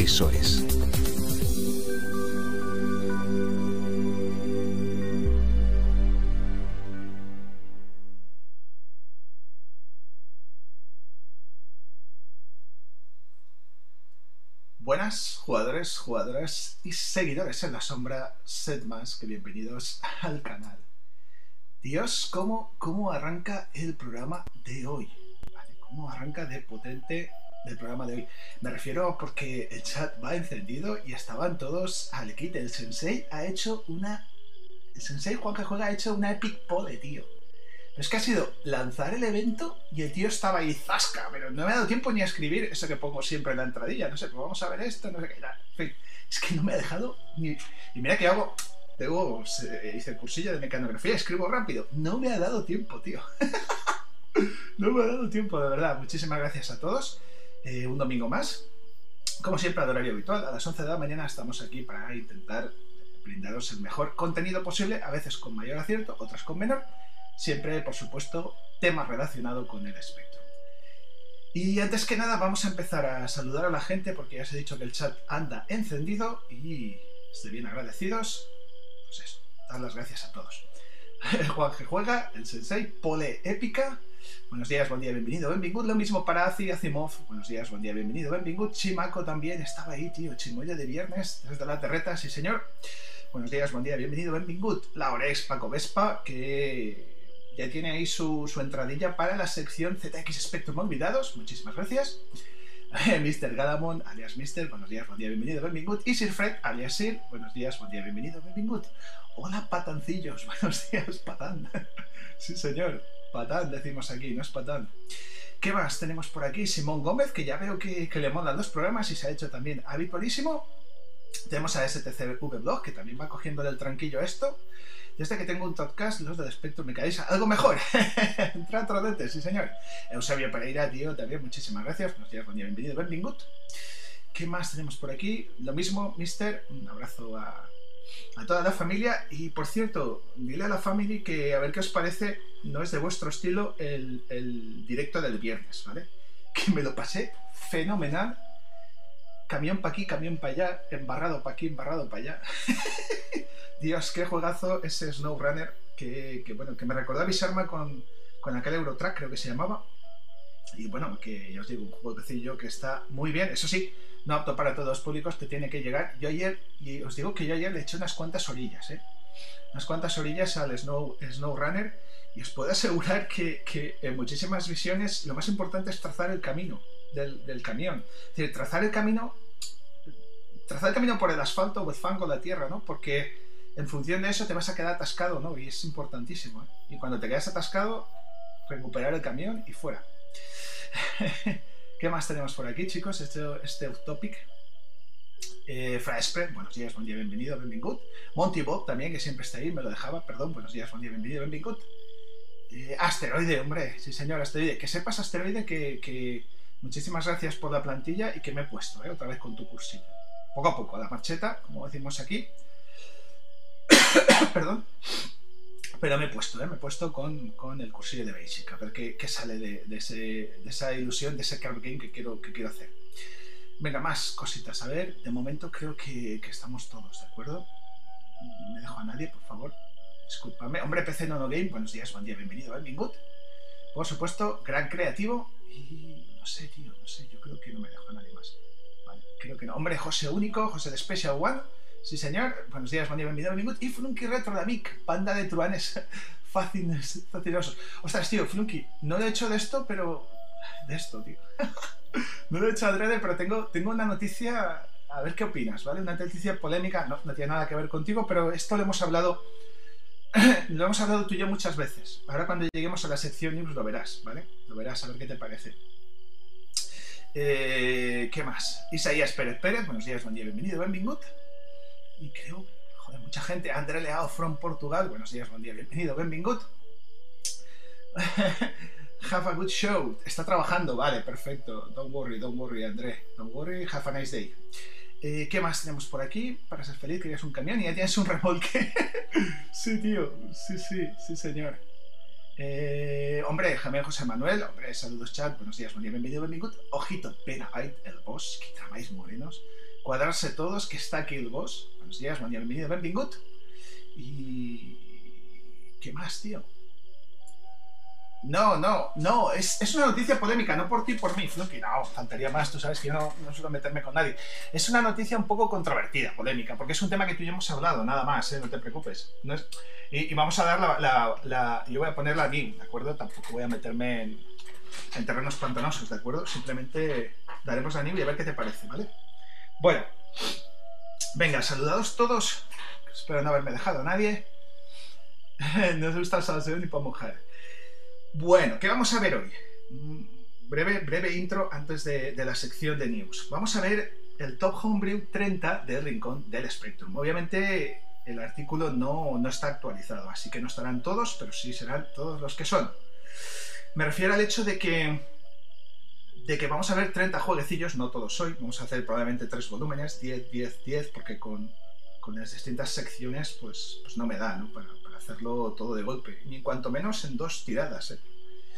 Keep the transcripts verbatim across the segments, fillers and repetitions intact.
Eso es. Buenas jugadores, jugadoras y seguidores en la sombra, sed más que bienvenidos al canal. Dios, ¿cómo, cómo arranca el programa de hoy? ¿Vale? ¿Cómo arranca de potente el programa de hoy? Me refiero porque el chat va encendido y estaban todos al quite. El sensei ha hecho una... El sensei Juan que juega ha hecho una epic pole, tío. Pero es que ha sido lanzar el evento y el tío estaba ahí zasca, pero no me ha dado tiempo ni a escribir eso que pongo siempre en la entradilla. No sé, pues vamos a ver esto, no sé qué. En fin, es que no me ha dejado ni... Y mira que hago... Tengo, hice el cursillo de mecanografía, escribo rápido. No me ha dado tiempo, tío. No me ha dado tiempo, de verdad. Muchísimas gracias a todos. Eh, un domingo más. Como siempre, al horario habitual, a las once de la mañana estamos aquí para intentar brindaros el mejor contenido posible, a veces con mayor acierto, otras con menor. Siempre, por supuesto, temas relacionados con el espectro. Y antes que nada, vamos a empezar a saludar a la gente porque ya os he dicho que el chat anda encendido y estoy bien agradecidos. Pues eso, dar las gracias a todos. Juan que juega, el sensei, pole épica. Buenos días, buen día, bienvenido, benvingut. Lo mismo para Azi, Azimov. Buenos días, buen día, bienvenido, benvingut. Chimako también estaba ahí, tío. Chimoya de viernes, desde la terreta, sí señor. Buenos días, buen día, bienvenido, benvingut. Laurex, Paco Vespa, que ya tiene ahí su, su entradilla para la sección Z X Spectrum Olvidados. Muchísimas gracias. mister Galamon, alias Mister, buenos días, buen día, bienvenido, benvingut. Y Sir Fred, alias Sir, buenos días, buen día, bienvenido, benvingut. Hola, patancillos, buenos días, patán. Sí, señor, patán decimos aquí, no es patán. ¿Qué más tenemos por aquí? Simón Gómez, que ya veo que, que le molan los programas y se ha hecho también habitualísimo. Tenemos a S T C V Blog, que también va cogiendo del tranquillo esto. Desde que tengo un podcast, los del Spectrum me caéis algo mejor. Entra trodete, sí señor. Eusebio Pereira, tío, también muchísimas gracias. Buenos días, buen día, bienvenido, benvingut. ¿Qué más tenemos por aquí? Lo mismo, Mister, un abrazo a, a toda la familia. Y por cierto, dile a la family que a ver qué os parece, no es de vuestro estilo, el, el directo del viernes, ¿vale? Que me lo pasé fenomenal. Camión para aquí, camión para allá, embarrado para aquí, embarrado para allá. Dios, qué juegazo ese SnowRunner que, que, bueno, que me recordó a Bisarma con, con aquel Eurotrack, creo que se llamaba. Y bueno, que ya os digo, un jueguecillo que está muy bien. Eso sí, no apto para todos los públicos, que tiene que llegar. Yo ayer, y os digo que yo ayer le eché unas cuantas orillas, ¿eh? Unas cuantas orillas al Snow, SnowRunner y os puedo asegurar que, que en muchísimas visiones lo más importante es trazar el camino del, del camión. Es decir, trazar el camino, trazar el camino por el asfalto o el fango, la tierra, ¿no? Porque en función de eso te vas a quedar atascado, ¿no? Y es importantísimo, ¿eh? Y cuando te quedas atascado, recuperar el camión y fuera. ¿Qué más tenemos por aquí, chicos? Este, este off topic. Eh, Fraespre, buenos días, buen día, bienvenido, benvingut. Monty Bob también, que siempre está ahí, me lo dejaba, perdón, buenos días, buen día, bienvenido, benvingut. Eh, Asteroide, hombre, sí señor, Asteroide. Que sepas, Asteroide, que, que muchísimas gracias por la plantilla y que me he puesto, ¿eh? Otra vez con tu cursillo. Poco a poco, a la marcheta, como decimos aquí. Perdón, pero me he puesto, ¿eh? me he puesto con, con el cursillo de Basic, a ver qué, qué sale de, de, ese, de esa ilusión, de ese card game que quiero, que quiero hacer. Venga, más cositas, a ver, de momento creo que, que estamos todos, ¿de acuerdo? No me dejo a nadie, por favor, discúlpame. Hombre, P C Nono Game, buenos días, buen día, bienvenido, benvingut. Por supuesto, gran creativo y no sé, tío, no sé, yo creo que no me dejo a nadie más. Vale, creo que no. Hombre, José Único, José de Special One. Sí, señor. Buenos días, buen día, bienvenido, benvingut. Y Flunky Retro de Amic, banda de truanes fascinosos. Ostras, tío, Flunky, no lo he hecho de esto, pero... De esto, tío. No lo he hecho adrede, pero tengo, tengo una noticia... A ver qué opinas, ¿vale? Una noticia polémica, no, no tiene nada que ver contigo, pero esto lo hemos hablado... Lo hemos hablado tú y yo muchas veces. Ahora cuando lleguemos a la sección news lo verás, ¿vale? Lo verás, a ver qué te parece. Eh, ¿Qué más? Isaías Pérez Pérez, buenos días, buen día, bienvenido, benvingut. Y creo, joder, mucha gente. André Leao from Portugal, buenos días, buen día, bienvenido, benvingut. Have a good show. Está trabajando, vale, perfecto. Don't worry, don't worry, André. Don't worry, have a nice day. Eh, ¿Qué más tenemos por aquí? Para ser feliz, querías un camión y ya tienes un remolque. Sí, tío, sí, sí, sí, señor. Eh, hombre, Javier José Manuel, hombre, saludos chat, buenos días, buen día, bienvenido, benvingut. Ojito, Penabyte, el boss, que tramáis morenos. Cuadrarse todos, que está aquí el boss. Buenos días, buen día, bienvenido, benvingut. Y... ¿qué más, tío? No, no, no, es, es una noticia polémica, no por ti, por mí, Flunky, no, faltaría más, tú sabes que yo no, no suelo meterme con nadie. Es una noticia un poco controvertida, polémica, porque es un tema que tú y yo hemos hablado, nada más, ¿eh? No te preocupes. No es... y, y vamos a dar la, la, la... yo voy a ponerla aquí, ¿de acuerdo? Tampoco voy a meterme en, en terrenos pantanosos, ¿de acuerdo? Simplemente daremos la nieve y a ver qué te parece, ¿vale? Bueno, venga, saludados todos, espero no haberme dejado a nadie. No os gusta el salseo ni para mojar. Bueno, ¿qué vamos a ver hoy? Breve, breve intro antes de, de la sección de news. Vamos a ver el Top Homebrew treinta del Rincón del Spectrum. Obviamente el artículo no, no está actualizado, así que no estarán todos, pero sí serán todos los que son. Me refiero al hecho de que, de que vamos a ver treinta jueguecillos, no todos hoy, vamos a hacer probablemente tres volúmenes, diez, diez, diez, porque con, con las distintas secciones pues, pues no me da, ¿no? Para, hacerlo todo de golpe, ni cuanto menos en dos tiradas, ¿eh?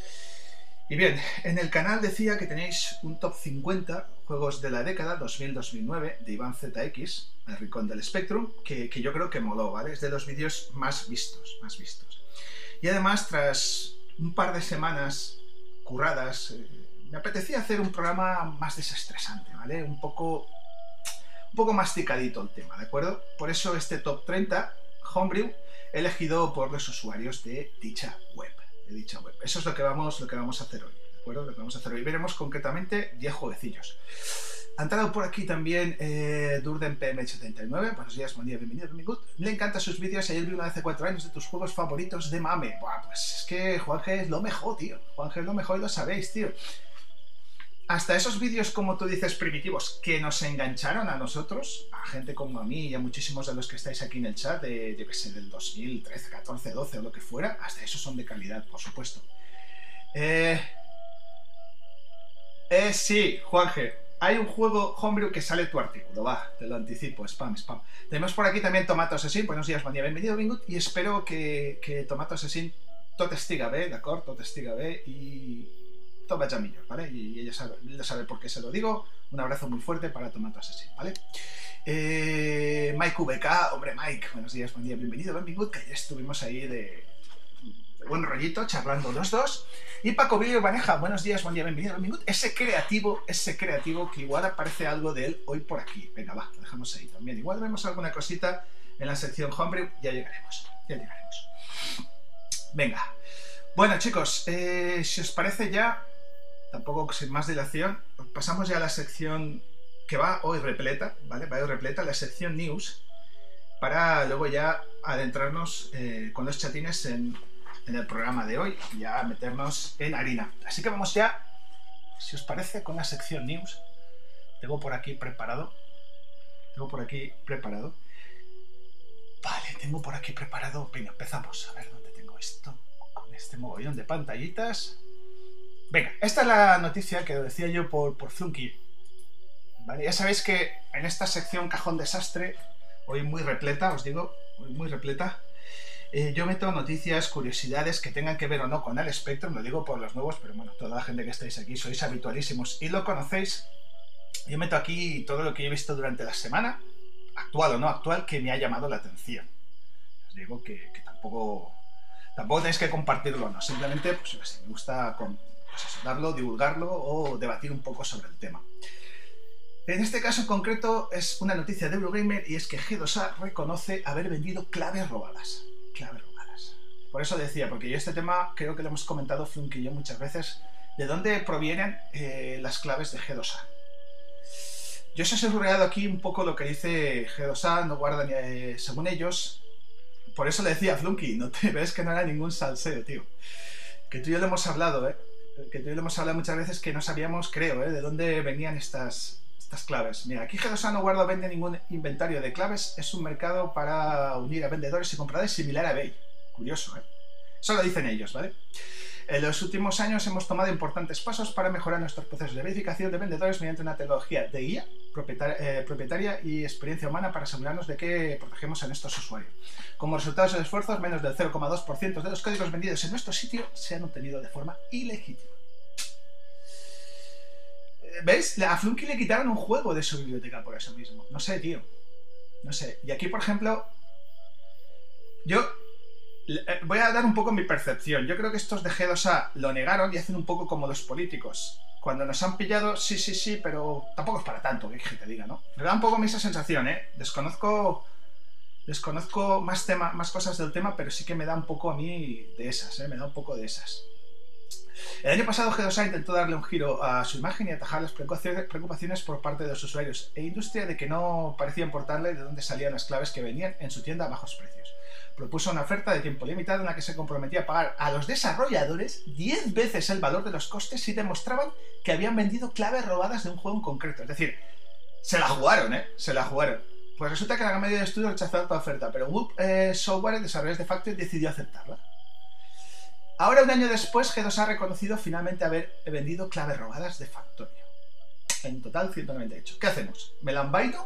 Y bien, en el canal decía que tenéis un top cincuenta juegos de la década dos mil a dos mil nueve de Iván Z X, el Rincón del Spectrum, que, que yo creo que moló, ¿vale? Es de los vídeos más vistos, más vistos. Y además, tras un par de semanas curradas, eh, me apetecía hacer un programa más desestresante, ¿vale? Un poco, un poco masticadito el tema, ¿de acuerdo? Por eso este top treinta, Homebrew, elegido por los usuarios de dicha web, de dicha web. Eso es lo que vamos, lo que vamos a hacer hoy, ¿de acuerdo? Lo que vamos a hacer hoy. Veremos concretamente diez jueguecillos. Ha entrado por aquí también eh, Durden P M setenta y nueve. Buenos días, buen día, bienvenido, bienvenido. Le encantan sus vídeos. Ayer vi una de hace cuatro años de tus juegos favoritos de mame. Buah, pues es que Juanje es lo mejor, tío. Juanje es lo mejor y lo sabéis, tío. Hasta esos vídeos, como tú dices, primitivos, que nos engancharon a nosotros, a gente como a mí y a muchísimos de los que estáis aquí en el chat, de, yo qué sé, del dos mil trece, catorce, doce o lo que fuera, hasta esos son de calidad, por supuesto. Eh, eh sí, Juanje, hay un juego Homebrew que sale tu artículo, va, te lo anticipo, spam, spam. Tenemos por aquí también Tomato Assassín, buenos días, buen día, bienvenido, bienvenido, y espero que, que Tomato Assassín tot estiga bé, d'acord, tot estiga bé, y... todo vaya millor, ¿vale? Y ella sabe, ella sabe por qué se lo digo. Un abrazo muy fuerte para Tomato Assassín, ¿vale? Eh, Mike V K, hombre Mike, buenos días, buen día, bienvenido, bienvenido, que ya estuvimos ahí de, de buen rollito, charlando los dos. Y Paco Villo Baneja, buenos días, buen día, bienvenido, bienvenido. Ese creativo, ese creativo que igual aparece algo de él hoy por aquí. Venga, va, lo dejamos ahí también. Igual vemos alguna cosita en la sección Homebrew, ya llegaremos, ya llegaremos. Venga. Bueno, chicos, eh, si os parece ya... Tampoco sin más dilación, pasamos ya a la sección que va hoy repleta, ¿vale? Va hoy repleta, la sección News, para luego ya adentrarnos eh, con los chatines en, en el programa de hoy y ya meternos en harina. Así que vamos ya, si os parece, con la sección News. Tengo por aquí preparado, tengo por aquí preparado. Vale, tengo por aquí preparado, venga, empezamos. A ver dónde tengo esto, con este mogollón de pantallitas. Venga, esta es la noticia que decía yo por, por Flunky. ¿Vale? Ya sabéis que en esta sección Cajón Desastre, hoy muy repleta, os digo, hoy muy repleta, eh, yo meto noticias, curiosidades que tengan que ver o no con el Spectrum, lo digo por los nuevos, pero bueno, toda la gente que estáis aquí sois habitualísimos y lo conocéis. Yo meto aquí todo lo que he visto durante la semana, actual o no actual, que me ha llamado la atención. Os digo que, que tampoco, tampoco tenéis que compartirlo, no, simplemente pues, pues, me gusta... Con, pues eso, darlo, divulgarlo o debatir un poco sobre el tema. En este caso en concreto es una noticia de Eurogamer y es que G dos A reconoce haber vendido claves robadas. Claves robadas. Por eso decía, porque yo este tema creo que lo hemos comentado Flunky y yo muchas veces, de dónde provienen eh, las claves de G dos A. Yo os he subrayado aquí un poco lo que dice G dos A, no guardan eh, según ellos. Por eso le decía a Flunky, no te ves que no era ningún salseo, tío. Que tú y yo lo hemos hablado, ¿eh? Que tú y yo lo hemos hablado muchas veces que no sabíamos, creo, ¿eh? De dónde venían estas, estas claves. Mira, aquí G dos A no guarda o vende ningún inventario de claves, es un mercado para unir a vendedores y compradores similar a eBay. Curioso, ¿eh? Eso lo dicen ellos, ¿vale? En los últimos años hemos tomado importantes pasos para mejorar nuestros procesos de verificación de vendedores mediante una tecnología de I A propietaria, eh, propietaria y experiencia humana para asegurarnos de que protegemos a nuestros usuarios. Como resultado de esos esfuerzos, menos del cero coma dos por ciento de los códigos vendidos en nuestro sitio se han obtenido de forma ilegítima. ¿Ves? A Flunky le quitaron un juego de su biblioteca por eso mismo. No sé, tío. No sé. Y aquí, por ejemplo, yo voy a dar un poco mi percepción. Yo creo que estos de G dos A lo negaron y hacen un poco como los políticos. Cuando nos han pillado, sí, sí, sí, pero tampoco es para tanto, que te diga, ¿no? Me da un poco esa sensación, ¿eh? Desconozco... Desconozco más, tema, más cosas del tema, pero sí que me da un poco a mí de esas, ¿eh? Me da un poco de esas. El año pasado G dos A intentó darle un giro a su imagen y atajar las preocupaciones por parte de los usuarios e industria de que no parecía importarle de dónde salían las claves que venían en su tienda a bajos precios. Propuso una oferta de tiempo limitado en la que se comprometía a pagar a los desarrolladores diez veces el valor de los costes si demostraban que habían vendido claves robadas de un juego en concreto. Es decir, se la jugaron, ¿eh? Se la jugaron. Pues resulta que la gran mayoría de estudios rechazaron toda oferta, pero Whoop eh, Software, el desarrollador de Factory, decidió aceptarla. Ahora, un año después, G dos A ha reconocido finalmente haber vendido claves robadas de Factorio. En total, ciento noventa y ocho. ¿Qué hacemos? ¿Me la envaino?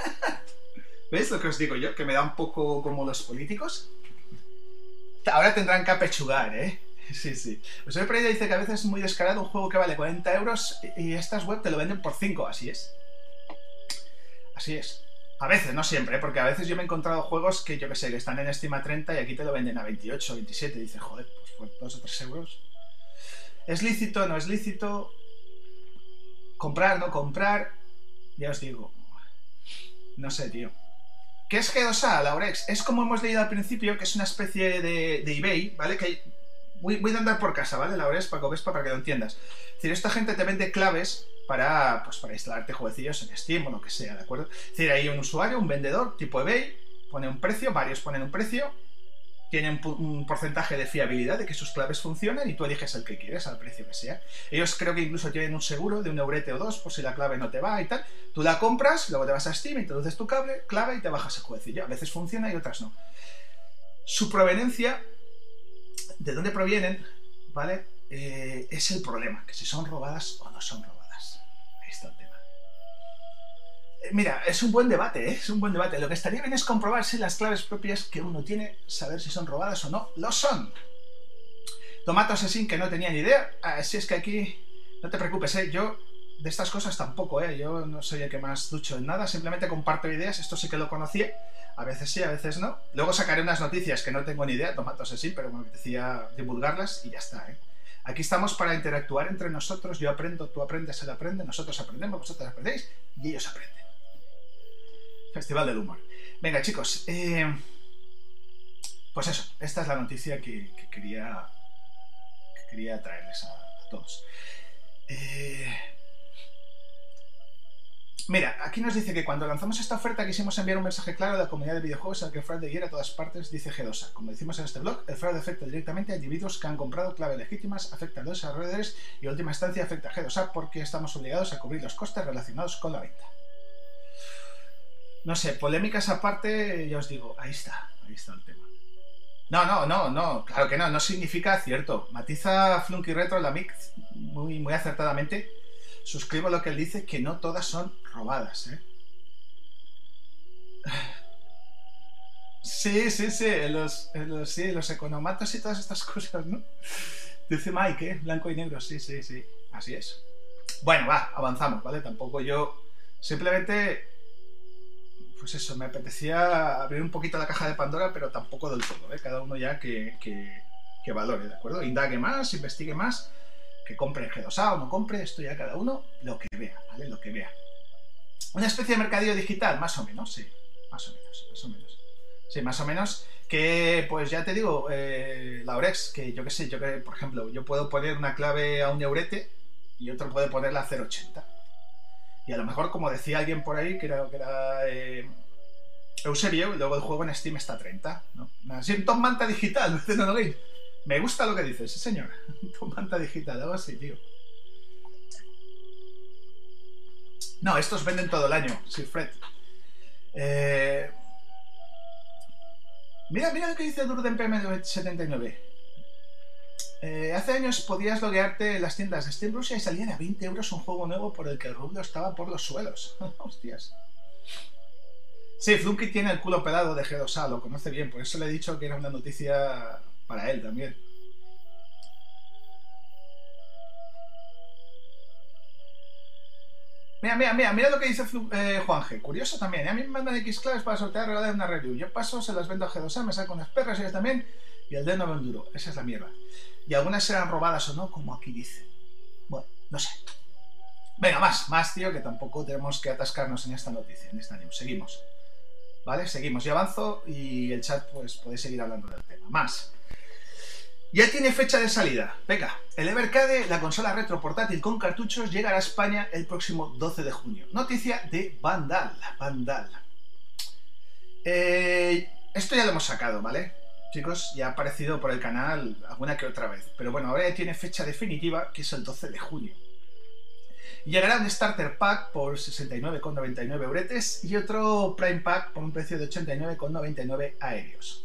¿Veis lo que os digo yo? Que me da un poco como los políticos. Ahora tendrán que apechugar, ¿eh? Sí, sí. Pues el Pereira dice que a veces es muy descarado un juego que vale cuarenta euros y estas web te lo venden por cinco. Así es. Así es. A veces, no siempre, ¿eh? Porque a veces yo me he encontrado juegos que, yo que sé, que están en Steam a treinta y aquí te lo venden a veintiocho, veintisiete. Y dices, joder, pues por dos o tres euros. ¿Es lícito? ¿No es lícito? ¿Comprar? ¿No comprar? Ya os digo. No sé, tío. ¿Qué es G dos A, Laurex? Es como hemos leído al principio, que es una especie de, de eBay, ¿vale? Que hay... voy, voy a andar por casa, ¿vale, Laurex? Para que, para que lo entiendas. Es decir, esta gente te vende claves para, pues, para instalarte jueguecillos en Steam o lo que sea, ¿de acuerdo? Es decir, hay un usuario, un vendedor, tipo eBay, pone un precio, varios ponen un precio, tienen un porcentaje de fiabilidad de que sus claves funcionan y tú eliges el que quieres, al precio que sea. Ellos creo que incluso tienen un seguro de un eurete o dos por si la clave no te va y tal. Tú la compras, luego te vas a Steam, introduces tu cable, clave y te bajas el jueguecillo. A veces funciona y otras no. Su proveniencia, de dónde provienen, ¿vale? Eh, es el problema, que si son robadas o no son robadas. Ahí está el tema. Mira, es un buen debate, ¿eh? Es un buen debate. Lo que estaría bien es comprobar si las claves propias que uno tiene, saber si son robadas o no. ¡Lo son! Tomato Asesín, que no tenía ni idea. Así es que aquí, no te preocupes, ¿eh? Yo de estas cosas tampoco, ¿eh? Yo no soy el que más ducho en nada, simplemente comparto ideas. Esto sí que lo conocí. A veces sí, a veces no. Luego sacaré unas noticias que no tengo ni idea, Tomato Asesín, pero me apetecía divulgarlas y ya está, ¿eh? Aquí estamos para interactuar entre nosotros. Yo aprendo, tú aprendes, él aprende, nosotros aprendemos, vosotros aprendéis y ellos aprenden. Festival del humor. Venga, chicos. Eh, pues eso, esta es la noticia que, que, quería, que quería traerles a, a todos. Eh, mira, aquí nos dice que cuando lanzamos esta oferta quisimos enviar un mensaje claro a la comunidad de videojuegos en el que el fraude hiera a todas partes, dice G dos A. Como decimos en este blog, el fraude afecta directamente a individuos que han comprado claves legítimas, afecta a los desarrolladores y en última instancia afecta a G dos A porque estamos obligados a cubrir los costes relacionados con la venta. No sé, polémicas aparte, ya os digo, ahí está, ahí está el tema. No, no, no, no, claro que no, no significa cierto. Matiza Flunky Retro, la mix, muy, muy acertadamente. Suscribo lo que él dice, que no todas son robadas, ¿eh? Sí, sí, sí, los, los, sí, los economatos y todas estas cosas, ¿no? Dice Mike, ¿eh? Blanco y negro, sí, sí, sí, así es. Bueno, va, avanzamos, ¿vale? Tampoco yo, simplemente... Pues eso, me apetecía abrir un poquito la caja de Pandora, pero tampoco del todo, ¿eh? Cada uno ya que, que, que valore, ¿de acuerdo? Indague más, investigue más, que compre G dos A o no compre, esto ya cada uno lo que vea, ¿vale? Lo que vea. Una especie de mercadillo digital, más o menos, sí, más o menos, más o menos. Sí, más o menos, que pues ya te digo, eh, Laurex, que yo qué sé, yo que, por ejemplo, yo puedo poner una clave a un eurete y otro puede ponerla a cero coma ochenta. Y a lo mejor, como decía alguien por ahí, que era, que era eh, Eusebio, y luego el juego en Steam está a treinta, ¿no? Así, un Tom Manta digital, ¿no lo veis? Me gusta lo que dices, sí señor. Tom Manta digital, algo así, tío. No, estos venden todo el año, sí, Fred. Eh... Mira, mira lo que dice Durden P M setenta y nueve. Eh, hace años podías loguearte en las tiendas de Steam Rusia y salían a veinte euros un juego nuevo por el que el rublo estaba por los suelos. Hostias. Sí, Flunky tiene el culo pelado de G dos A, lo conoce bien, por eso le he dicho que era una noticia para él también. Mira, mira, mira, mira lo que dice eh, Juan G. Curioso también. ¿eh? A mí me mandan X claves para sortear regalar una review. Yo paso, se las vendo a G dos A, me saco unas perras y ellas también. Y el de no me enduro. Esa es la mierda. Y algunas serán robadas o no, como aquí dice. Bueno, no sé. Venga, más, más, tío, que tampoco tenemos que atascarnos en esta noticia, en esta news. Seguimos. ¿Vale? Seguimos. Yo avanzo y el chat, pues, podéis seguir hablando del tema. Más. Ya tiene fecha de salida. Venga, el Evercade, la consola retro portátil con cartuchos, llegará a España el próximo doce de junio. Noticia de Vandal. Vandal. Eh, esto ya lo hemos sacado, ¿vale? Chicos, ya ha aparecido por el canal alguna que otra vez. Pero bueno, ahora ya tiene fecha definitiva, que es el doce de junio. Llegará un Starter Pack por sesenta y nueve con noventa y nueve euretes y otro Prime Pack por un precio de ochenta y nueve con noventa y nueve aéreos.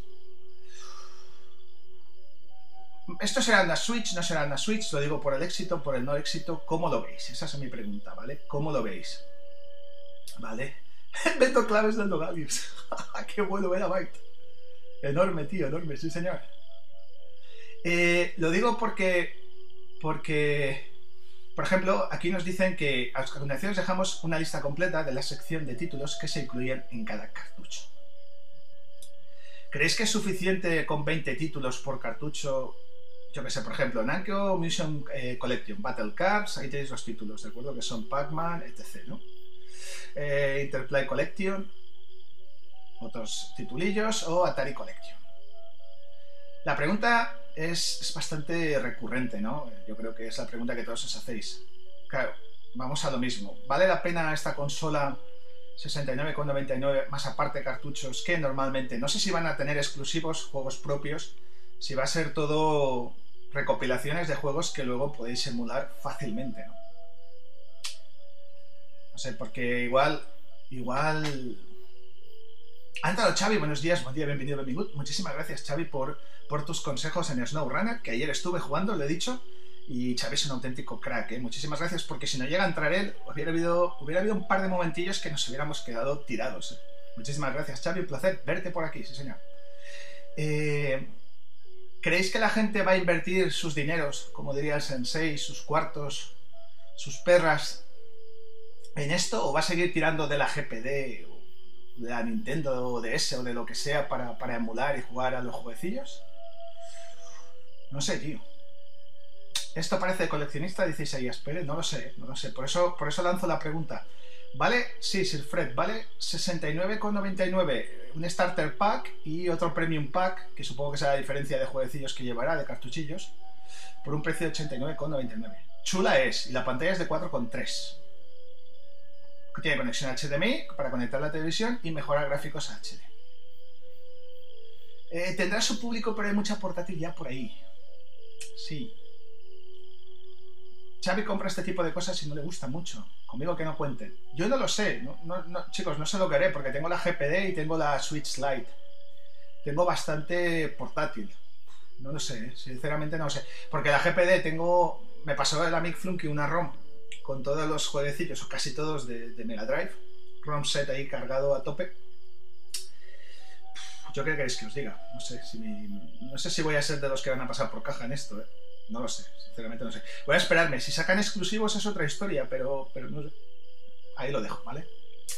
¿Esto será una Switch? ¿No será una Switch? Lo digo por el éxito, por el no éxito. ¿Cómo lo veis? Esa es mi pregunta, ¿vale? ¿Cómo lo veis? ¿Vale? Vendo claves del Nogalius. ¡Qué bueno era Byte! Enorme, tío, enorme, sí señor. Eh, lo digo porque... Porque... Por ejemplo, aquí nos dicen que a continuación os dejamos una lista completa de la sección de títulos que se incluyen en cada cartucho. ¿Creéis que es suficiente con veinte títulos por cartucho? Yo que sé, por ejemplo, Namco Mission eh, Collection, Battle Cars, ahí tenéis los títulos, ¿de acuerdo? Que son Pac-Man, etcétera, ¿no? Eh, Interplay Collection, otros titulillos, o Atari Collection. La pregunta es, es bastante recurrente, ¿no? Yo creo que es la pregunta que todos os hacéis. Claro, vamos a lo mismo. ¿Vale la pena esta consola sesenta y nueve con noventa y nueve más aparte cartuchos que normalmente? No sé si van a tener exclusivos, juegos propios, si va a ser todo recopilaciones de juegos que luego podéis emular fácilmente, ¿no? No sé, porque igual... Igual... Ha entrado Xavi, buenos días, buen día, bienvenido, bienvenido. Muchísimas gracias, Xavi, por, por tus consejos en SnowRunner, que ayer estuve jugando, lo he dicho, y Xavi es un auténtico crack, ¿eh? Muchísimas gracias, porque si no llega a entrar él, hubiera habido, hubiera habido un par de momentillos que nos hubiéramos quedado tirados, ¿eh? Muchísimas gracias, Xavi, un placer verte por aquí, sí señor. Eh, ¿Creéis que la gente va a invertir sus dineros, como diría el sensei, sus cuartos, sus perras, en esto, o va a seguir tirando de la G P D, o de la Nintendo D S o de lo que sea para, para emular y jugar a los jueguecillos? No sé, tío. Esto parece de coleccionista, dice Isaías Pérez, no lo sé, no lo sé. Por eso, por eso lanzo la pregunta. ¿Vale? Sí, Sir Fred, vale sesenta y nueve con noventa y nueve un Starter Pack y otro Premium Pack, que supongo que será la diferencia de jueguecillos que llevará, de cartuchillos, por un precio de ochenta y nueve con noventa y nueve. Chula es, y la pantalla es de cuatro coma tres. Tiene conexión H D M I para conectar la televisión y mejorar gráficos H D. Eh, tendrá su público, pero hay mucha portátil ya por ahí. Sí. Xavi compra este tipo de cosas y no le gusta mucho. Conmigo que no cuenten. Yo no lo sé. No, no, no, chicos, no sé lo que haré porque tengo la G P D y tengo la Switch Lite. Tengo bastante portátil. No lo sé, ¿eh? Sinceramente no lo sé. Porque la G P D tengo... Me pasó de la Mic Flunky una ROM con todos los jueguecillos, o casi todos, de, de Mega Drive. ROM set ahí cargado a tope. ¿Yo qué queréis que os diga? No sé si mi... no sé si voy a ser de los que van a pasar por caja en esto, ¿eh? No lo sé, sinceramente no sé. Voy a esperarme. Si sacan exclusivos es otra historia, pero, pero no sé. Ahí lo dejo, ¿vale?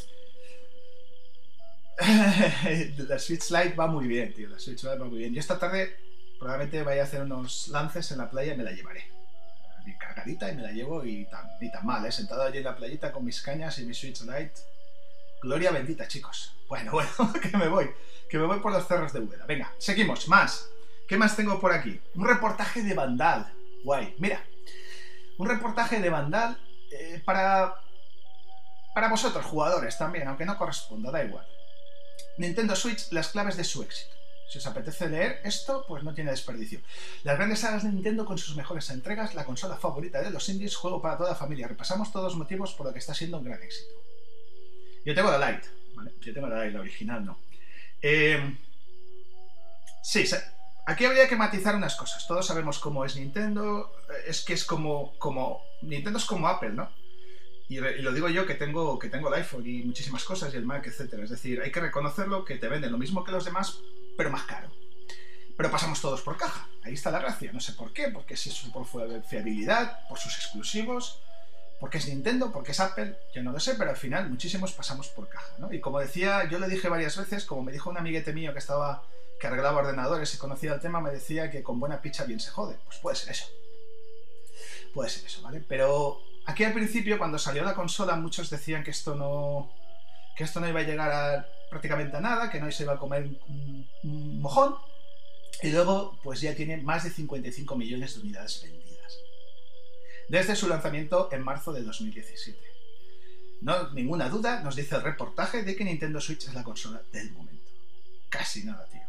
La Switch Lite va muy bien, tío. La Switch Lite va muy bien. Y esta tarde probablemente vaya a hacer unos lances en la playa y me la llevaré. Bien cargadita y me la llevo y tan, ni tan mal, ¿eh? Sentado allí en la playita con mis cañas y mi Switch Lite. Gloria bendita, chicos. Bueno, bueno, que me voy. Que me voy por los cerros de Úbeda. Venga, seguimos. Más. ¿Qué más tengo por aquí? Un reportaje de Vandal. Guay. Mira. Un reportaje de Vandal eh, para... Para vosotros, jugadores, también, aunque no corresponda, da igual. Nintendo Switch, las claves de su éxito. Si os apetece leer esto, pues no tiene desperdicio. Las grandes sagas de Nintendo con sus mejores entregas, la consola favorita de los indies, juego para toda la familia. Repasamos todos los motivos por los que está siendo un gran éxito. Yo tengo la Lite, ¿vale? Yo tengo la Lite, la original no. Eh... Sí, aquí habría que matizar unas cosas. Todos sabemos cómo es Nintendo. Es que es como... como... Nintendo es como Apple, ¿no? Y, y lo digo yo que tengo, que tengo el iPhone y muchísimas cosas y el Mac, etcétera. Es decir, hay que reconocerlo, que te venden lo mismo que los demás, pero más caro. Pero pasamos todos por caja. Ahí está la gracia. No sé por qué, porque si es por fiabilidad, por sus exclusivos, ¿Por qué es Nintendo? ¿Por qué es Apple? Yo no lo sé, pero al final muchísimos pasamos por caja, ¿no? Y como decía, yo lo dije varias veces, como me dijo un amiguete mío que estaba, que arreglaba ordenadores y conocía el tema, me decía que con buena picha bien se jode. Pues puede ser eso. Puede ser eso, ¿vale? Pero aquí al principio, cuando salió la consola, muchos decían que esto no, que esto no iba a llegar a prácticamente a nada, que no se iba a comer un, un mojón. Y luego, pues ya tiene más de cincuenta y cinco millones de unidades vendidas desde su lanzamiento en marzo de dos mil diecisiete. No, ninguna duda, nos dice el reportaje de que Nintendo Switch es la consola del momento. Casi nada, tío.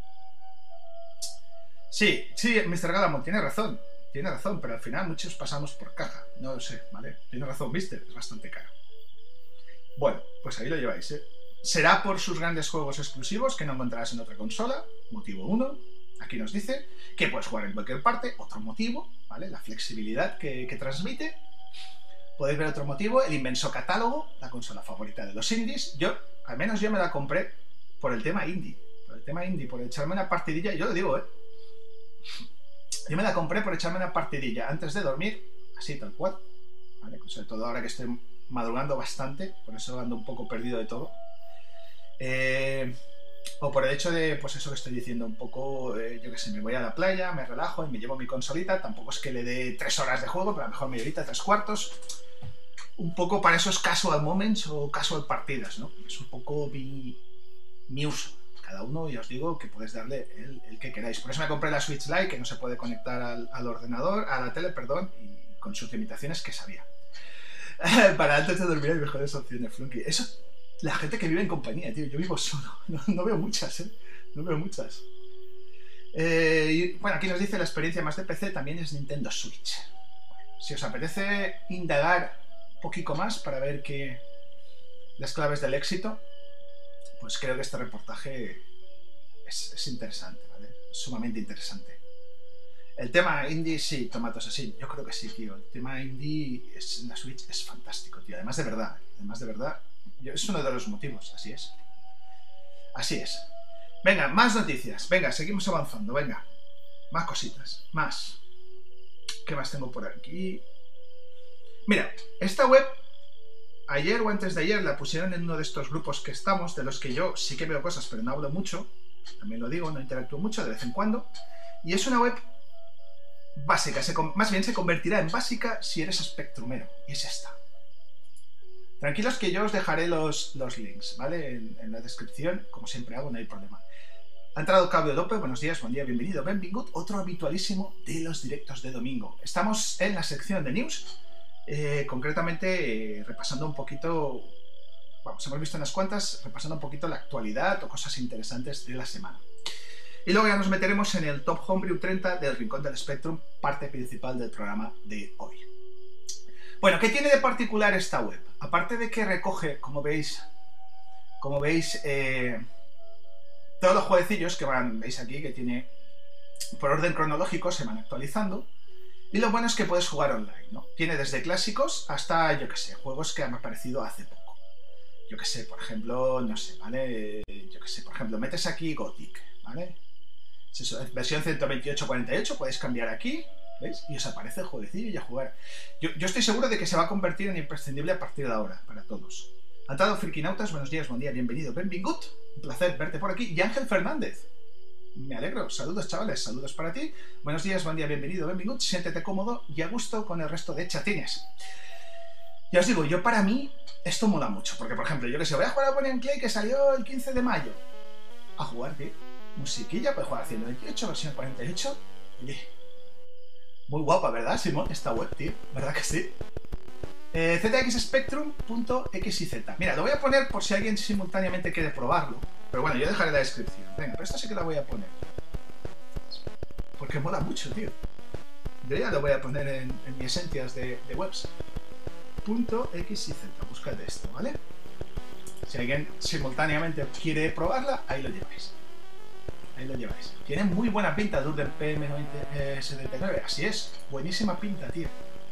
Sí, sí, mister Galamon tiene razón, tiene razón, pero al final muchos pasamos por caja. No lo sé, ¿vale? Tiene razón, mister, es bastante caro. Bueno, pues ahí lo lleváis, ¿eh? Será por sus grandes juegos exclusivos que no encontrarás en otra consola, motivo uno. Aquí nos dice que puedes jugar en cualquier parte, otro motivo, ¿vale? La flexibilidad que, que transmite. Podéis ver otro motivo, el inmenso catálogo, la consola favorita de los indies. Yo, al menos yo me la compré por el tema indie. Por el tema indie, por echarme una partidilla, yo lo digo, ¿eh? Yo me la compré por echarme una partidilla antes de dormir, así tal cual, ¿vale? Sobre todo ahora que estoy madrugando bastante, por eso ando un poco perdido de todo. Eh... O por el hecho de, pues eso que estoy diciendo, un poco, eh, yo qué sé, me voy a la playa, me relajo y me llevo mi consolita. Tampoco es que le dé tres horas de juego, pero a lo mejor media horita, tres cuartos. Un poco para esos casual moments o casual partidas, ¿no? Es un poco mi, mi uso. Cada uno, ya os digo, que podéis darle el, el que queráis. Por eso me compré la Switch Lite, que no se puede conectar al, al ordenador, a la tele, perdón, y con sus limitaciones que sabía. Para antes de dormir hay mejores opciones, Flunky. Eso... La gente que vive en compañía, tío. Yo vivo solo. No, no veo muchas, ¿eh? No veo muchas. Eh, y, bueno, aquí nos dice la experiencia más de P C también es Nintendo Switch. Bueno, si os apetece indagar un poquito más para ver que las claves del éxito, pues creo que este reportaje es, es interesante, ¿vale? Es sumamente interesante. El tema indie, sí, tomatos así. Yo creo que sí, tío. El tema indie es, en la Switch es fantástico, tío. Además de verdad. Además de verdad. Es uno de los motivos, así es. Así es. Venga, más noticias. Venga, seguimos avanzando, venga. Más cositas, más. ¿Qué más tengo por aquí? Mira, esta web, ayer o antes de ayer, la pusieron en uno de estos grupos que estamos, de los que yo sí que veo cosas, pero no hablo mucho. También lo digo, no interactúo mucho, de vez en cuando. Y es una web básica, se, más bien se convertirá en básica si eres espectrumero. Y es esta. Tranquilos que yo os dejaré los, los links, ¿vale? En, en la descripción, como siempre hago, no hay problema. Ha entrado Claudio López, buenos días, buen día, bienvenido. Benvingut, otro habitualísimo de los directos de domingo. Estamos en la sección de news, eh, concretamente eh, repasando un poquito, vamos, hemos visto unas cuantas, repasando un poquito la actualidad o cosas interesantes de la semana. Y luego ya nos meteremos en el Top Homebrew treinta del Rincón del Spectrum, parte principal del programa de hoy. Bueno, ¿qué tiene de particular esta web? Aparte de que recoge, como veis, como veis, eh, todos los jueguecillos que van, veis aquí, que tiene por orden cronológico, se van actualizando. Y lo bueno es que puedes jugar online, ¿no? Tiene desde clásicos hasta, yo qué sé, juegos que han aparecido hace poco. Yo qué sé, por ejemplo, no sé, ¿vale? Yo qué sé, por ejemplo, metes aquí Gothic, ¿vale? Es eso, versión ciento veintiocho cuarenta y ocho, podéis cambiar aquí, ¿veis? Y os aparece el jueguecillo y a jugar. Yo, yo estoy seguro de que se va a convertir en imprescindible a partir de ahora, para todos. Ha entrado Frikinautas, buenos días, buen día, bienvenido. Benvingut, un placer verte por aquí. Y Ángel Fernández, me alegro. Saludos, chavales, saludos para ti. Buenos días, buen día, bienvenido. Benvingut, siéntete cómodo y a gusto con el resto de chatines. Ya os digo, yo para mí esto mola mucho, porque por ejemplo, yo que sé, voy a jugar a Bonnie and Clyde que salió el quince de mayo. A jugar, ¿qué? Musiquilla, puedes jugar a ciento veintiocho, versión cuarenta y ocho. Oye, muy guapa, ¿verdad, Simón? Esta web, tío, ¿verdad que sí? Eh, z x spectrum punto x y z. Mira, lo voy a poner por si alguien simultáneamente quiere probarlo. Pero bueno, yo dejaré la descripción. Venga, pero esto sí que la voy a poner. Porque mola mucho, tío. Yo ya lo voy a poner en, en mis esencias de, de webs. Punto X y Z. Buscad esto, ¿vale? Si alguien simultáneamente quiere probarla, ahí lo lleváis. Ahí lo lleváis. Tiene muy buena pinta Durden P M setenta y nueve. Así es. Buenísima pinta, tío.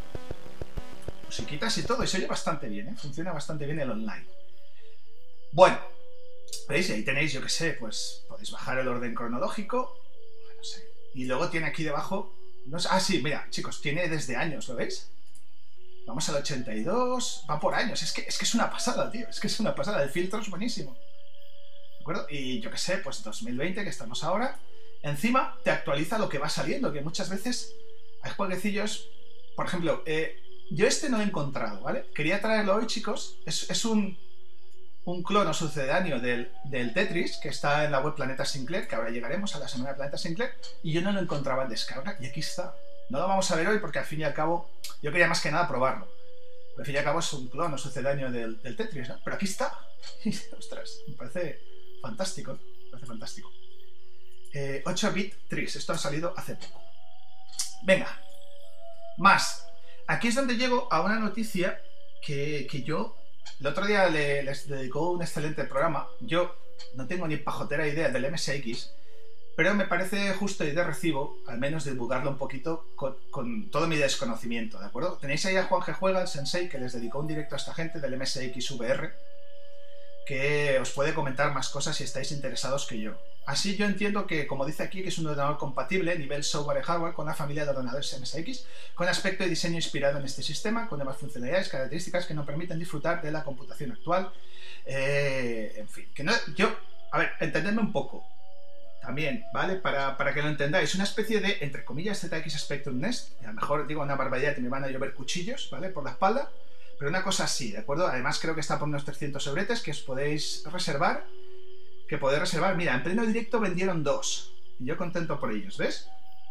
Musiquitas y todo. Y se oye bastante bien, ¿eh? Funciona bastante bien el online. Bueno. ¿Veis? Ahí tenéis, yo qué sé, pues podéis bajar el orden cronológico. No sé. Y luego tiene aquí debajo... No sé, ah, sí, mira, chicos, tiene desde años, ¿lo veis? Vamos al ochenta y dos, va por años. Es que, es que es una pasada, tío. Es que es una pasada. El filtro es buenísimo. ¿De acuerdo? Y yo qué sé, pues dos mil veinte, que estamos ahora, encima te actualiza lo que va saliendo, que muchas veces hay jueguecillos. Por ejemplo, eh, yo este no he encontrado, ¿vale? Quería traerlo hoy, chicos. Es, es un, un clono sucedáneo del, del Tetris, que está en la web Planeta Sinclair, que ahora llegaremos a la semana de Planeta Sinclair, y yo no lo encontraba en descarga, y aquí está. No lo vamos a ver hoy porque al fin y al cabo yo quería más que nada probarlo. Pero al fin y al cabo es un clon o sucedáneo del, del Tetris, ¿no? Pero aquí está. Ostras, me parece fantástico, me parece fantástico. Eh, ocho bit Tris, esto ha salido hace poco. Venga, más. Aquí es donde llego a una noticia que, que yo el otro día le, les dedicó un excelente programa. Yo no tengo ni pajotera idea del M S X, pero me parece justo y de recibo, al menos divulgarlo un poquito con, con todo mi desconocimiento, ¿de acuerdo? Tenéis ahí a Juan G. Juega, el sensei, que les dedicó un directo a esta gente del M S X V R, que os puede comentar más cosas si estáis interesados que yo. Así yo entiendo que, como dice aquí, que es un ordenador compatible, nivel software y hardware, con la familia de ordenadores M S X, con aspecto y diseño inspirado en este sistema, con demás funcionalidades, características que nos permiten disfrutar de la computación actual. Eh, en fin, que no, yo, a ver, entendedme un poco. También, ¿vale? Para, para que lo entendáis, una especie de, entre comillas, Z X Spectrum Next, y a lo mejor digo una barbaridad y me van a llover cuchillos, ¿vale? Por la espalda, pero una cosa así, ¿de acuerdo? Además creo que está por unos trescientos euretes que os podéis reservar, que podéis reservar. Mira, en pleno directo vendieron dos, y yo contento por ellos, ¿ves?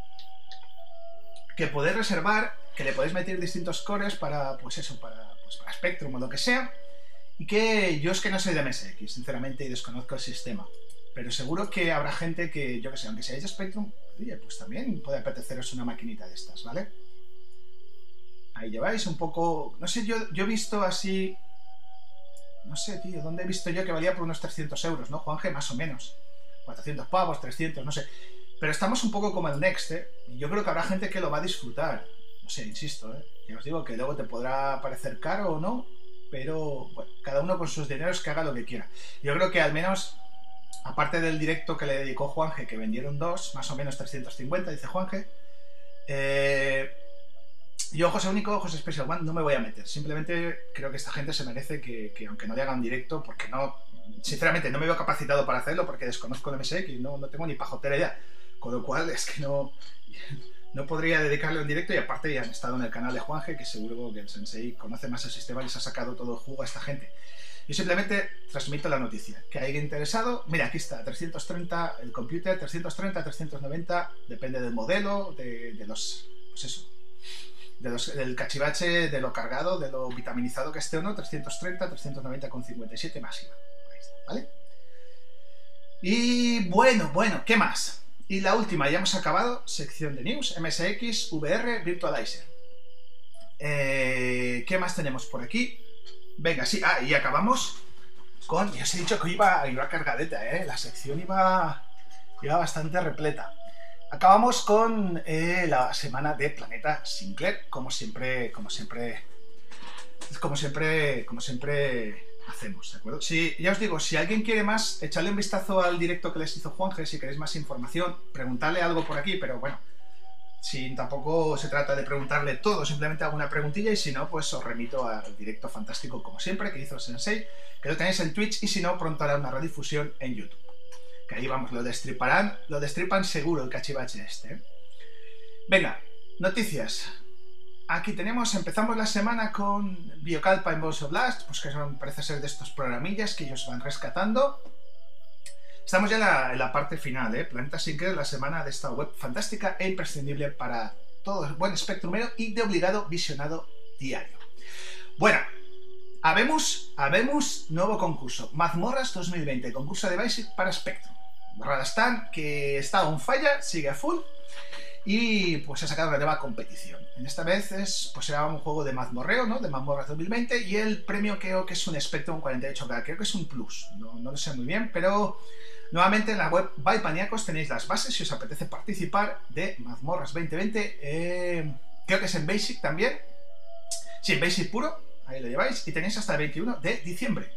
Que podéis reservar, que le podéis meter distintos cores para, pues eso, para, pues para Spectrum o lo que sea, y que yo es que no soy de M S X, sinceramente, y desconozco el sistema. Pero seguro que habrá gente que, yo que sé, aunque seáis de Spectrum, oye, pues también puede apeteceros una maquinita de estas, ¿vale? Ahí lleváis un poco... No sé, yo, yo he visto así... No sé, tío, ¿dónde he visto yo que valía por unos trescientos euros, ¿no, Juanje? Más o menos. cuatrocientos pavos, trescientos, no sé. Pero estamos un poco como el Next, ¿eh? Y yo creo que habrá gente que lo va a disfrutar. No sé, insisto, ¿eh? Ya os digo que luego te podrá parecer caro o no, pero, bueno, cada uno con sus dineros que haga lo que quiera. Yo creo que al menos... Aparte del directo que le dedicó Juanje, que vendieron dos, más o menos trescientos cincuenta, dice Juanje, eh, yo, José Único, José Special One, no me voy a meter. Simplemente creo que esta gente se merece que, que aunque no le haga un directo, porque no, sinceramente, no me veo capacitado para hacerlo, porque desconozco el M S X, no, no tengo ni pajotera idea. Con lo cual, es que no, no podría dedicarle un directo, y aparte ya han estado en el canal de Juanje, que seguro que el sensei conoce más el sistema y les ha sacado todo el jugo a esta gente. Yo simplemente transmito la noticia. Que hay alguien interesado, mira, aquí está, trescientos treinta el computer, trescientos treinta, trescientos noventa, depende del modelo, de, de los, pues eso, de los, del cachivache, de lo cargado, de lo vitaminizado que esté o no, trescientos treinta, trescientos noventa con cincuenta y siete máxima. Ahí está, ¿vale? Y bueno, bueno, ¿qué más? Y la última, ya hemos acabado, sección de news, M S X, V R, Virtualizer. Eh, ¿Qué más tenemos por aquí? Venga, sí, ah, y acabamos con... Ya os he dicho que iba, iba cargadeta, ¿eh? La sección iba, iba bastante repleta. Acabamos con eh, la semana de Planeta Sinclair, como siempre, como siempre, como siempre, como siempre hacemos, ¿de acuerdo? Si, ya os digo, si alguien quiere más, echadle un vistazo al directo que les hizo Juanje, si queréis más información, preguntarle algo por aquí, pero bueno, si tampoco se trata de preguntarle todo, simplemente alguna preguntilla, y si no, pues os remito al directo fantástico, como siempre, que hizo el Sensei, que lo tenéis en Twitch, y si no, pronto hará una redifusión en YouTube. Que ahí vamos, lo destriparán, lo destripan seguro el cachivache este, ¿eh? Venga, noticias. Aquí tenemos, empezamos la semana con Biocalpa en Balls of Blast, pues que son, parece ser de estos programillas que ellos van rescatando. Estamos ya en la, en la parte final, ¿eh? Planeta Sinclair, la semana de esta web fantástica e imprescindible para todo buen espectrumero y de obligado visionado diario. Bueno, habemos, habemos nuevo concurso, Mazmorras dos mil veinte, concurso de Basic para Spectrum. Radastan, que está on fire, sigue a full, y pues ha sacado una nueva competición. En esta vez es, pues será un juego de mazmorreo, ¿no? De Mazmorras dos mil veinte, y el premio creo que es un Spectrum cuarenta y ocho K, creo que es un plus, no, no lo sé muy bien, pero nuevamente en la web Bypaniacos tenéis las bases si os apetece participar de Mazmorras veinte veinte, eh, creo que es en Basic también, sí, en Basic puro, ahí lo lleváis, y tenéis hasta el veintiuno de diciembre.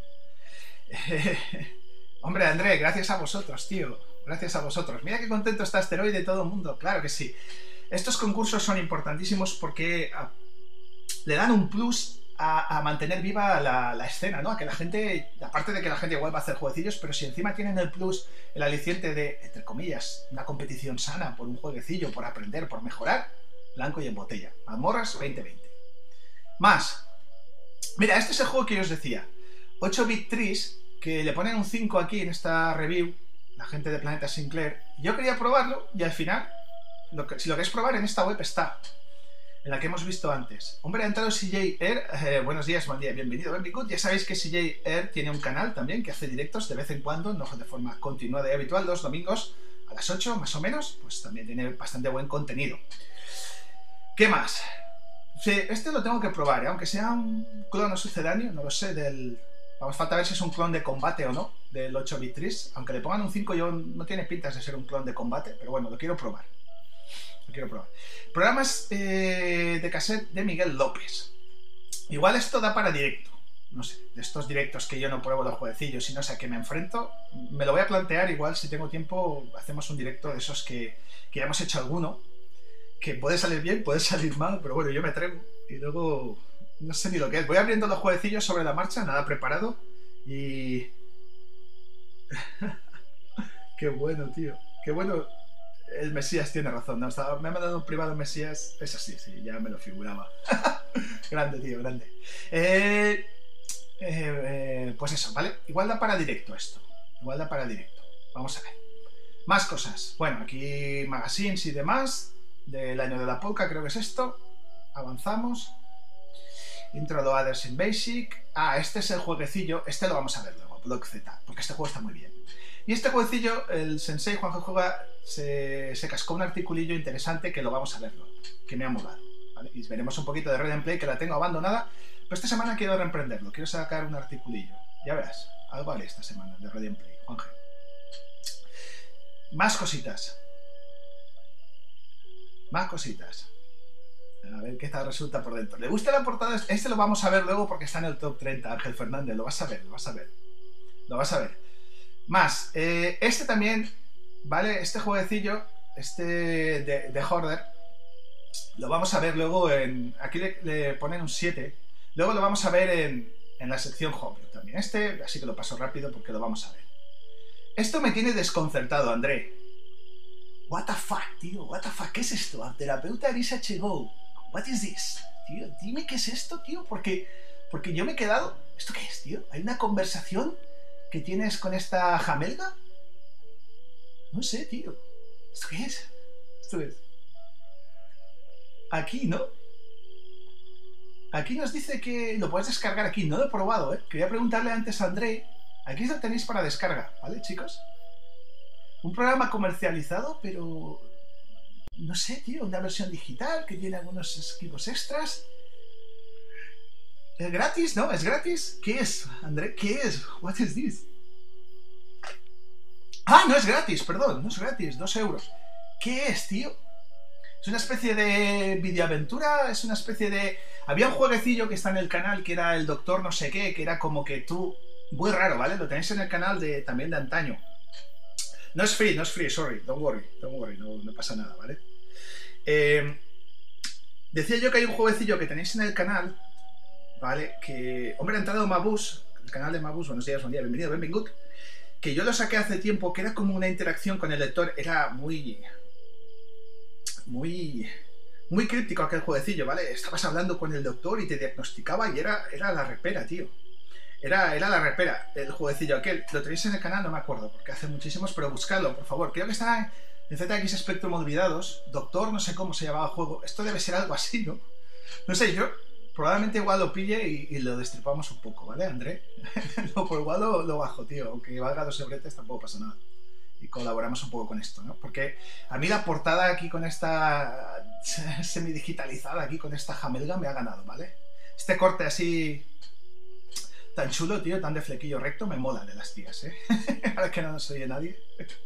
Hombre, André, gracias a vosotros, tío. Gracias a vosotros. Mira qué contento está Asteroide y todo el mundo. Claro que sí. Estos concursos son importantísimos porque le dan un plus a, a mantener viva la, la escena, ¿no? A que la gente, aparte de que la gente igual va a hacer jueguecillos, pero si encima tienen el plus, el aliciente de, entre comillas, una competición sana por un jueguecillo, por aprender, por mejorar, blanco y en botella. Mazmorras veinte veinte. Más. Mira, este es el juego que yo os decía. ocho bit Trees, que le ponen un cinco aquí en esta review, la gente de Planeta Sinclair. Yo quería probarlo y al final, lo que, si lo queréis probar, en esta web está, en la que hemos visto antes. Hombre, ha entrado C J Air. Eh, buenos días, buen día, bienvenido, benvingut. Ya sabéis que C J Air tiene un canal también que hace directos de vez en cuando, no de forma continuada y habitual, los domingos a las ocho más o menos, pues también tiene bastante buen contenido. ¿Qué más? Sí, este lo tengo que probar, ¿eh? Aunque sea un clon o sucedáneo, no lo sé, del... Vamos, falta ver si es un clon de combate o no, del ocho bit Trees. Aunque le pongan un cinco, yo no tiene pintas de ser un clon de combate, pero bueno, lo quiero probar. Lo quiero probar. Programas eh, de cassette de Miguel López. Igual esto da para directo. No sé, de estos directos que yo no pruebo los jueguecillos y no sé a qué me enfrento, me lo voy a plantear. Igual si tengo tiempo hacemos un directo de esos que, que ya hemos hecho alguno, que puede salir bien, puede salir mal, pero bueno, yo me atrevo y luego no sé ni lo que es. Voy abriendo los jueguecillos sobre la marcha, nada preparado y... Qué bueno, tío, qué bueno. El Mesías tiene razón, ¿no? Estaba, me ha mandado un privado Mesías, es así, sí, ya me lo figuraba. Grande, tío, grande. Eh, eh, eh, pues eso, ¿vale? Igual da para directo esto, igual da para directo. Vamos a ver. Más cosas. Bueno, aquí magazines y demás, del año de la polka, creo que es esto. Avanzamos. Intro to Others in Basic. Ah, este es el jueguecillo, este lo vamos a ver luego, Block Z, porque este juego está muy bien. Y este jueguecillo, el sensei Juanjo Juega se, se cascó un articulillo interesante que lo vamos a verlo, que me ha molado, ¿vale? Y veremos un poquito de Red and Play, que la tengo abandonada, pero esta semana quiero reemprenderlo, quiero sacar un articulillo. Ya verás, algo haré esta semana de Red and Play, Juanje. Más cositas. Más cositas. A ver qué tal resulta por dentro. ¿Le gusta la portada? Este lo vamos a ver luego porque está en el top treinta, Ángel Fernández, lo vas a ver, lo vas a ver. Lo vas a ver. Más, eh, este también, ¿vale? Este jueguecillo, este de, de Hoarder, lo vamos a ver luego en... Aquí le, le ponen un siete. Luego lo vamos a ver en, en la sección Homebrew también. Este, así que lo paso rápido porque lo vamos a ver. Esto me tiene desconcertado, André. What the fuck, tío, what the fuck, ¿qué es esto? Terapeuta Arisa Chegou. What is this? Tío, dime qué es esto, tío, porque, porque yo me he quedado... ¿Esto qué es, tío? ¿Hay una conversación que tienes con esta jamelga? No sé, tío. ¿Esto qué es? ¿Esto qué es? Aquí, ¿no? Aquí nos dice que lo puedes descargar aquí. No lo he probado, ¿eh? Quería preguntarle antes a André. Aquí lo tenéis para descarga, ¿vale, chicos? Un programa comercializado, pero... No sé, tío. Una versión digital que tiene algunos equipos extras. ¿Es gratis? ¿No? ¿Es gratis? ¿Qué es, André? ¿Qué es? What is this? Ah, no es gratis, perdón, no es gratis, dos euros. ¿Qué es, tío? Es una especie de videoaventura, es una especie de... Había un jueguecillo que está en el canal que era el Doctor no sé qué, que era como que tú... Muy raro, ¿vale? Lo tenéis en el canal de también de antaño. No es free, no es free, sorry, don't worry, don't worry, no, no pasa nada, ¿vale? Eh, decía yo que hay un jueguecillo que tenéis en el canal, ¿vale? Que, hombre, ha entrado Mabus, el canal de Mabus, buenos días, buen día, bienvenido, benvingut, que yo lo saqué hace tiempo, que era como una interacción con el lector, era muy... Muy... Muy críptico aquel jueguecillo, ¿vale? Estabas hablando con el doctor y te diagnosticaba y era, era la repera, tío. Era, era la repera, el jueguecillo aquel. Lo tenéis en el canal, no me acuerdo, porque hace muchísimos, pero buscadlo, por favor. Creo que está en Z X Spectrum Olvidados. Doctor, no sé cómo se llamaba el juego. Esto debe ser algo así, ¿no? No sé, yo probablemente igual lo pille y, y lo destripamos un poco, ¿vale, André? No, por igual lo, lo bajo, tío. Aunque valga dos euretes, tampoco pasa nada. Y colaboramos un poco con esto, ¿no? Porque a mí la portada aquí con esta semidigitalizada, aquí con esta jamelga, me ha ganado, ¿vale? Este corte así... Tan chulo, tío, tan de flequillo recto, me mola de las tías, ¿eh? Ahora que no nos oye nadie.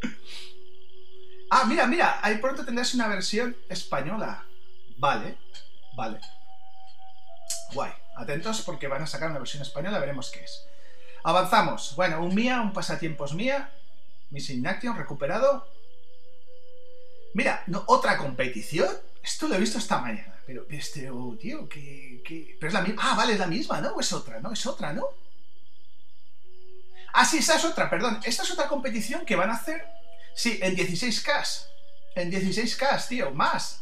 Ah, mira, mira, ahí pronto tendrás una versión española. Vale, vale. Guay, atentos porque van a sacar una versión española, veremos qué es. Avanzamos. Bueno, un Mía, un pasatiempos Mía. Missing in Action, recuperado. Mira, no, otra competición. Esto lo he visto esta mañana. Pero, este, oh, tío, que, que... Pero es la misma... Ah, vale, es la misma, ¿no? ¿O es otra? No, es otra, ¿no? Ah, sí, esa es otra, perdón. Esta es otra competición que van a hacer... Sí, en dieciséis K. En dieciséis K, tío, más.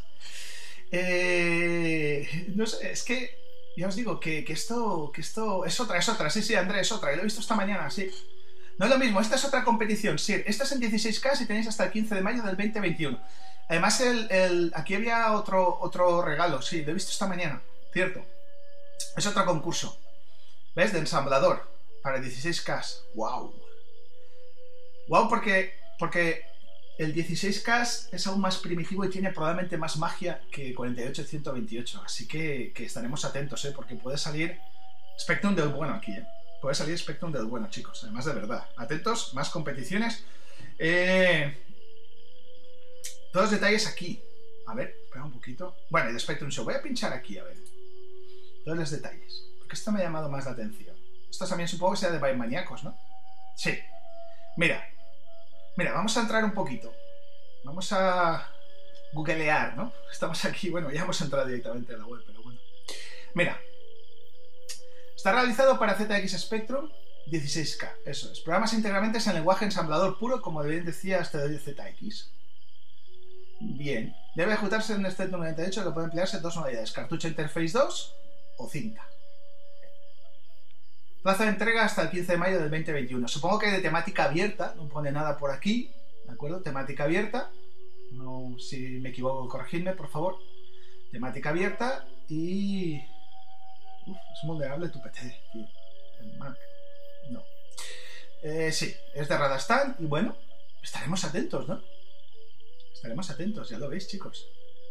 Eh... No sé, es que... Ya os digo que, que esto... Que esto... Es otra, es otra. Sí, sí, Andrés, es otra. Lo he visto esta mañana, sí. No es lo mismo, esta es otra competición, sí. Esta es en dieciséis K y tenéis hasta el quince de mayo del veinte veintiuno. Además, el, el, aquí había otro, otro regalo, sí, lo he visto esta mañana, cierto. Es otro concurso, ¿ves? De ensamblador, para dieciséis K. ¡Wow! ¡Wow! Porque, porque el dieciséis K es aún más primitivo y tiene probablemente más magia que cuarenta y ocho ciento veintiocho. Así que, que estaremos atentos, ¿eh? Porque puede salir Spectrum del bueno aquí, ¿eh? Puede salir Spectrum del bueno, chicos, además de verdad. Atentos, más competiciones. Eh... Todos los detalles aquí. A ver, espera un poquito. Bueno, el Spectrum Show. Voy a pinchar aquí, a ver. Todos los detalles. Porque esto me ha llamado más la atención. Esto también supongo que sea de Byte Maníacos, ¿no? Sí. Mira. Mira, vamos a entrar un poquito. Vamos a googlear, ¿no? Estamos aquí, bueno, ya hemos entrado directamente a la web, pero bueno. Mira. Está realizado para Z X Spectrum dieciséis K. Eso es. Programas íntegramente en lenguaje ensamblador puro, como bien decía este de Z X. Bien, debe ejecutarse en este noventa y ocho que puede emplearse en dos modalidades, cartucho Interface dos o cinta. Plazo de entrega hasta el quince de mayo del veinte veintiuno. Supongo que de temática abierta, no pone nada por aquí, ¿de acuerdo? Temática abierta, no, si me equivoco, corregidme, por favor. Temática abierta y... Uf, es vulnerable tu P C, tío. El Mac, no. Eh, sí, es de Radastan y bueno, estaremos atentos, ¿no? Estaremos atentos, ya lo veis, chicos.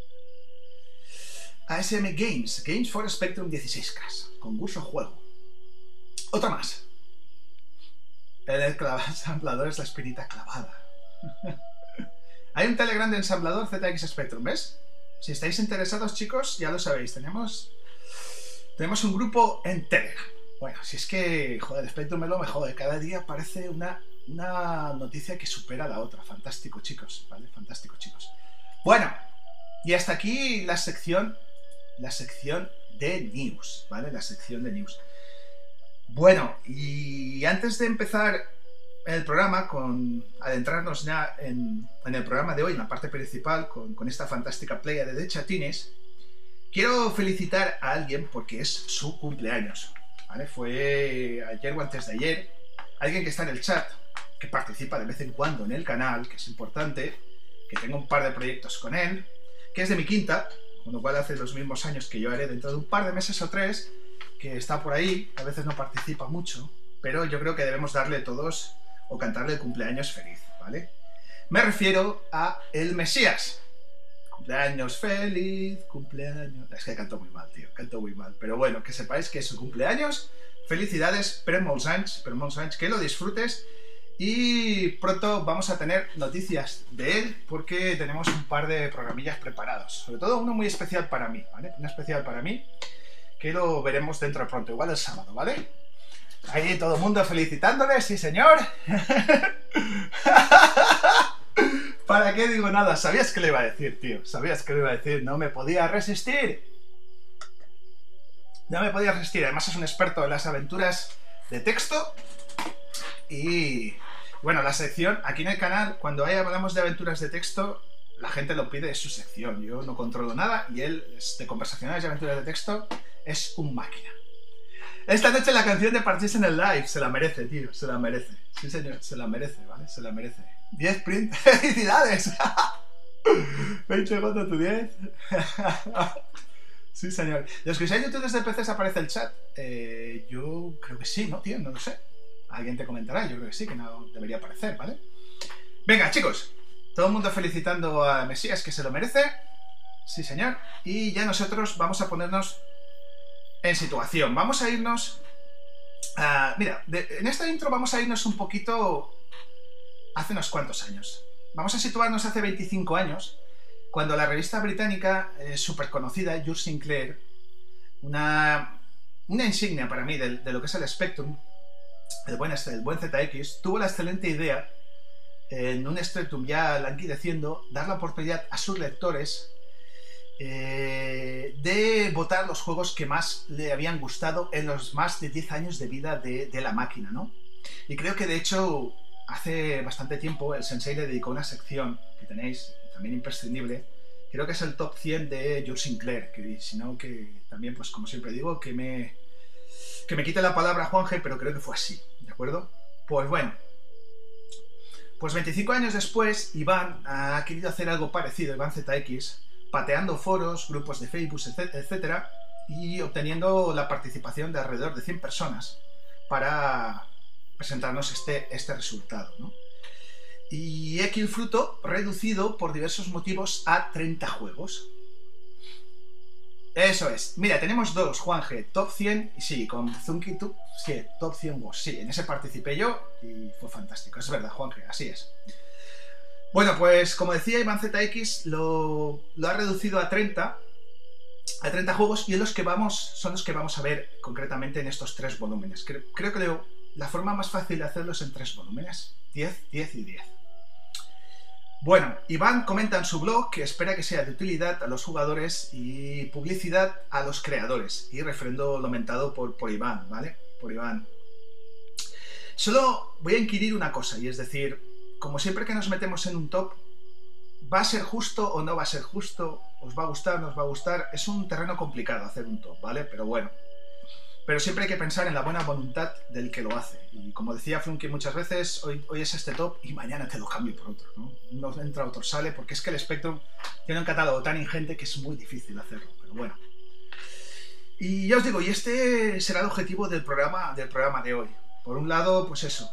A S M Games, Games for Spectrum dieciséis K, concurso juego. Otra más. El ensamblador es la espinita clavada. Hay un Telegram de ensamblador Z X Spectrum, ¿ves? Si estáis interesados, chicos, ya lo sabéis, tenemos, tenemos un grupo en Telegram. Bueno, si es que, joder, Spectrum me lo me jode, cada día parece una... Una noticia que supera a la otra. Fantástico, chicos, ¿vale? Fantástico, chicos. Bueno, y hasta aquí la sección, la sección de news, ¿vale? La sección de news. Bueno, y antes de empezar el programa, con adentrarnos ya en, en el programa de hoy, en la parte principal, con, con esta fantástica playa de chatines, quiero felicitar a alguien porque es su cumpleaños, ¿vale? Fue ayer o antes de ayer, alguien que está en el chat, que participa de vez en cuando en el canal, que es importante, que tengo un par de proyectos con él, que es de mi quinta, con lo cual hace los mismos años que yo haré dentro de un par de meses o tres, que está por ahí, a veces no participa mucho, pero yo creo que debemos darle todos o cantarle el cumpleaños feliz, ¿vale? Me refiero a el Mesías. Cumpleaños feliz, cumpleaños... Es que canto muy mal, tío, canto muy mal, pero bueno, que sepáis que es su cumpleaños. Felicidades, per molts anys, per molts anys, que lo disfrutes. Y pronto vamos a tener noticias de él porque tenemos un par de programillas preparados. Sobre todo uno muy especial para mí, ¿vale? Uno especial para mí que lo veremos dentro de pronto, igual el sábado, ¿vale? Ahí todo el mundo felicitándole, sí señor. ¿Para qué digo nada? Sabías que le iba a decir, tío. Sabías que le iba a decir, no me podía resistir. No me podía resistir. Además es un experto en las aventuras de texto. Y bueno, la sección, aquí en el canal, cuando hay, hablamos de aventuras de texto, la gente lo pide, es su sección. Yo no controlo nada y él, es de conversacionales y aventuras de texto, es un máquina. Esta noche la canción de Parchís en el live, se la merece, tío, se la merece. Sí, señor, se la merece, ¿vale? Se la merece. diez print, ¡felicidades! veinte votos tu diez. Sí, señor. Los que usáis YouTube desde P C aparece el chat. Eh, yo creo que sí, ¿no, tío? No lo sé. Alguien te comentará, yo creo que sí, que no debería aparecer, ¿vale? Venga, chicos, todo el mundo felicitando a Mesías, que se lo merece. Sí, señor. Y ya nosotros vamos a ponernos en situación. Vamos a irnos... A, mira, de, en esta intro vamos a irnos un poquito hace unos cuantos años. Vamos a situarnos hace veinticinco años, cuando la revista británica eh, súper conocida, George Sinclair, una, una insignia para mí de, de lo que es el Spectrum, el buen, el buen Z X, tuvo la excelente idea, en un Spectrum ya languideciendo, dar la oportunidad a sus lectores eh, de votar los juegos que más le habían gustado en los más de diez años de vida de, de la máquina, ¿no? Y creo que de hecho hace bastante tiempo el Sensei le dedicó una sección que tenéis, también imprescindible, creo que es el top cien de George Sinclair, que si no, que también, pues como siempre digo, que me, que me quite la palabra Juanje, pero creo que fue así, ¿de acuerdo? Pues bueno, pues veinticinco años después, Iván ha querido hacer algo parecido, Iván Z X, pateando foros, grupos de Facebook, etcétera, y obteniendo la participación de alrededor de cien personas para presentarnos este, este resultado, ¿no? Y aquí el fruto reducido por diversos motivos a treinta juegos. Eso es. Mira, tenemos dos, Juanje, top cien, y sí, con Zunky, sí, top cien Wars. Sí, en ese participé yo y fue fantástico. Es verdad, Juanje, así es. Bueno, pues como decía, Iván Z X lo, lo ha reducido a treinta, a treinta juegos, y en los que vamos, son los que vamos a ver concretamente en estos tres volúmenes. Creo, creo que lo, la forma más fácil de hacerlo es en tres volúmenes, diez, diez y diez. Bueno, Iván comenta en su blog que espera que sea de utilidad a los jugadores y publicidad a los creadores. Y refrendo lo mentado por, por Iván, ¿vale? Por Iván. Solo voy a inquirir una cosa, y es decir, como siempre que nos metemos en un top, ¿va a ser justo o no va a ser justo? ¿Os va a gustar, no os va a gustar? Es un terreno complicado hacer un top, ¿vale? Pero bueno. Pero siempre hay que pensar en la buena voluntad del que lo hace. Y como decía Flunky muchas veces, hoy, hoy es este top y mañana te lo cambio por otro, ¿no? Uno entra, otro sale, porque es que el Spectrum tiene un catálogo tan ingente que es muy difícil hacerlo. Pero bueno. Y ya os digo, y este será el objetivo del programa, del programa de hoy. Por un lado, pues eso,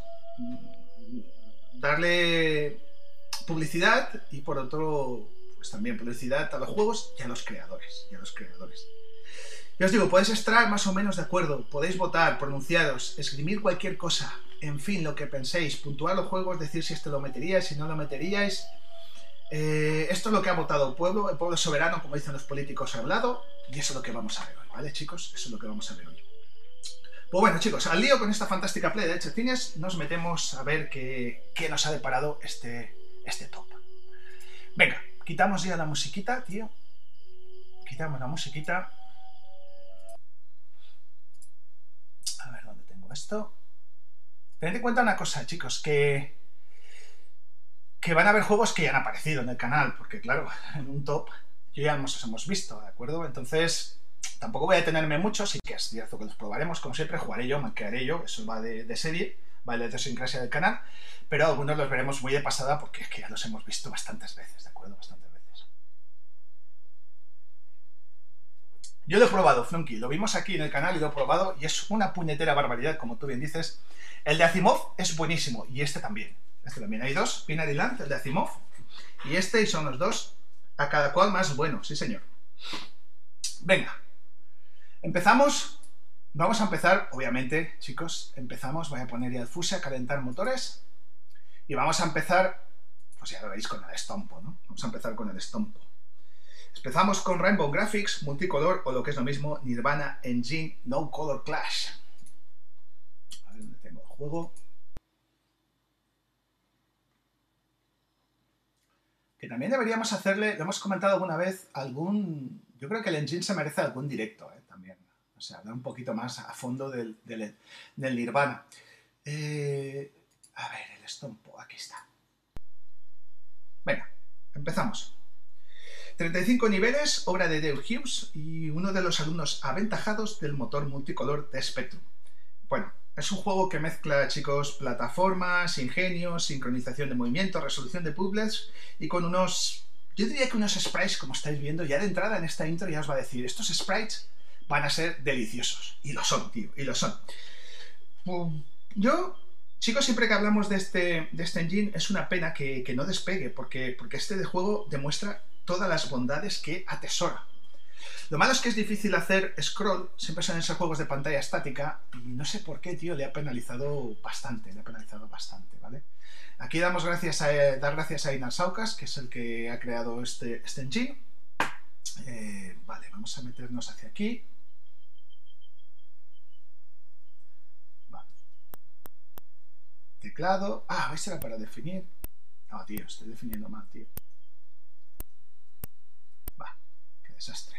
darle publicidad, y por otro, pues también publicidad a los juegos y a los creadores. Y a los creadores. Ya os digo, podéis estar más o menos de acuerdo, podéis votar, pronunciaros, esgrimir cualquier cosa, en fin, lo que penséis, puntuar los juegos, decir si este lo meteríais, si no lo meteríais. Eh, esto es lo que ha votado el pueblo, el pueblo soberano, como dicen los políticos, ha hablado, y eso es lo que vamos a ver hoy, ¿vale, chicos? Eso es lo que vamos a ver hoy. Pues bueno, chicos, al lío con esta fantástica play de chetines, nos metemos a ver qué, qué nos ha deparado este, este top. Venga, quitamos ya la musiquita, tío. Quitamos la musiquita. A ver, ¿dónde tengo esto? Tened en cuenta una cosa, chicos, que, que van a haber juegos que ya han aparecido en el canal, porque claro, en un top yo ya nos hemos visto, ¿de acuerdo? Entonces, tampoco voy a detenerme mucho, sí que es cierto que los probaremos, como siempre, jugaré yo, me quedaré yo, eso va de, de serie, va de la idiosincrasia del canal, pero algunos los veremos muy de pasada porque es que ya los hemos visto bastantes veces, ¿de acuerdo? Bastantes veces. Yo lo he probado, Flunky, lo vimos aquí en el canal y lo he probado y es una puñetera barbaridad, como tú bien dices. El de Asimov es buenísimo y este también. Este también. Hay dos, Binary Land, el de Asimov, y este, y son los dos, a cada cual más bueno, sí señor. Venga, empezamos. Vamos a empezar, obviamente, chicos, empezamos, voy a poner ya el fuse a calentar motores y vamos a empezar, pues ya lo veis, con el estompo, ¿no? Vamos a empezar con el estompo. Empezamos con Rainbow Graphics, multicolor, o lo que es lo mismo, Nirvana Engine No Color Clash. A ver dónde tengo el juego. Que también deberíamos hacerle, lo hemos comentado alguna vez, algún... Yo creo que el engine se merece algún directo, ¿eh? También. O sea, hablar un poquito más a fondo del, del, del Nirvana. Eh, a ver, el estompo, aquí está. Venga, empezamos. treinta y cinco niveles, obra de Dale Hughes y uno de los alumnos aventajados del motor multicolor de Spectrum. Bueno, es un juego que mezcla, chicos, plataformas, ingenio, sincronización de movimiento, resolución de puzzles y con unos... Yo diría que unos sprites, como estáis viendo, ya de entrada en esta intro ya os va a decir, estos sprites van a ser deliciosos. Y lo son, tío, y lo son. Yo... Chicos, siempre que hablamos de este, de este engine es una pena que, que no despegue, porque, porque este de juego demuestra todas las bondades que atesora. Lo malo es que es difícil hacer scroll, siempre son esos juegos de pantalla estática, y no sé por qué, tío, le ha penalizado bastante, le ha penalizado bastante, ¿vale? Aquí damos gracias a, dar gracias a Einar Saukas, que es el que ha creado este, este engine. Eh, vale, vamos a meternos hacia aquí. Teclado. Ah, ¿veis? Era para definir. No, tío, estoy definiendo mal, tío. Va, que desastre.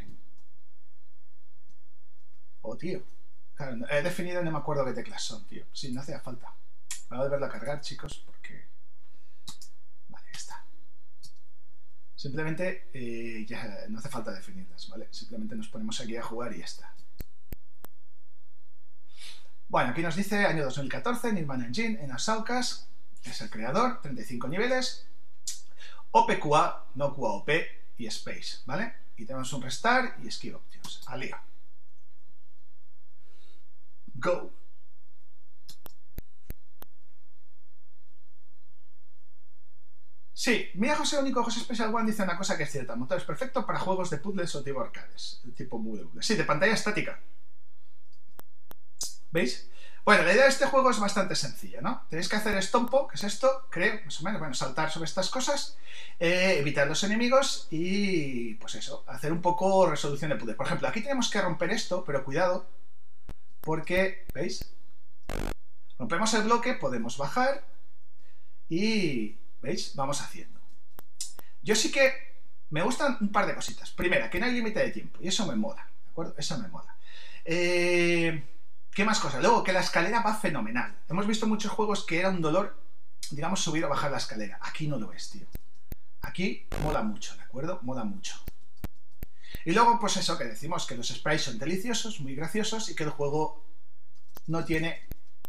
Oh, tío. Claro, he definido y no me acuerdo qué teclas son, tío. Sí, no hacía falta. Voy a volverlo a cargar, chicos, porque... Vale, ya está. Simplemente eh, ya no hace falta definirlas, ¿vale? Simplemente nos ponemos aquí a jugar y ya está. Bueno, aquí nos dice año dos mil catorce, Nirvana Engine en Asaukas, es el creador, treinta y cinco niveles, O P Q A, no Q A O P y Space, ¿vale? Y tenemos un Restart y Ski Options. Al lío. Go. Sí, mira José Único, José Special One dice una cosa que es cierta. El motor es perfecto para juegos de puzzles o tipo arcades, tipo W. Sí, de pantalla estática. ¿Veis? Bueno, la idea de este juego es bastante sencilla, ¿no? Tenéis que hacer stompo, que es esto, creo, más o menos, bueno, saltar sobre estas cosas, eh, evitar los enemigos y, pues eso, hacer un poco resolución de puzzle. Por ejemplo, aquí tenemos que romper esto, pero cuidado, porque, ¿veis? Rompemos el bloque, podemos bajar y, ¿veis? Vamos haciendo. Yo sí que me gustan un par de cositas. Primera, que no hay límite de tiempo, y eso me mola, ¿de acuerdo? Eso me mola. Eh... ¿Qué más cosas? Luego, que la escalera va fenomenal. Hemos visto muchos juegos que era un dolor, digamos, subir o bajar la escalera. Aquí no lo es, tío. Aquí mola mucho, ¿de acuerdo? Mola mucho. Y luego, pues eso que decimos, que los sprites son deliciosos, muy graciosos, y que el juego no tiene...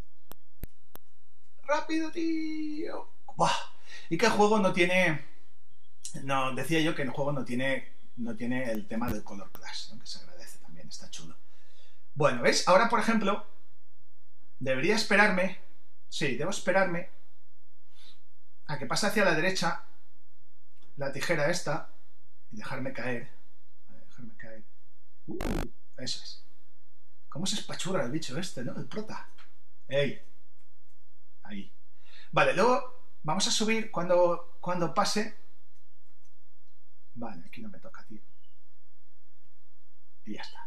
¡Rápido, tío! ¡Buah! Y que el juego no tiene... No, decía yo que el juego no tiene, no tiene el tema del color clash, ¿no? Que se agradece también, está chulo. Bueno, ¿veis? Ahora, por ejemplo, debería esperarme, sí, debo esperarme a que pase hacia la derecha la tijera esta y dejarme caer. Dejarme caer. Uh, eso es. ¿Cómo se espachurra el bicho este, no? El prota. ¡Ey! Ahí. Vale, luego vamos a subir cuando, cuando pase. Vale, aquí no me toca, tío. Y ya está.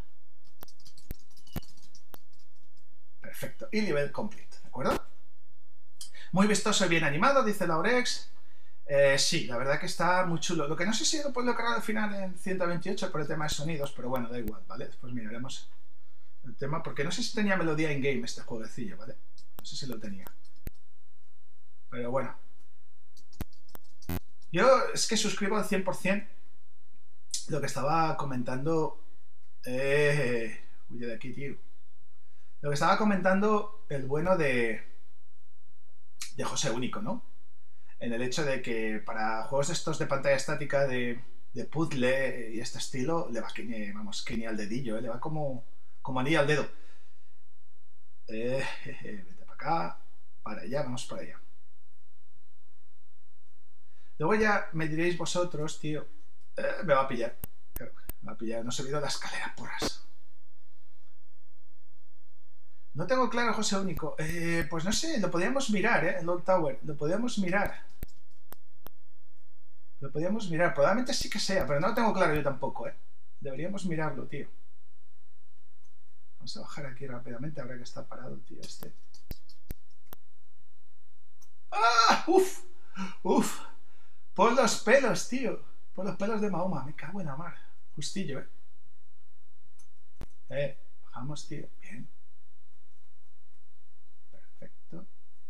Perfecto. Y nivel complete, ¿de acuerdo? Muy vistoso y bien animado, dice Laurex. Eh, sí, la verdad que está muy chulo. Lo que no sé si lo puedo cargar al final en ciento veintiocho por el tema de sonidos, pero bueno, da igual, ¿vale? Después miraremos el tema, porque no sé si tenía melodía in-game este jueguecillo, ¿vale? No sé si lo tenía. Pero bueno. Yo es que suscribo al cien por cien lo que estaba comentando... Eh... Huye de aquí, tío. Lo que estaba comentando el bueno de... de José Único, ¿no? En el hecho de que para juegos estos de pantalla estática de, de puzzle y este estilo, le va que, vamos, que ni al dedillo, ¿eh? Le va como, como anillo al dedo. Eh, jeje, vete para acá, para allá, vamos para allá. Luego ya me diréis vosotros, tío, eh, me va a pillar. Me va a pillar, no he subido la escalera, porras. No tengo claro, José Único. Eh, pues no sé, lo podríamos mirar, ¿eh? El Old Tower, lo podríamos mirar. Lo podríamos mirar, probablemente sí que sea, pero no lo tengo claro yo tampoco, ¿eh? Deberíamos mirarlo, tío. Vamos a bajar aquí rápidamente, ahora que está parado el tío este. ¡Ah! ¡Uf! ¡Uf! Por los pelos, tío. Por los pelos de Mahoma, me cago en la mar. Justillo, ¿eh? Eh, bajamos, tío. Bien. Perfecto.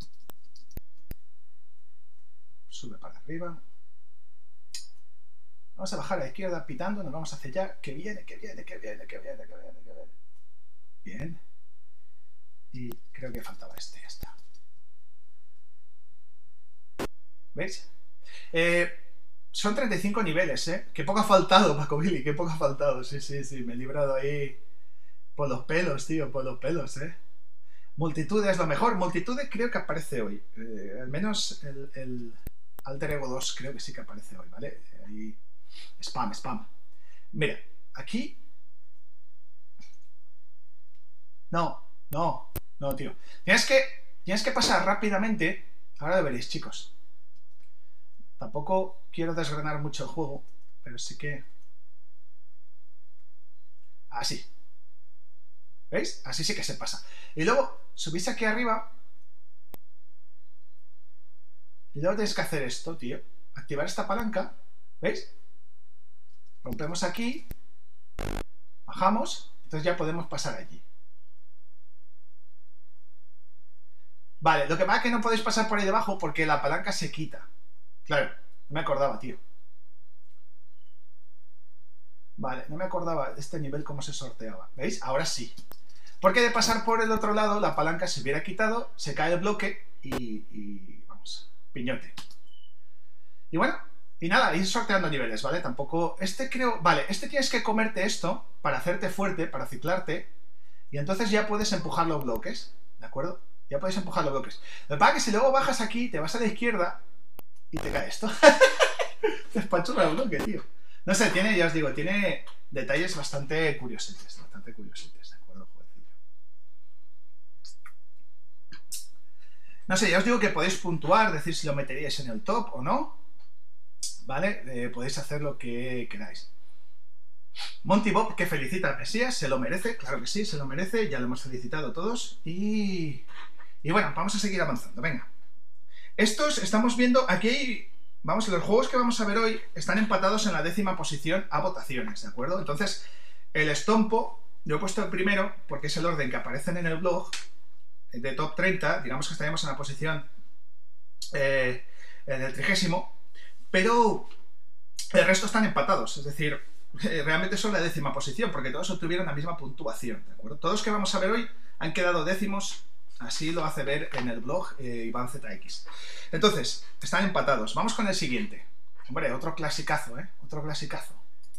Sube para arriba. Vamos a bajar a la izquierda pitando, nos vamos hacia allá. Que viene, que viene, que viene, que viene, que viene, que viene. Bien. Y creo que faltaba este, ya está. ¿Veis? Eh, son treinta y cinco niveles, ¿eh? Qué poco ha faltado, Paco Billy, qué poco ha faltado. Sí, sí, sí, me he librado ahí por los pelos, tío, por los pelos, ¿eh? Multitude es lo mejor. Multitude creo que aparece hoy. Eh, al menos el, el Alter Ego dos creo que sí que aparece hoy, ¿vale? Ahí... Spam, spam. Mira, aquí... No, no, no, tío. Tienes que, tienes que pasar rápidamente. Ahora lo veréis, chicos. Tampoco quiero desgranar mucho el juego, pero sí que... Así. ¿Veis? Así sí que se pasa. Y luego subís aquí arriba. Y luego tenéis que hacer esto, tío. Activar esta palanca. ¿Veis? Rompemos aquí. Bajamos, entonces ya podemos pasar allí. Vale, lo que pasa es que no podéis pasar por ahí debajo porque la palanca se quita. Claro, no me acordaba, tío. Vale, no me acordaba de este nivel cómo se sorteaba. ¿Veis? Ahora sí. Porque de pasar por el otro lado, la palanca se hubiera quitado, se cae el bloque y... y vamos, piñote. Y bueno, y nada, ir sorteando niveles, ¿vale? Tampoco... Este creo... Vale, este tienes que comerte esto para hacerte fuerte, para ciclarte, y entonces ya puedes empujar los bloques, ¿de acuerdo? Ya puedes empujar los bloques. Lo que pasa es que si luego bajas aquí, te vas a la izquierda y te cae esto. Te espachurra el bloque, tío. No sé, tiene, ya os digo, tiene detalles bastante curiosetes, bastante curiosetes, ¿de acuerdo, jueguecillo? No sé, ya os digo que podéis puntuar, decir si lo meteríais en el top o no, ¿vale? Eh, podéis hacer lo que queráis. Monty Bob, que felicita al Mesías, se lo merece, claro que sí, se lo merece, ya lo hemos felicitado todos, y... Y bueno, vamos a seguir avanzando, venga. Estos, estamos viendo, aquí hay... Vamos, los juegos que vamos a ver hoy están empatados en la décima posición a votaciones, ¿de acuerdo? Entonces, el Stompo, yo he puesto el primero porque es el orden que aparecen en el blog de top treinta, digamos que estaríamos en la posición eh, del trigésimo, pero el resto están empatados, es decir, realmente son la décima posición porque todos obtuvieron la misma puntuación, ¿de acuerdo? Todos los que vamos a ver hoy han quedado décimos. Así lo hace ver en el blog eh, Iván Z X. Entonces, están empatados. Vamos con el siguiente. Hombre, otro clasicazo, ¿eh? Otro clasicazo.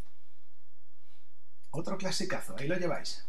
Otro clasicazo. Ahí lo lleváis.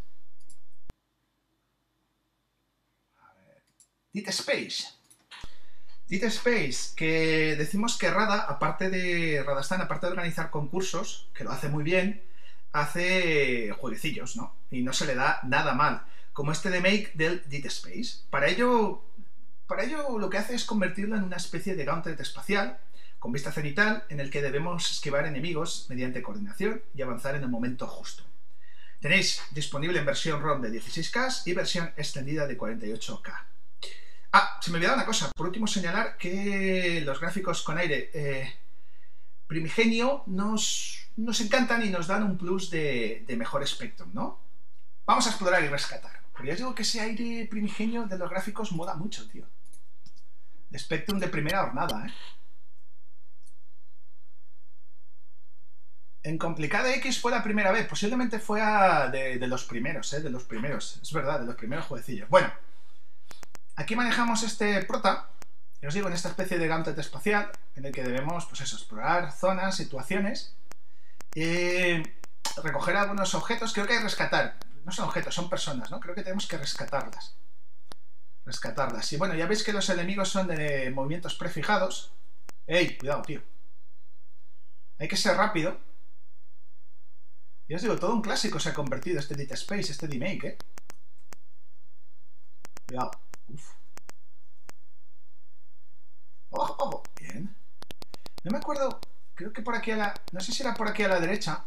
A ver. Dead Space. Dead Space, que decimos que Rada, aparte de... Radastan, aparte de organizar concursos, que lo hace muy bien, hace jueguecillos, ¿no? Y no se le da nada mal. Como este remake del Dead Space. Para ello, para ello lo que hace es convertirlo en una especie de gauntlet espacial, con vista cenital, en el que debemos esquivar enemigos mediante coordinación y avanzar en el momento justo. Tenéis disponible en versión ROM de dieciséis K y versión extendida de cuarenta y ocho K. Ah, se me olvidaba una cosa. Por último, señalar que los gráficos con aire eh, primigenio nos, nos encantan y nos dan un plus de, de mejor Spectrum, ¿no? Vamos a explorar y rescatar. Pero ya os digo que ese aire primigenio de los gráficos mola mucho, tío. De Spectrum de primera hornada, ¿eh? En Complicada X fue la primera vez. Posiblemente fue a de, de los primeros, ¿eh? De los primeros. Es verdad, de los primeros jueguecillos. Bueno, aquí manejamos este prota, ya os digo, en esta especie de gauntlet espacial, en el que debemos, pues eso, explorar zonas, situaciones, eh, recoger algunos objetos. Creo que hay que rescatar. No son objetos, son personas, ¿no? Creo que tenemos que rescatarlas. Rescatarlas. Y bueno, ya veis que los enemigos son de movimientos prefijados. ¡Ey! Cuidado, tío. Hay que ser rápido. Ya os digo, todo un clásico se ha convertido este Dead Space, este remake, ¿eh? Cuidado. Uf. ¡Ojo, ojo! Bien. No me acuerdo... Creo que por aquí a la... No sé si era por aquí a la derecha...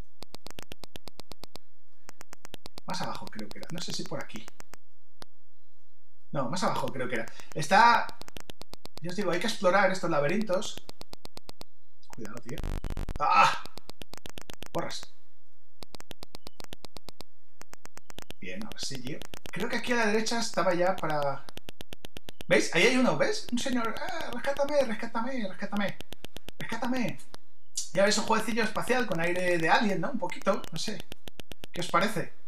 Más abajo creo que era, no sé si por aquí. No, más abajo creo que era. Está... Yo os digo, hay que explorar estos laberintos. Cuidado, tío. ¡Ah! Porras. Bien, ahora sí, tío. Creo que aquí a la derecha estaba ya para... ¿Veis? Ahí hay uno, ¿ves? Un señor... ¡Ah, rescátame, rescátame, rescátame! ¡Rescátame! Ya veis, un jueguecillo espacial con aire de Alien, ¿no? Un poquito, no sé. ¿Qué os parece?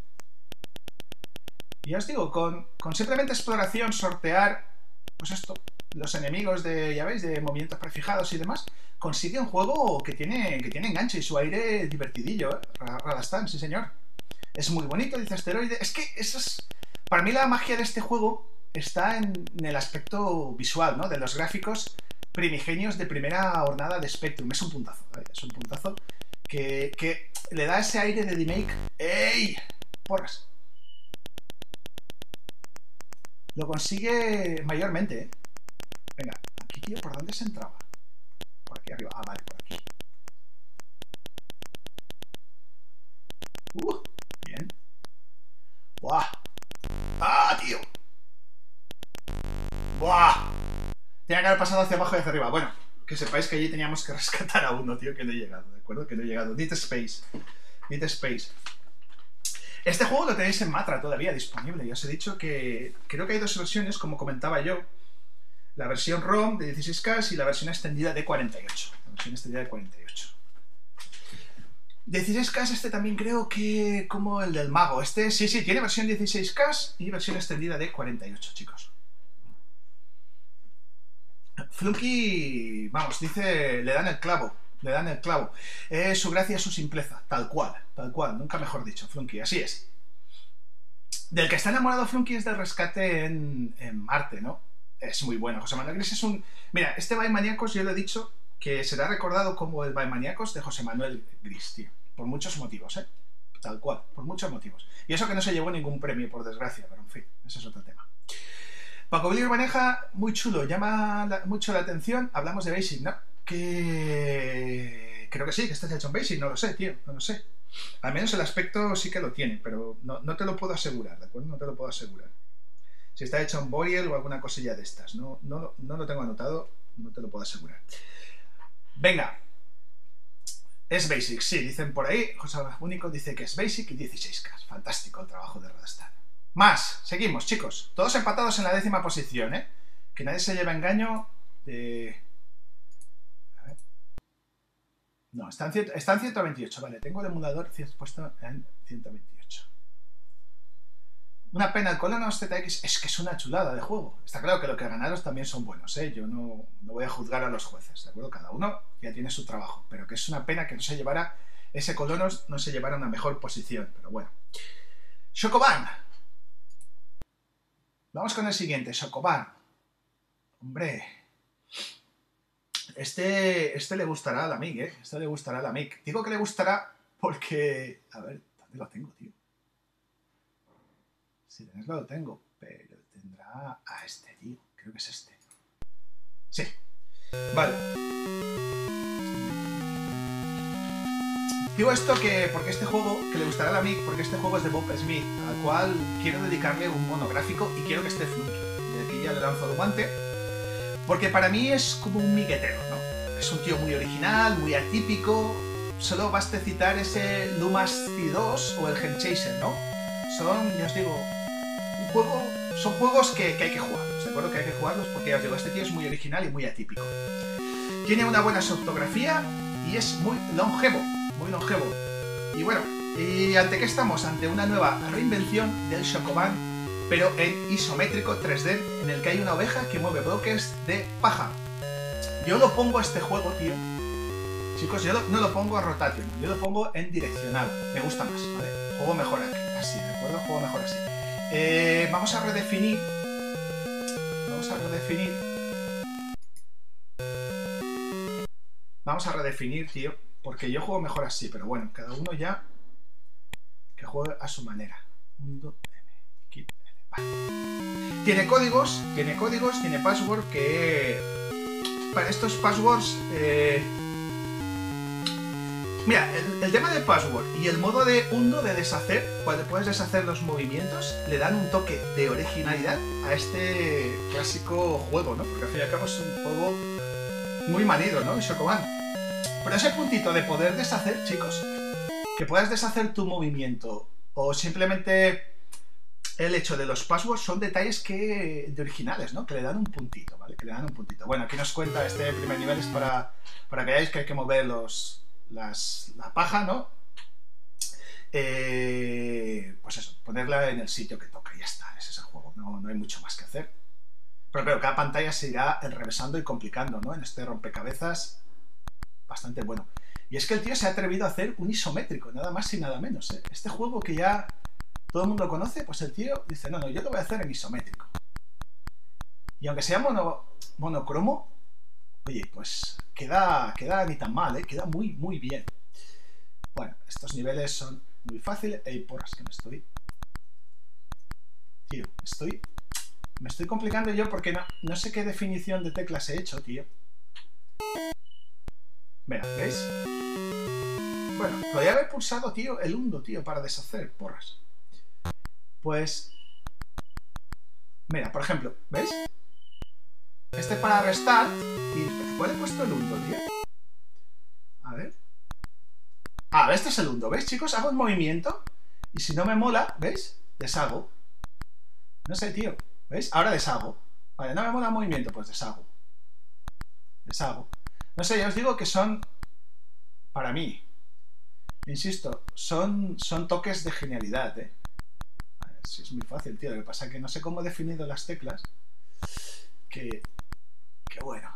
Y ya os digo, con, con simplemente exploración, sortear, pues esto, los enemigos de, ya veis, de movimientos prefijados y demás, consigue un juego que tiene, que tiene enganche y su aire divertidillo, ¿eh? Radastan, sí señor. Es muy bonito, dice Asteroide. Es que eso es... Para mí la magia de este juego está en, en el aspecto visual, ¿no? De los gráficos primigenios de primera hornada de Spectrum. Es un puntazo, ¿eh? Es un puntazo que, que le da ese aire de remake. ¡Ey! Porras. Lo consigue mayormente, ¿eh? Venga, aquí, tío, ¿por dónde se entraba? Por aquí arriba. Ah, vale, por aquí. Uh, bien. ¡Buah! ¡Ah, tío! ¡Buah! Tenía que haber pasado hacia abajo y hacia arriba. Bueno, que sepáis que allí teníamos que rescatar a uno, tío, que no he llegado, ¿de acuerdo? Que no he llegado. Dead Space. Dead Space. Este juego lo tenéis en Matra todavía disponible. Ya os he dicho que creo que hay dos versiones, como comentaba yo. La versión ROM de dieciséis K y la versión extendida de cuarenta y ocho. La versión extendida de cuarenta y ocho. dieciséis K este también creo que como el del mago. Este sí, sí, tiene versión dieciséis K y versión extendida de cuarenta y ocho, chicos. Flunky, vamos, dice, le dan el clavo. Le dan el clavo. Eh, su gracia es su simpleza, tal cual, tal cual, nunca mejor dicho, Flunky, así es. Del que está enamorado Flunky es del rescate en, en Marte, ¿no? Es muy bueno. José Manuel Gris es un... Mira, este Biomaníacos yo le he dicho que será recordado como el Biomaníacos de José Manuel Gris, tío. Por muchos motivos, ¿eh? Tal cual, por muchos motivos. Y eso que no se llevó ningún premio, por desgracia, pero en fin, ese es otro tema. Paco Villar Baneja, muy chulo, llama la, mucho la atención. Hablamos de Basic, ¿no? Que... Creo que sí, que está hecho en Basic, no lo sé, tío, no lo sé. Al menos el aspecto sí que lo tiene, pero no, no te lo puedo asegurar, ¿de acuerdo? No te lo puedo asegurar. Si está hecho en Boreal o alguna cosilla de estas, no, no, no lo tengo anotado, no te lo puedo asegurar. Venga. Es Basic, sí, dicen por ahí. José Único dice que es Basic y dieciséis K. Fantástico el trabajo de Radastar. Más, seguimos, chicos. Todos empatados en la décima posición, ¿eh? Que nadie se lleve engaño de... A ver. No, está en, ciento, está en ciento veintiocho, vale. Tengo el emulador puesto en ciento veintiocho. Una pena, el Colonos Z X es que es una chulada de juego. Está claro que lo que ganaros también son buenos, ¿eh? Yo no, no voy a juzgar a los jueces, ¿de acuerdo? Cada uno ya tiene su trabajo, pero que es una pena que no se llevara, ese Colonos no se llevara una mejor posición, pero bueno. Chocoban. Vamos con el siguiente, Chocoban. Hombre, este, este le gustará a la M I C, ¿eh? Este le gustará a la M I C. Digo que le gustará porque... A ver, ¿dónde lo tengo, tío? Si tenerlo lo tengo, pero tendrá a este, tío. Creo que es este. Sí. Vale. Digo esto que porque este juego, que le gustará a la M I C, porque este juego es de Bob Smith, al cual quiero dedicarle un monográfico y quiero que esté Flunky. De aquí ya le lanzo el guante. Porque para mí es como un miguetero, ¿no? Es un tío muy original, muy atípico. Solo basta citar ese Lumas C dos o el Gen Chaser, ¿no? Son, ya os digo, un juego, son juegos que, que hay que jugarlos, ¿de acuerdo? Que hay que jugarlos porque, ya os digo, este tío es muy original y muy atípico. Tiene una buena ortografía y es muy longevo, muy longevo. Y bueno, ¿y ante qué estamos? Ante una nueva reinvención del Chocoban, pero en isométrico tres D, en el que hay una oveja que mueve bloques de paja. Yo lo pongo a este juego, tío. Chicos, yo no lo pongo a rotation, yo lo pongo en direccional. Me gusta más, ¿vale? Juego mejor aquí, así, ¿de acuerdo? Juego mejor así. Eh, vamos a redefinir. Vamos a redefinir. Vamos a redefinir, tío. Porque yo juego mejor así, pero bueno, cada uno ya que juegue a su manera. Mundo M. Vale. Tiene códigos, tiene códigos, tiene password que... Para estos passwords... Eh... Mira, el, el tema del password y el modo de hundo de deshacer, cuando puedes deshacer los movimientos, le dan un toque de originalidad a este clásico juego, ¿no? Porque al fin y al cabo es un juego muy manido, ¿no? El Chocoban. Pero ese puntito de poder deshacer, chicos, que puedas deshacer tu movimiento o simplemente el hecho de los passwords son detalles que de originales, ¿no? Que le dan un puntito, ¿vale? Que le dan un puntito. Bueno, aquí nos cuenta este primer nivel es para, para que veáis que hay que mover los, las, la paja, ¿no? Eh, pues eso, ponerla en el sitio que toca y ya está, ese es el juego, no, no hay mucho más que hacer. Pero claro, cada pantalla se irá enrevesando y complicando, ¿no? En este rompecabezas bastante bueno. Y es que el tío se ha atrevido a hacer un isométrico, nada más y nada menos, ¿eh? Este juego que ya todo el mundo conoce, pues el tío dice, no, no, yo lo voy a hacer en isométrico. Y aunque sea mono, monocromo, oye, pues queda, queda ni tan mal, ¿eh? Queda muy, muy bien. Bueno, estos niveles son muy fáciles. Ey, porras, que me estoy... Tío, estoy... Me estoy complicando yo porque no, no sé qué definición de teclas he hecho, tío. Mira, ¿veis? Bueno, podría haber pulsado, tío, el hundo, tío, para deshacer, porras. Pues... Mira, por ejemplo, ¿veis? Este para restart y... ¿Cuál he puesto el hundo, tío? A ver... Ah, este es el uno, ¿veis, chicos? Hago un movimiento y si no me mola, ¿veis? Deshago. No sé, tío, ¿veis? Ahora deshago. Vale, no me mola el movimiento, pues deshago. Deshago. No sé, ya os digo que son, para mí, insisto, son, son toques de genialidad, ¿eh? Vale, sí, es muy fácil, tío. Lo que pasa es que no sé cómo he definido las teclas. Que, que bueno.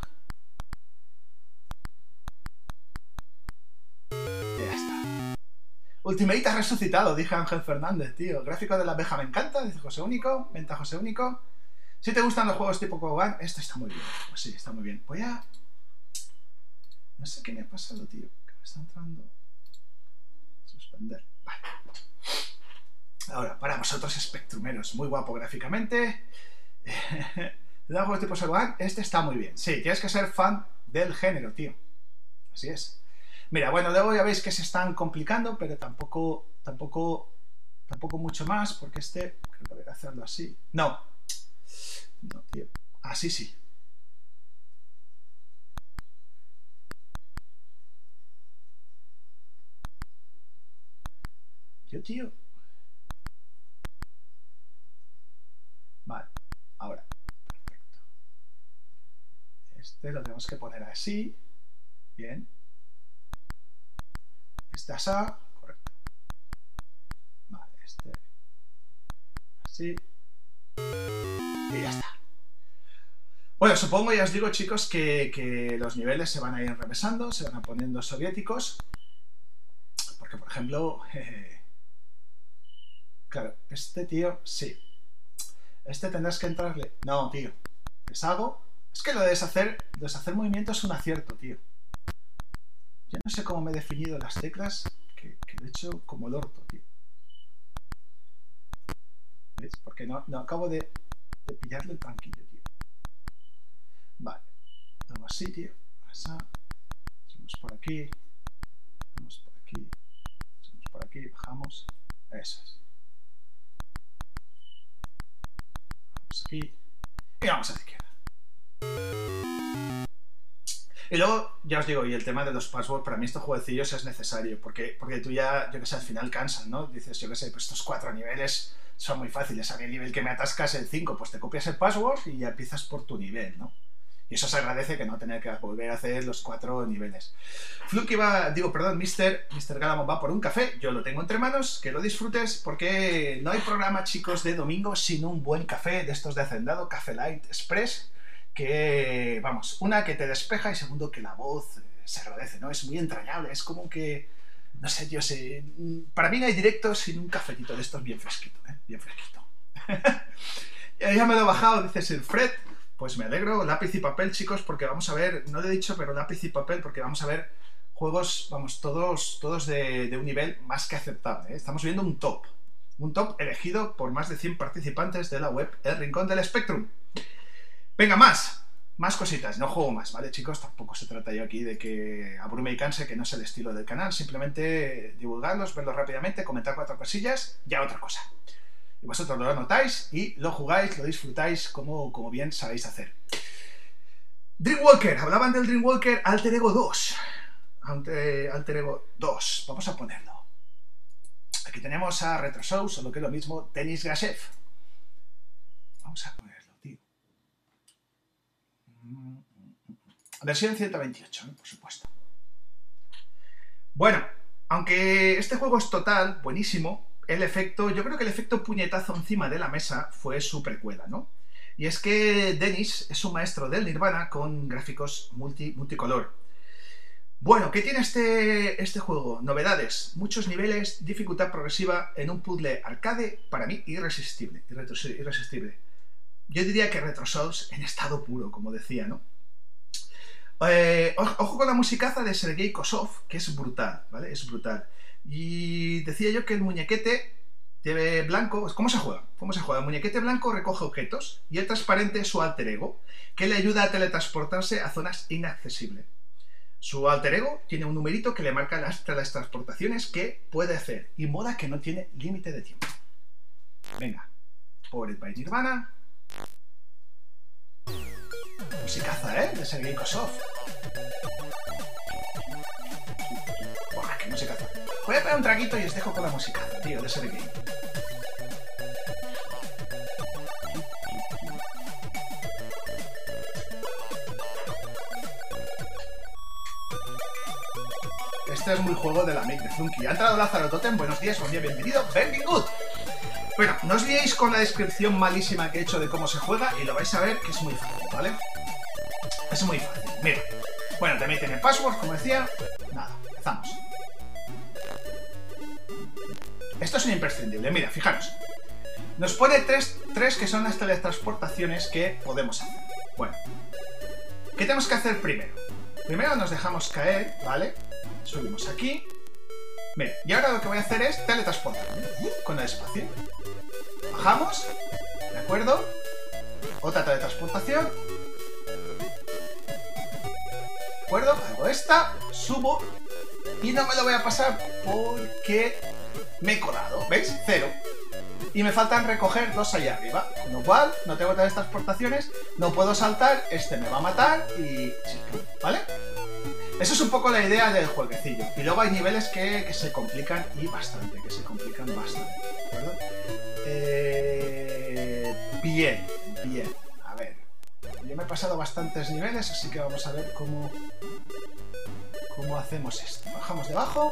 Ya está. Ultimate ha resucitado, dije Ángel Fernández, tío. Gráfico de la abeja me encanta, dice José Único. Venta José Único. Si te gustan los juegos tipo Kogan, este está muy bien. Pues sí, está muy bien. Voy a... No sé qué me ha pasado, tío. Que me está entrando... Suspender. Vale. Ahora, para vosotros espectrumeros. Muy guapo gráficamente. ¿De juegos tipo Kogan? Este está muy bien. Sí, tienes que ser fan del género, tío. Así es. Mira, bueno, luego ya veis que se están complicando, pero tampoco, tampoco, tampoco mucho más, porque este, creo que voy a hacerlo así. No. No, tío. Así sí. Yo, tío. Vale. Ahora. Perfecto. Este lo tenemos que poner así. Bien. Este así. Correcto. Vale, este. Así. Y ya está. Bueno, supongo, ya os digo, chicos, que, que los niveles se van a ir revesando, se van a poniendo soviéticos. Porque, por ejemplo... Eh, claro, este tío, sí. Este tendrás que entrarle... No, tío. Deshago. Es que lo de deshacer, deshacer movimiento es un acierto, tío. Yo no sé cómo me he definido las teclas, que, que lo he hecho como el orto, tío. ¿Veis? Porque no, no acabo de, de pillarle el tranquillo, tío. Vale. Hago así, tío. Así. Hacemos por aquí. Hacemos por aquí. Hacemos por aquí. Bajamos. Eso es. Vamos aquí. Y vamos a la izquierda. Y luego, ya os digo, y el tema de los passwords, para mí estos jueguecillos es necesario, porque, porque tú ya, yo que sé, al final cansan, ¿no? Dices, yo que sé, pues estos cuatro niveles son muy fáciles. A mí el nivel que me atascas el cinco, pues te copias el password y ya empiezas por tu nivel, ¿no? Y eso se agradece, que no tener que volver a hacer los cuatro niveles. Fluky va, digo, perdón, Mister Mister Galamon va por un café, yo lo tengo entre manos, que lo disfrutes, porque no hay programa, chicos, de domingo sin un buen café de estos de Hacendado, Café Light Express, que, vamos, una que te despeja y segundo que la voz eh, se agradece, ¿no? Es muy entrañable, es como que, no sé, yo sé, para mí no hay directo sin un cafetito de estos bien fresquito, ¿eh? Bien fresquito. Ya me lo he bajado, dice Sir Fred. Pues me alegro, lápiz y papel, chicos, porque vamos a ver, no lo he dicho, pero lápiz y papel, porque vamos a ver juegos, vamos, todos, todos de, de un nivel más que aceptable, ¿eh? Estamos viendo un top, un top elegido por más de cien participantes de la web El Rincón del Spectrum. Venga, más, más cositas, no juego más, ¿vale, chicos? Tampoco se trata yo aquí de que abrume y canse, que no es el estilo del canal, simplemente divulgarlos, verlos rápidamente, comentar cuatro cosillas, ya otra cosa. Y vosotros lo anotáis y lo jugáis, lo disfrutáis como, como bien sabéis hacer. Dreamwalker, hablaban del Dreamwalker Alter Ego dos. Alter Ego dos, vamos a ponerlo. Aquí tenemos a Retro Shows, o lo que es lo mismo, Denis Grashev. Vamos a ponerlo, tío. Versión ciento veintiocho, ¿eh? Por supuesto. Bueno, aunque este juego es total, buenísimo, el efecto, yo creo que el efecto puñetazo encima de la mesa fue su precuela, ¿no? Y es que Denis es un maestro del Nirvana con gráficos multi, multicolor. Bueno, ¿qué tiene este, este juego? Novedades, muchos niveles, dificultad progresiva en un puzzle arcade, para mí irresistible, irresistible. Yo diría que Retro Souls en estado puro, como decía, ¿no? Eh, ojo con la musicaza de Sergei Kosov, que es brutal, ¿vale? Es brutal. Y decía yo que el muñequete de blanco... ¿Cómo se juega? ¿Cómo se juega? El muñequete blanco recoge objetos y el transparente es su alter ego, que le ayuda a teletransportarse a zonas inaccesibles. Su alter ego tiene un numerito que le marca las teletransportaciones que puede hacer y mola que no tiene límite de tiempo. Venga, Powered by Nirvana. Musicaza, ¿eh? De Sergei Kosov. Buah, qué musicaza. Voy a pegar un traguito y os dejo con la música, tío, de ese de game. Este es muy juego de la Make de Funky. Ha entrado Lázaro Totem, buenos días, buen día, bienvenido, benvingut. Bueno, no os liéis con la descripción malísima que he hecho de cómo se juega y lo vais a ver que es muy fácil, ¿vale? Es muy fácil, mira. Bueno, te meten el password, como decía. Nada, empezamos. Esto es un imprescindible, mira, fijaros. Nos pone tres, tres que son las teletransportaciones que podemos hacer. Bueno, ¿qué tenemos que hacer primero? Primero nos dejamos caer, ¿vale? Subimos aquí. Mira, y ahora lo que voy a hacer es teletransportarme con el espacio. Bajamos, ¿de acuerdo? Otra teletransportación. ¿De acuerdo? Hago esta, subo y no me lo voy a pasar porque me he colado, ¿veis? Cero. Y me faltan recoger dos allá arriba, con lo cual no tengo teletransportaciones, no puedo saltar, este me va a matar y... ¿vale? Eso es un poco la idea del jueguecillo. Y luego hay niveles que, que se complican y bastante, que se complican bastante, ¿de acuerdo? Eh... Bien, bien. A ver, yo me he pasado bastantes niveles, así que vamos a ver cómo, cómo hacemos esto. Bajamos debajo.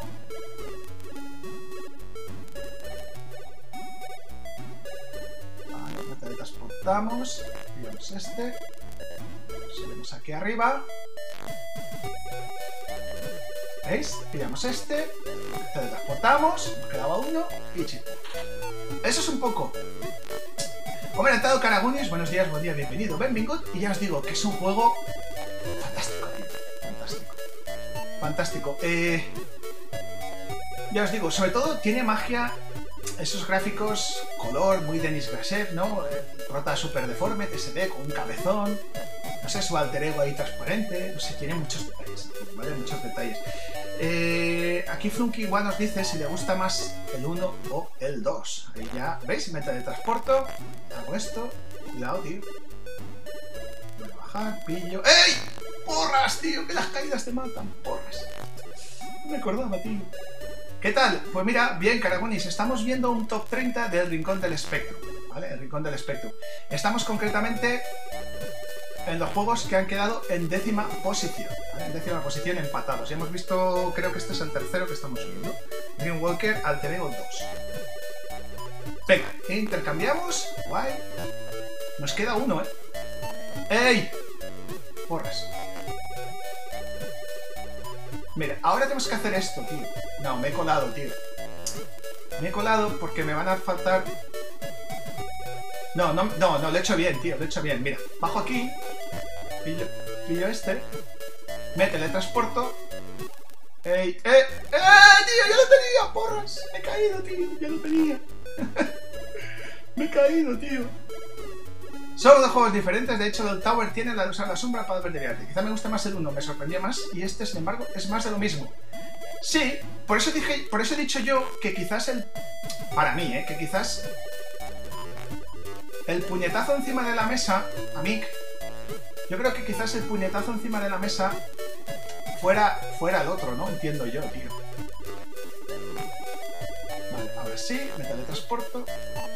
Vale, lo teletransportamos. Pillamos este. Subimos aquí arriba. ¿Veis? Pillamos este, teletransportamos, nos quedaba uno y chico. Eso es un poco. Comentado Caragunis, buenos días, buen día, bienvenido, benvingut. Y ya os digo que es un juego fantástico, tío. Fantástico. Fantástico. Eh... Ya os digo, sobre todo tiene magia, esos gráficos, color, muy Denis Grachev, ¿no? El prota super deforme, T S D con un cabezón. No sé, su alter ego ahí transparente, no sé, tiene muchos detalles, ¿vale? Muchos detalles. Eh, aquí Funky igual nos dice si le gusta más el uno o el dos. Ahí ya, ¿veis? Me teletransporto, hago esto, cuidado, tío. Voy a bajar, pillo... ¡Ey! ¡Porras, tío! Que las caídas te matan, porras. No me acordaba, tío. ¿Qué tal? Pues mira, bien, Caragonis, estamos viendo un top treinta del Rincón del Espectro, ¿vale? El Rincón del Espectro. Estamos concretamente en los juegos que han quedado en décima posición, ¿vale? En décima posición empatados. Ya hemos visto, creo que este es el tercero que estamos viendo. Dreamwalker Alter Ego dos. Venga, intercambiamos. Guay. Nos queda uno, ¿eh? ¡Ey! Porras. Mira, ahora tenemos que hacer esto, tío. No, me he colado, tío. Me he colado porque me van a faltar... No, no, no, no, lo he hecho bien, tío, lo he hecho bien. Mira, bajo aquí, pillo, pillo este, me teletransporto. ¡Ey! ¡Eh! ¡Eh! ¡Tío! ¡Ya lo tenía! ¡Porras! Me he caído, tío, ya lo tenía. Me he caído, tío. Son dos juegos diferentes, de hecho el Tower tiene la de usar la sombra para desviarte. Quizá me guste más el uno, me sorprendía más, y este, sin embargo, es más de lo mismo. Sí, por eso dije, por eso he dicho yo que quizás el... Para mí, ¿eh? Que quizás... El puñetazo encima de la mesa, Amik, yo creo que quizás el puñetazo encima de la mesa fuera, fuera el otro, ¿no? Entiendo yo, tío. Vale, ahora sí, me teletransporto.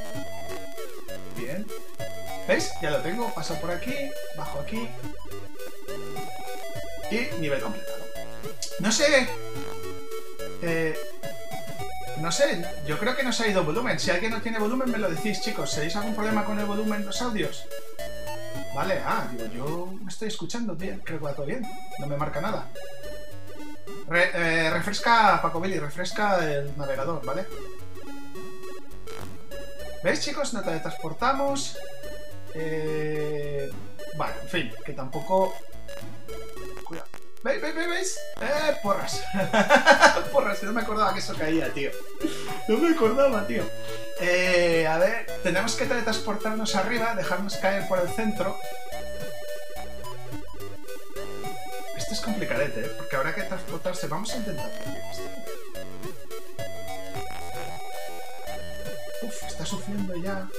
Bien. ¿Veis? Ya lo tengo, paso por aquí, bajo aquí. Y nivel completado. No sé... Eh... No sé, yo creo que no se ha ido volumen. Si alguien no tiene volumen, me lo decís, chicos. ¿Tenéis algún problema con el volumen de los audios? Vale, ah, digo, yo me estoy escuchando bien. Creo que va todo bien. No me marca nada. Re, eh, refresca, Paco Billy, refresca el navegador, ¿vale? ¿Veis, chicos? Nos teletransportamos. Eh... Vale, en fin, que tampoco... Cuidado. ¿Veis? ¿Veis? ¿Veis? ¡Eh! ¡Porras! ¡Porras! Que no me acordaba que eso caía, tío. No me acordaba, tío. Eh, a ver, tenemos que teletransportarnos arriba, dejarnos caer por el centro. Esto es complicadete, ¿eh? Porque habrá que transportarse. Vamos a intentarlo. Uf, está sufriendo ya.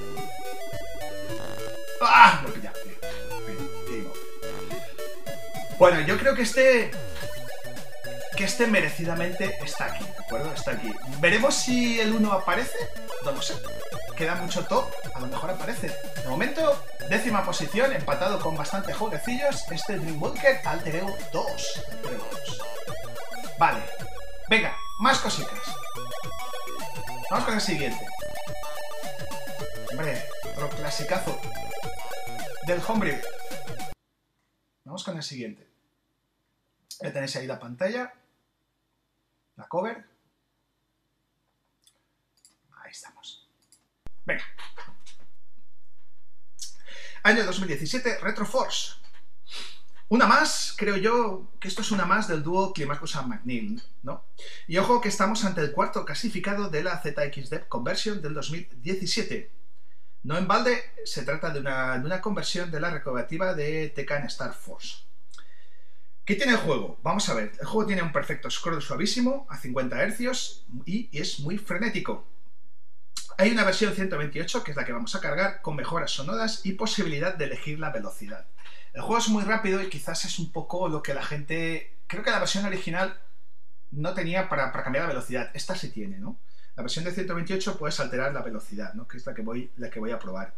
¡Ah! Lo he pillado, tío. Bueno, yo creo que este... que este merecidamente está aquí, ¿de acuerdo? Está aquí. Veremos si el uno aparece, no lo sé. Queda mucho top, a lo mejor aparece. De momento, décima posición, empatado con bastantes jueguecillos, este Dreamwalker Alter Ego dos. Alter Ego dos. Vale, venga, más cositas. Vamos con el siguiente. Hombre, otro clasicazo del Homebrew. Vamos con el siguiente. Ya tenéis ahí la pantalla, la cover. Ahí estamos. Venga. Año dos mil diecisiete, Retro Force. Una más, creo yo que esto es una más del dúo Climacus and McNeil, ¿no? Y ojo que estamos ante el cuarto clasificado de la Z X Dev Conversion del dos mil diecisiete. No en balde, se trata de una, de una conversión de la recreativa de Tekken Star Force. ¿Qué tiene el juego? Vamos a ver. El juego tiene un perfecto scroll suavísimo a cincuenta hercios y, y es muy frenético. Hay una versión ciento veintiocho, que es la que vamos a cargar, con mejoras sonoras y posibilidad de elegir la velocidad. El juego es muy rápido y quizás es un poco lo que la gente... Creo que la versión original no tenía para, para cambiar la velocidad. Esta sí tiene, ¿no? La versión de ciento veintiocho puedes alterar la velocidad, ¿no? Que es la que voy, la que voy a probar.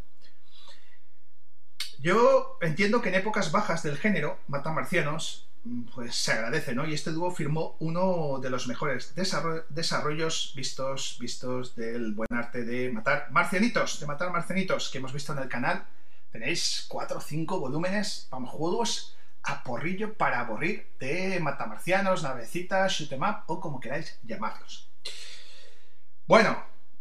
Yo entiendo que en épocas bajas del género, matar marcianos, pues se agradece, ¿no? Y este dúo firmó uno de los mejores desarrollos vistos, vistos del buen arte de matar marcianitos, de matar marcianitos, que hemos visto en el canal. Tenéis cuatro o cinco volúmenes, vamos, juegos a porrillo para aburrir de matamarcianos, navecitas, shoot 'em up o como queráis llamarlos. Bueno,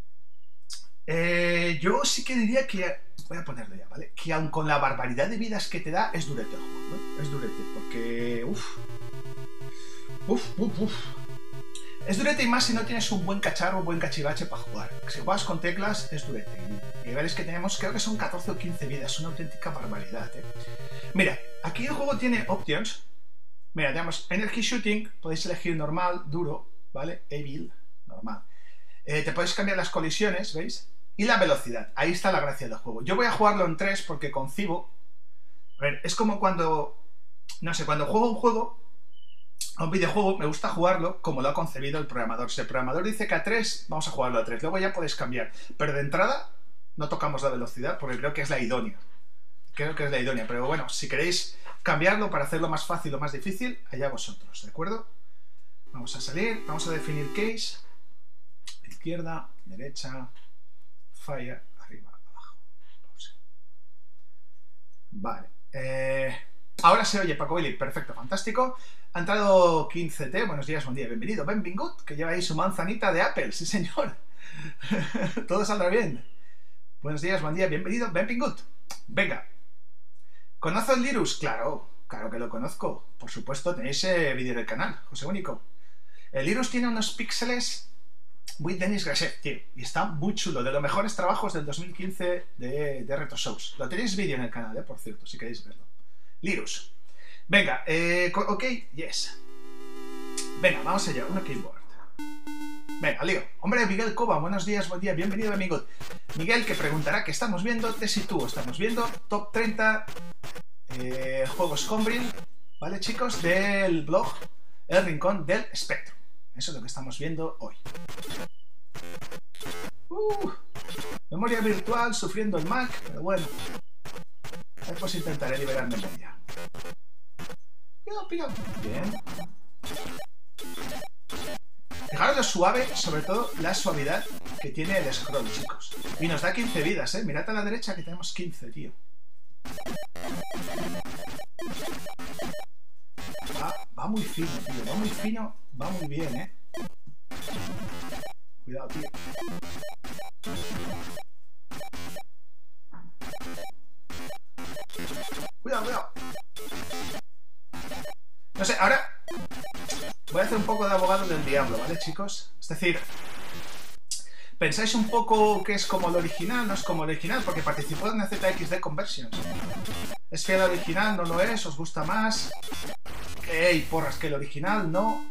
eh, yo sí que diría que, voy a ponerlo ya, ¿vale? Que aun con la barbaridad de vidas que te da, es durete el juego, ¿no? Es durete, porque, uff, uff, uff, uff. Es durete y más si no tienes un buen cacharro, un buen cachivache para jugar. Si juegas con teclas, es durete. Y veréis que tenemos, creo que son catorce o quince vidas, una auténtica barbaridad, ¿eh? Mira, aquí el juego tiene options. Mira, tenemos Energy Shooting, podéis elegir normal, duro, ¿vale? Evil, normal. Eh, te podéis cambiar las colisiones, ¿veis? Y la velocidad, ahí está la gracia del juego. Yo voy a jugarlo en tres porque concibo... A ver, es como cuando... No sé, cuando juego un juego, a un videojuego, me gusta jugarlo como lo ha concebido el programador. Si el programador dice que a tres, vamos a jugarlo a tres. Luego ya podéis cambiar. Pero de entrada, no tocamos la velocidad porque creo que es la idónea. Creo que es la idónea. Pero bueno, si queréis cambiarlo para hacerlo más fácil o más difícil, allá vosotros, ¿de acuerdo? Vamos a salir, vamos a definir case. Izquierda, derecha, fire, arriba, abajo. Pausa. Vale. Eh, ahora se oye Paco Billy, perfecto, fantástico. Ha entrado quince T, buenos días, buen día, bienvenido. Ben Bingut, que lleva ahí su manzanita de Apple, sí señor. Todo saldrá bien. Buenos días, buen día, bienvenido, Ben Bingut. Venga. ¿Conoce el Lirus? Claro, claro que lo conozco. Por supuesto, tenéis eh, vídeo en el canal, José Único. El Lirus tiene unos píxeles muy Denis Grashev, tío, y está muy chulo, de los mejores trabajos del dos mil quince de, de Retro Shows. Lo tenéis vídeo en el canal, eh, por cierto, si queréis verlo. Lirus. Venga, eh, ok, yes. Venga, vamos allá, una keyboard. Venga, lío. Hombre, Miguel Cova, buenos días, buen día, bienvenido, amigo. Miguel, que preguntará qué estamos viendo, te sitúo. Estamos viendo top treinta eh, juegos Homebrew, ¿vale, chicos? Del blog El Rincón del Espectro. Eso es lo que estamos viendo hoy. Uh, memoria virtual, sufriendo el Mac, pero bueno. Después intentaré liberar memoria. Cuidado, cuidado. Bien. Fijaros lo suave, sobre todo la suavidad que tiene el scroll, chicos. Y nos da quince vidas, ¿eh? Mirad a la derecha que tenemos quince, tío. Va, va muy fino, tío. Va muy fino, va muy bien, ¿eh? Cuidado, tío. Cuidado, cuidado. No sé, ahora voy a hacer un poco de abogado del diablo, ¿vale, chicos? Es decir, pensáis un poco que es como el original, no es como el original, porque participó en la Z X Dev Conversion. ¿Es fiel al original? ¿No lo es? ¿Os gusta más? ¡Ey, porras! Que el original no.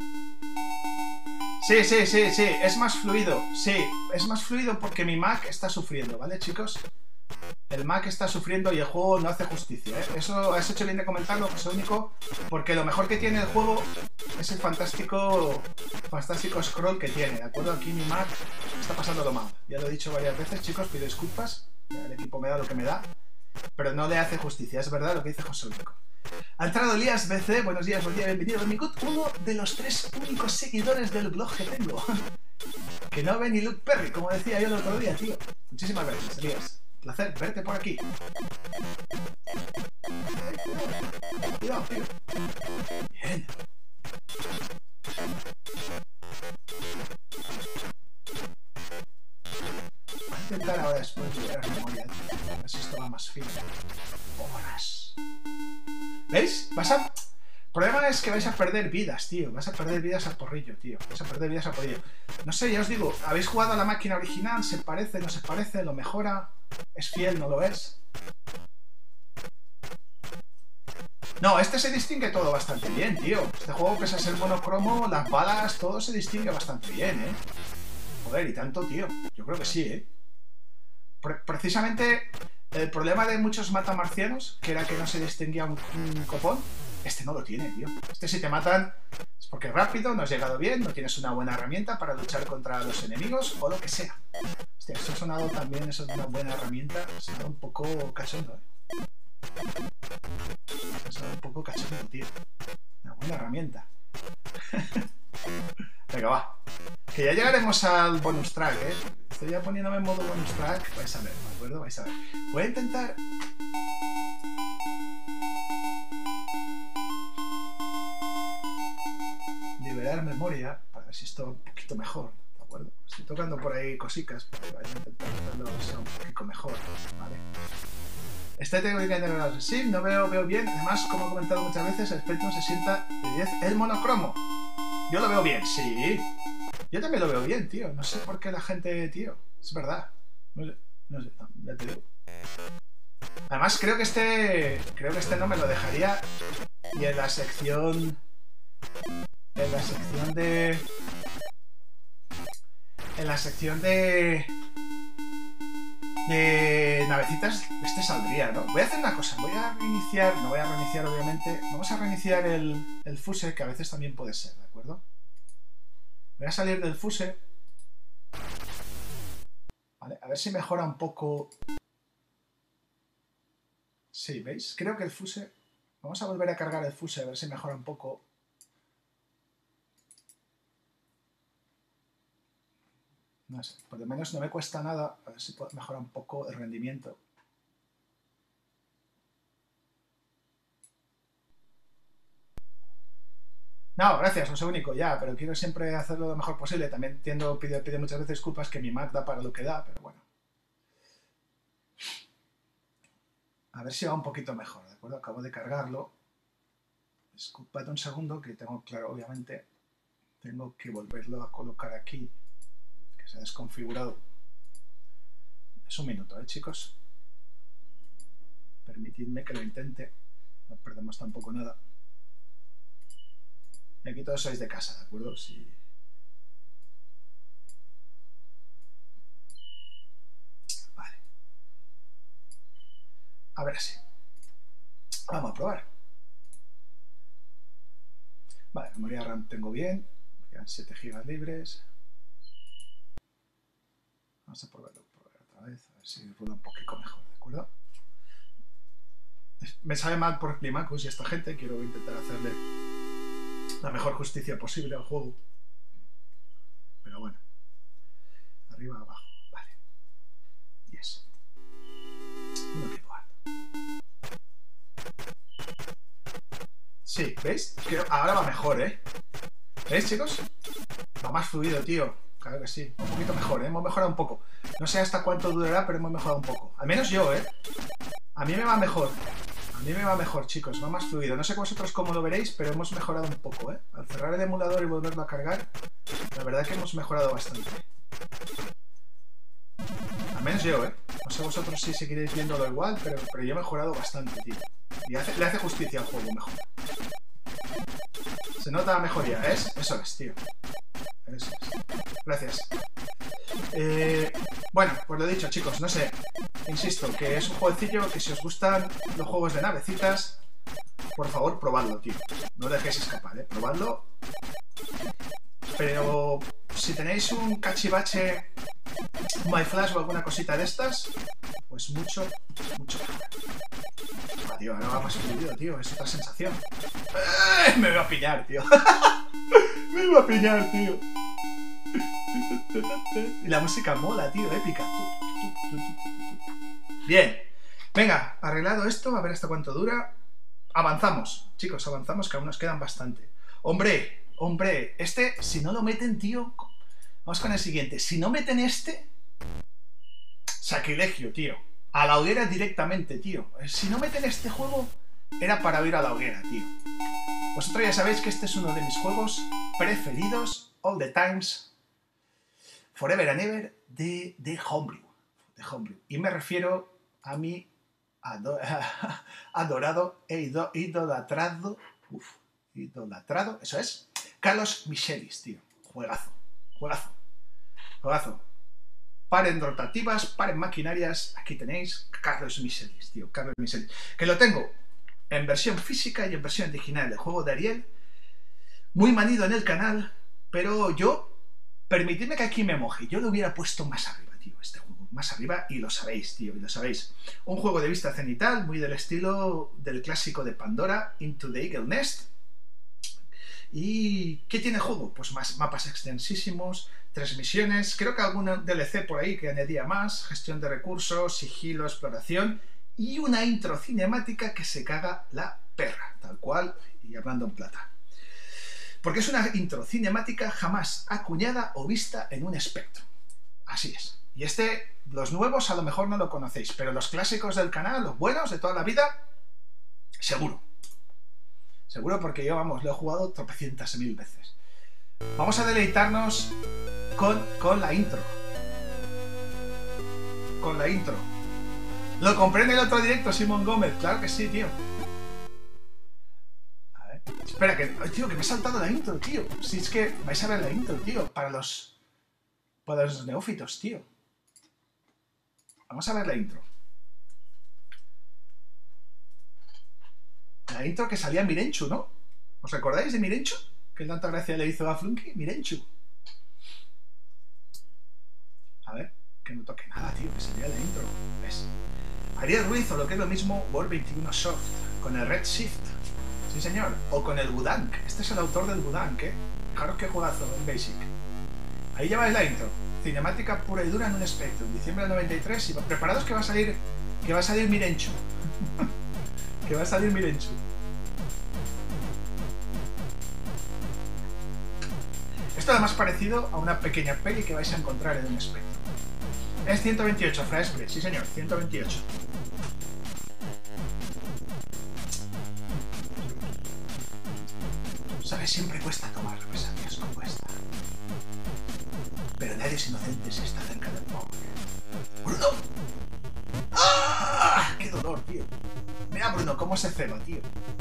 Sí, sí, sí, sí, es más fluido. Sí, es más fluido porque mi Mac está sufriendo, ¿vale, chicos? el Mac está sufriendo y el juego no hace justicia, ¿eh? Eso has hecho bien de comentarlo, José Único, porque lo mejor que tiene el juego es el fantástico fantástico scroll que tiene, ¿de acuerdo? Aquí mi Mac está pasándolo mal. Ya lo he dicho varias veces, chicos, pido disculpas. El equipo me da lo que me da, pero no le hace justicia, es verdad lo que dice José Único. Ha entrado Elías B C, buenos días, buen día, bienvenido. Benvingut, uno de los tres únicos seguidores del blog que tengo. Que no ve ni Luke Perry, como decía yo el otro día, tío. Muchísimas gracias, Elías. Placer verte por aquí. Cuidado, tío. Bien. Voy a intentar ahora después liberar memoria, tío. A ver si esto va más fino. Horas. ¿Veis? Vas a... El problema es que vais a perder vidas, tío. Vas a perder vidas a porrillo, tío. Vas a perder vidas a porrillo. No sé, ya os digo, ¿habéis jugado a la máquina original? ¿Se parece? ¿No se parece? ¿Lo mejora? ¿Es fiel? ¿No lo es? No, este se distingue todo bastante bien, tío. Este juego, pese a ser monocromo, las balas, todo se distingue bastante bien, ¿eh? Joder, y tanto, tío. Yo creo que sí, ¿eh? Pre precisamente el problema de muchos matamarcianos, que era que no se distinguía un, un copón, este no lo tiene, tío. Este si te matan es porque es rápido, no has llegado bien, no tienes una buena herramienta para luchar contra los enemigos o lo que sea. Hostia, eso ha sonado también, eso es una buena herramienta. Ha sonado un poco cachondo, ¿eh? Ha sonado un poco cachondo, tío. Una buena herramienta. Venga, va. Que ya llegaremos al bonus track, ¿eh? Estoy ya poniéndome en modo bonus track. Vais a ver, ¿de acuerdo? Vais a ver. Voy a intentar... liberar memoria para ver si esto va un poquito mejor, ¿de acuerdo? Estoy tocando por ahí cositas, pero voy a intentar hacerlo que sea un poquito mejor, ¿vale? Este tengo que tener sí, no veo, veo bien. Además, como he comentado muchas veces, el Spectrum se sienta de diez. El monocromo. Yo lo veo bien, sí. Yo también lo veo bien, tío. No sé por qué la gente, tío. Es verdad. No sé, no sé, no, ya te digo. Además, creo que este. Creo que este no me lo dejaría. Y en la sección. En la sección de... En la sección de... De navecitas, este saldría, ¿no? Voy a hacer una cosa, voy a reiniciar, no voy a reiniciar obviamente, vamos a reiniciar el, el fuse, que a veces también puede ser, ¿de acuerdo? Voy a salir del fuse. Vale, a ver si mejora un poco... Sí, ¿veis? Creo que el fuse... Vamos a volver a cargar el fuse, a ver si mejora un poco... No sé, por lo menos no me cuesta nada, a ver si puedo mejorar un poco el rendimiento. No, gracias, José Único, ya, pero quiero siempre hacerlo lo mejor posible. También entiendo, pido, pido muchas veces disculpas que mi Mac da para lo que da, pero bueno. A ver si va un poquito mejor, ¿de acuerdo? Acabo de cargarlo. Disculpad un segundo, que tengo claro, obviamente, tengo que volverlo a colocar aquí. Se ha desconfigurado. Es un minuto, ¿eh, chicos? Permitidme que lo intente. No perdemos tampoco nada. Y aquí todos sois de casa, ¿de acuerdo? Si... Vale. A ver así. Vamos a probar. Vale, memoria RAM tengo bien. Me quedan siete gigas libres. Vamos a probarlo, probar otra vez, a ver si rueda un poquito mejor, ¿de acuerdo? Me sabe mal por Climacus y esta gente, quiero intentar hacerle la mejor justicia posible al juego. Pero bueno. Arriba, abajo, vale. Yes. Un equipo alto. Sí, ¿veis? Que ahora va mejor, ¿eh? ¿Veis, chicos? Va más fluido, tío. Claro que sí, un poquito mejor, ¿eh? Hemos mejorado un poco. No sé hasta cuánto durará, pero hemos mejorado un poco. Al menos yo, ¿eh? A mí me va mejor. A mí me va mejor, chicos. Va más fluido. No sé vosotros cómo lo veréis, pero hemos mejorado un poco, ¿eh? Al cerrar el emulador y volverlo a cargar, la verdad es que hemos mejorado bastante. Al menos yo, ¿eh? No sé vosotros si seguiréis viéndolo igual, pero, pero yo he mejorado bastante, tío. Y hace, le hace justicia al juego, mejor. Se nota la mejoría, ¿es? Eso es, tío. Eso es. Gracias. Eh, bueno, pues lo dicho, chicos, no sé. insisto, que es un jueguecillo que si os gustan los juegos de navecitas, por favor, probadlo, tío. No dejéis escapar, ¿eh? Probadlo. Pero si tenéis un cachivache, My Flash o alguna cosita de estas, pues mucho, mucho. Ah, tío, ahora va más fluido, tío. Es otra sensación. ¡Eh! Me va a pillar, tío. Me va a pillar, tío. Y la música mola, tío, épica. Bien. Venga, arreglado esto, a ver hasta cuánto dura. Avanzamos, chicos, avanzamos, que aún nos quedan bastante. Hombre, hombre, este, si no lo meten, tío... Vamos con el siguiente. Si no meten este... Sacrilegio, tío. A la hoguera directamente, tío. Si no meten este juego, era para ir a la hoguera, tío. Vosotros ya sabéis que este es uno de mis juegos preferidos, all the times, forever and ever, de, de Homebrew. De Homebrew. Y me refiero a mi adorado e idolatrado, uf, idolatrado, eso es, Carlos Michelis, tío. Juegazo, juegazo, juegazo. Paren rotativas, paren maquinarias. Aquí tenéis Carlos Michelis, tío. Carlos Michelis. Que lo tengo en versión física y en versión digital. El juego de Ariel. Muy manido en el canal. Pero yo, permitidme que aquí me moje. Yo lo hubiera puesto más arriba, tío. Este juego. Más arriba. Y lo sabéis, tío. Y lo sabéis. Un juego de vista cenital. Muy del estilo del clásico de Pandora. Into the Eagle Nest. ¿Y qué tiene el juego? Pues más mapas extensísimos, tres misiones, creo que algún D L C por ahí que añadía más, gestión de recursos, sigilo, exploración y una intro cinemática que se caga la perra, tal cual, y hablando en plata. Porque es una intro cinemática jamás acuñada o vista en un espectro. Así es. Y este, los nuevos a lo mejor no lo conocéis, pero los clásicos del canal, los buenos de toda la vida, seguro. Seguro porque yo, vamos, lo he jugado tropecientas mil veces. Vamos a deleitarnos con, con la intro. Con la intro. ¿Lo compré en el otro directo, Simón Gómez? Claro que sí, tío. A ver. Espera, que, tío, que me he saltado la intro, tío. Si es que vais a ver la intro, tío. Para los... Para los neófitos, tío. Vamos a ver la intro. La intro que salía Mirenchu, ¿no? ¿Os recordáis de Mirenchu? Que tanta gracia le hizo a Flunky. Mirenchu. A ver, que no toque nada, tío, que sería la intro. ¿Ves? Ariel Ruiz, o lo que es lo mismo, World veintiuno Soft, con el Red Shift. Sí, señor. O con el Budank. Este es el autor del Budank, ¿eh? Fijaros qué juegazo en Basic. Ahí lleváis la intro. Cinemática pura y dura en un espectro. En diciembre del noventa y tres. Y preparados que va a salir, que va a salir Mirenchu. Que va a salir Mirenchu. Esto es lo más parecido a una pequeña peli que vais a encontrar en un espectro. Es ciento veintiocho, Fraespre, sí señor, ciento veintiocho. Sabes, siempre cuesta tomar represalias como esta. Pero nadie es inocente si está cerca del pobre. ¡Bruno! ¡Ah! ¡Qué dolor, tío! Mira, Bruno, cómo se ceba, tío.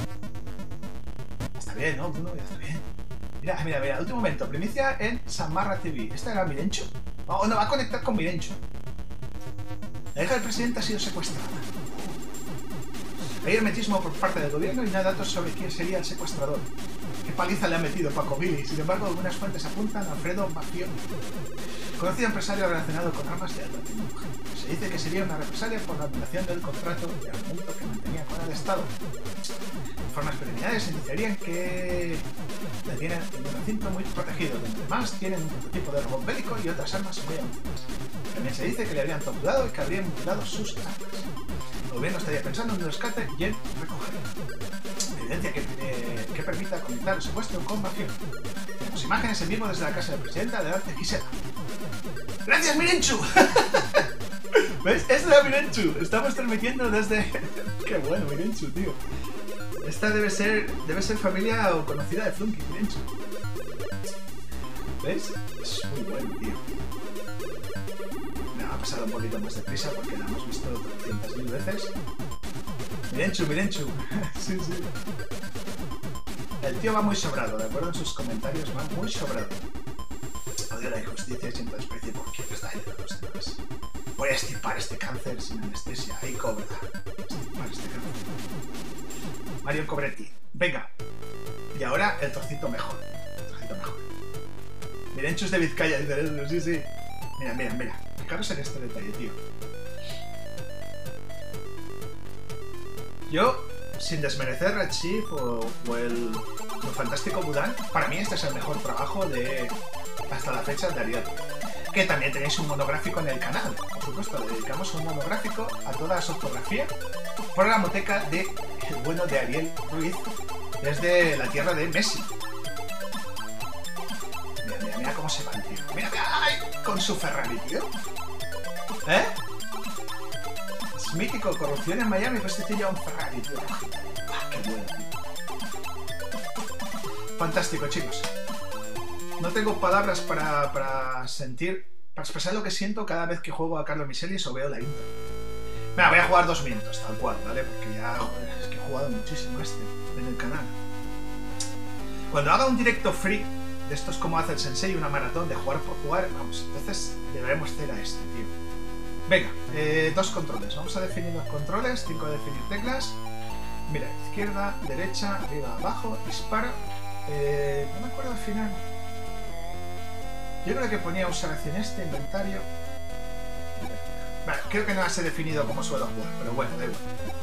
Está bien, ¿no, Bruno? Ya está bien. Mira, mira, mira, último momento. Primicia en Samarra T V. ¿Esta era Mirenchu? Oh, no, va a conectar con Mirenchu. La hija del presidente ha sido secuestrada. Hay hermetismo por parte del gobierno y no hay datos sobre quién sería el secuestrador. Qué paliza le ha metido Paco Billy. Sin embargo, algunas fuentes apuntan a Alfredo Mafioni, conocido empresario relacionado con armas de alta tecnología. Se dice que sería una represalia por la anulación del contrato de armamento que mantenía con el Estado. Informes preliminares indicarían que la tienen en un recinto muy protegido, donde además tienen un prototipo de robot bélico y otras armas muy avanzadas. También se dice que le habrían torturado y que habrían mutilado sus armas. El gobierno estaría pensando en un rescate y en recogerlo. Evidencia que, eh, que permita conectar el secuestro con Mafioni. Tenemos imágenes en vivo desde la casa del presidente. Adelante, Gisela. ¡Gracias, Mirenchu! ¿Ves? Es la Mirenchu. Estamos transmitiendo desde... Qué bueno, Mirenchu, tío. Esta debe ser debe ser familia o conocida de Flunky, Mirenchu. ¿Ves? Es muy bueno, tío. Me ha pasado un poquito más deprisa porque la hemos visto trescientas mil veces. Mirenchu, Mirenchu. Sí, sí. El tío va muy sobrado, de acuerdo en sus comentarios, va muy sobrado. Odio la injusticia y siento desprecio por quienes dañan a los demás. Voy a estipar este cáncer sin anestesia. Ahí cobra. Estipar este cáncer. Mario Cobretti. Venga. Y ahora el trocito mejor. El trocito mejor. Mirenchos de Vizcaya. Sí, sí. Mira, mira, mira. Fijaros en este detalle, tío. Yo, sin desmerecer Red Shift o, o el, el fantástico Budan, para mí este es el mejor trabajo de hasta la fecha de Ariel. Que también tenéis un monográfico en el canal. Por supuesto, le dedicamos un monográfico a toda su fotografía por la moteca de el bueno de Ariel Ruiz desde la tierra de Messi. Mira, mira, mira cómo se va el tío. Mira, mira, ¡ay! Con su Ferrari, tío. ¿Eh? Es mítico, corrupción en Miami, pues este tío lleva un Ferrari, tío. Ah, qué bueno, tío. Fantástico, chicos. No tengo palabras para, para sentir, para expresar lo que siento cada vez que juego a Carlo Miselis o veo la intro. Mira, voy a jugar dos minutos, tal cual, ¿vale? Porque ya, joder, es que he jugado muchísimo este en el canal. Cuando haga un directo free, de estos como hace el Sensei, una maratón de jugar por jugar, vamos, entonces deberemos hacer a este, tío. Venga, eh, dos controles. Vamos a definir los controles, cinco de definir teclas. Mira, izquierda, derecha, arriba, abajo, disparo. Eh, no me acuerdo al final. Yo creo que ponía usar acción este, inventario. Vale, creo que no las he definido como suelo jugar, pero bueno, da igual.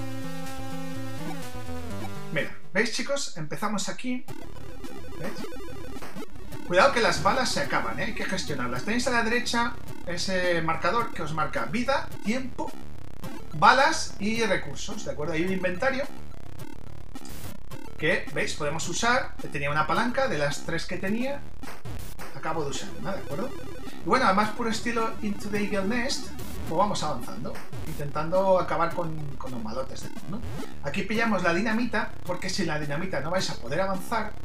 Mira, ¿veis, chicos? Empezamos aquí. ¿Veis? Cuidado que las balas se acaban, ¿eh? Hay que gestionarlas. Tenéis a la derecha ese marcador que os marca vida, tiempo, balas y recursos, ¿de acuerdo? Hay un inventario que, ¿veis? Podemos usar. Tenía una palanca de las tres que tenía. Acabo de usar una, ¿de acuerdo? Y bueno, además por estilo Into the Eagle Nest, pues vamos avanzando, intentando acabar con, con los malotes de turno. Aquí pillamos la dinamita, porque sin la dinamita no vais a poder avanzar.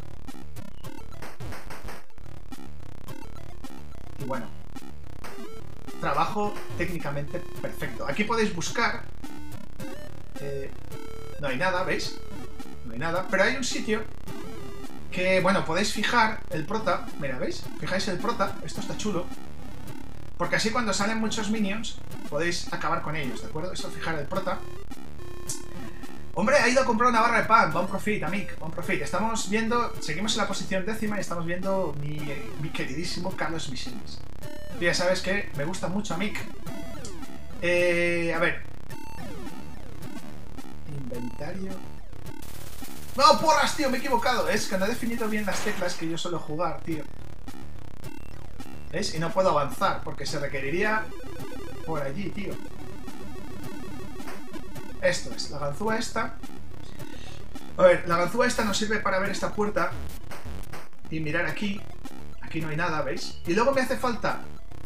Y bueno, trabajo técnicamente perfecto. Aquí podéis buscar. Eh, no hay nada, ¿veis? No hay nada, pero hay un sitio que, bueno, podéis fijar el prota. Mira, ¿veis? Fijáis el prota, esto está chulo. Porque así cuando salen muchos minions, podéis acabar con ellos, ¿de acuerdo? Eso, fijar el prota. Hombre, ha ido a comprar una barra de pan. Buen profit, Amic, buen profit. Estamos viendo, seguimos en la posición décima y estamos viendo mi, mi queridísimo Carlos Miselis. Tú ya sabes que me gusta mucho Amic. Eh, a ver. Inventario. ¡No, porras, tío! Me he equivocado. Es que no he definido bien las teclas que yo suelo jugar, tío. ¿Ves? Y no puedo avanzar porque se requeriría por allí, tío. Esto es, la ganzúa esta. A ver, la ganzúa esta nos sirve para ver esta puerta y mirar aquí. Aquí no hay nada, ¿veis? Y luego me hace falta,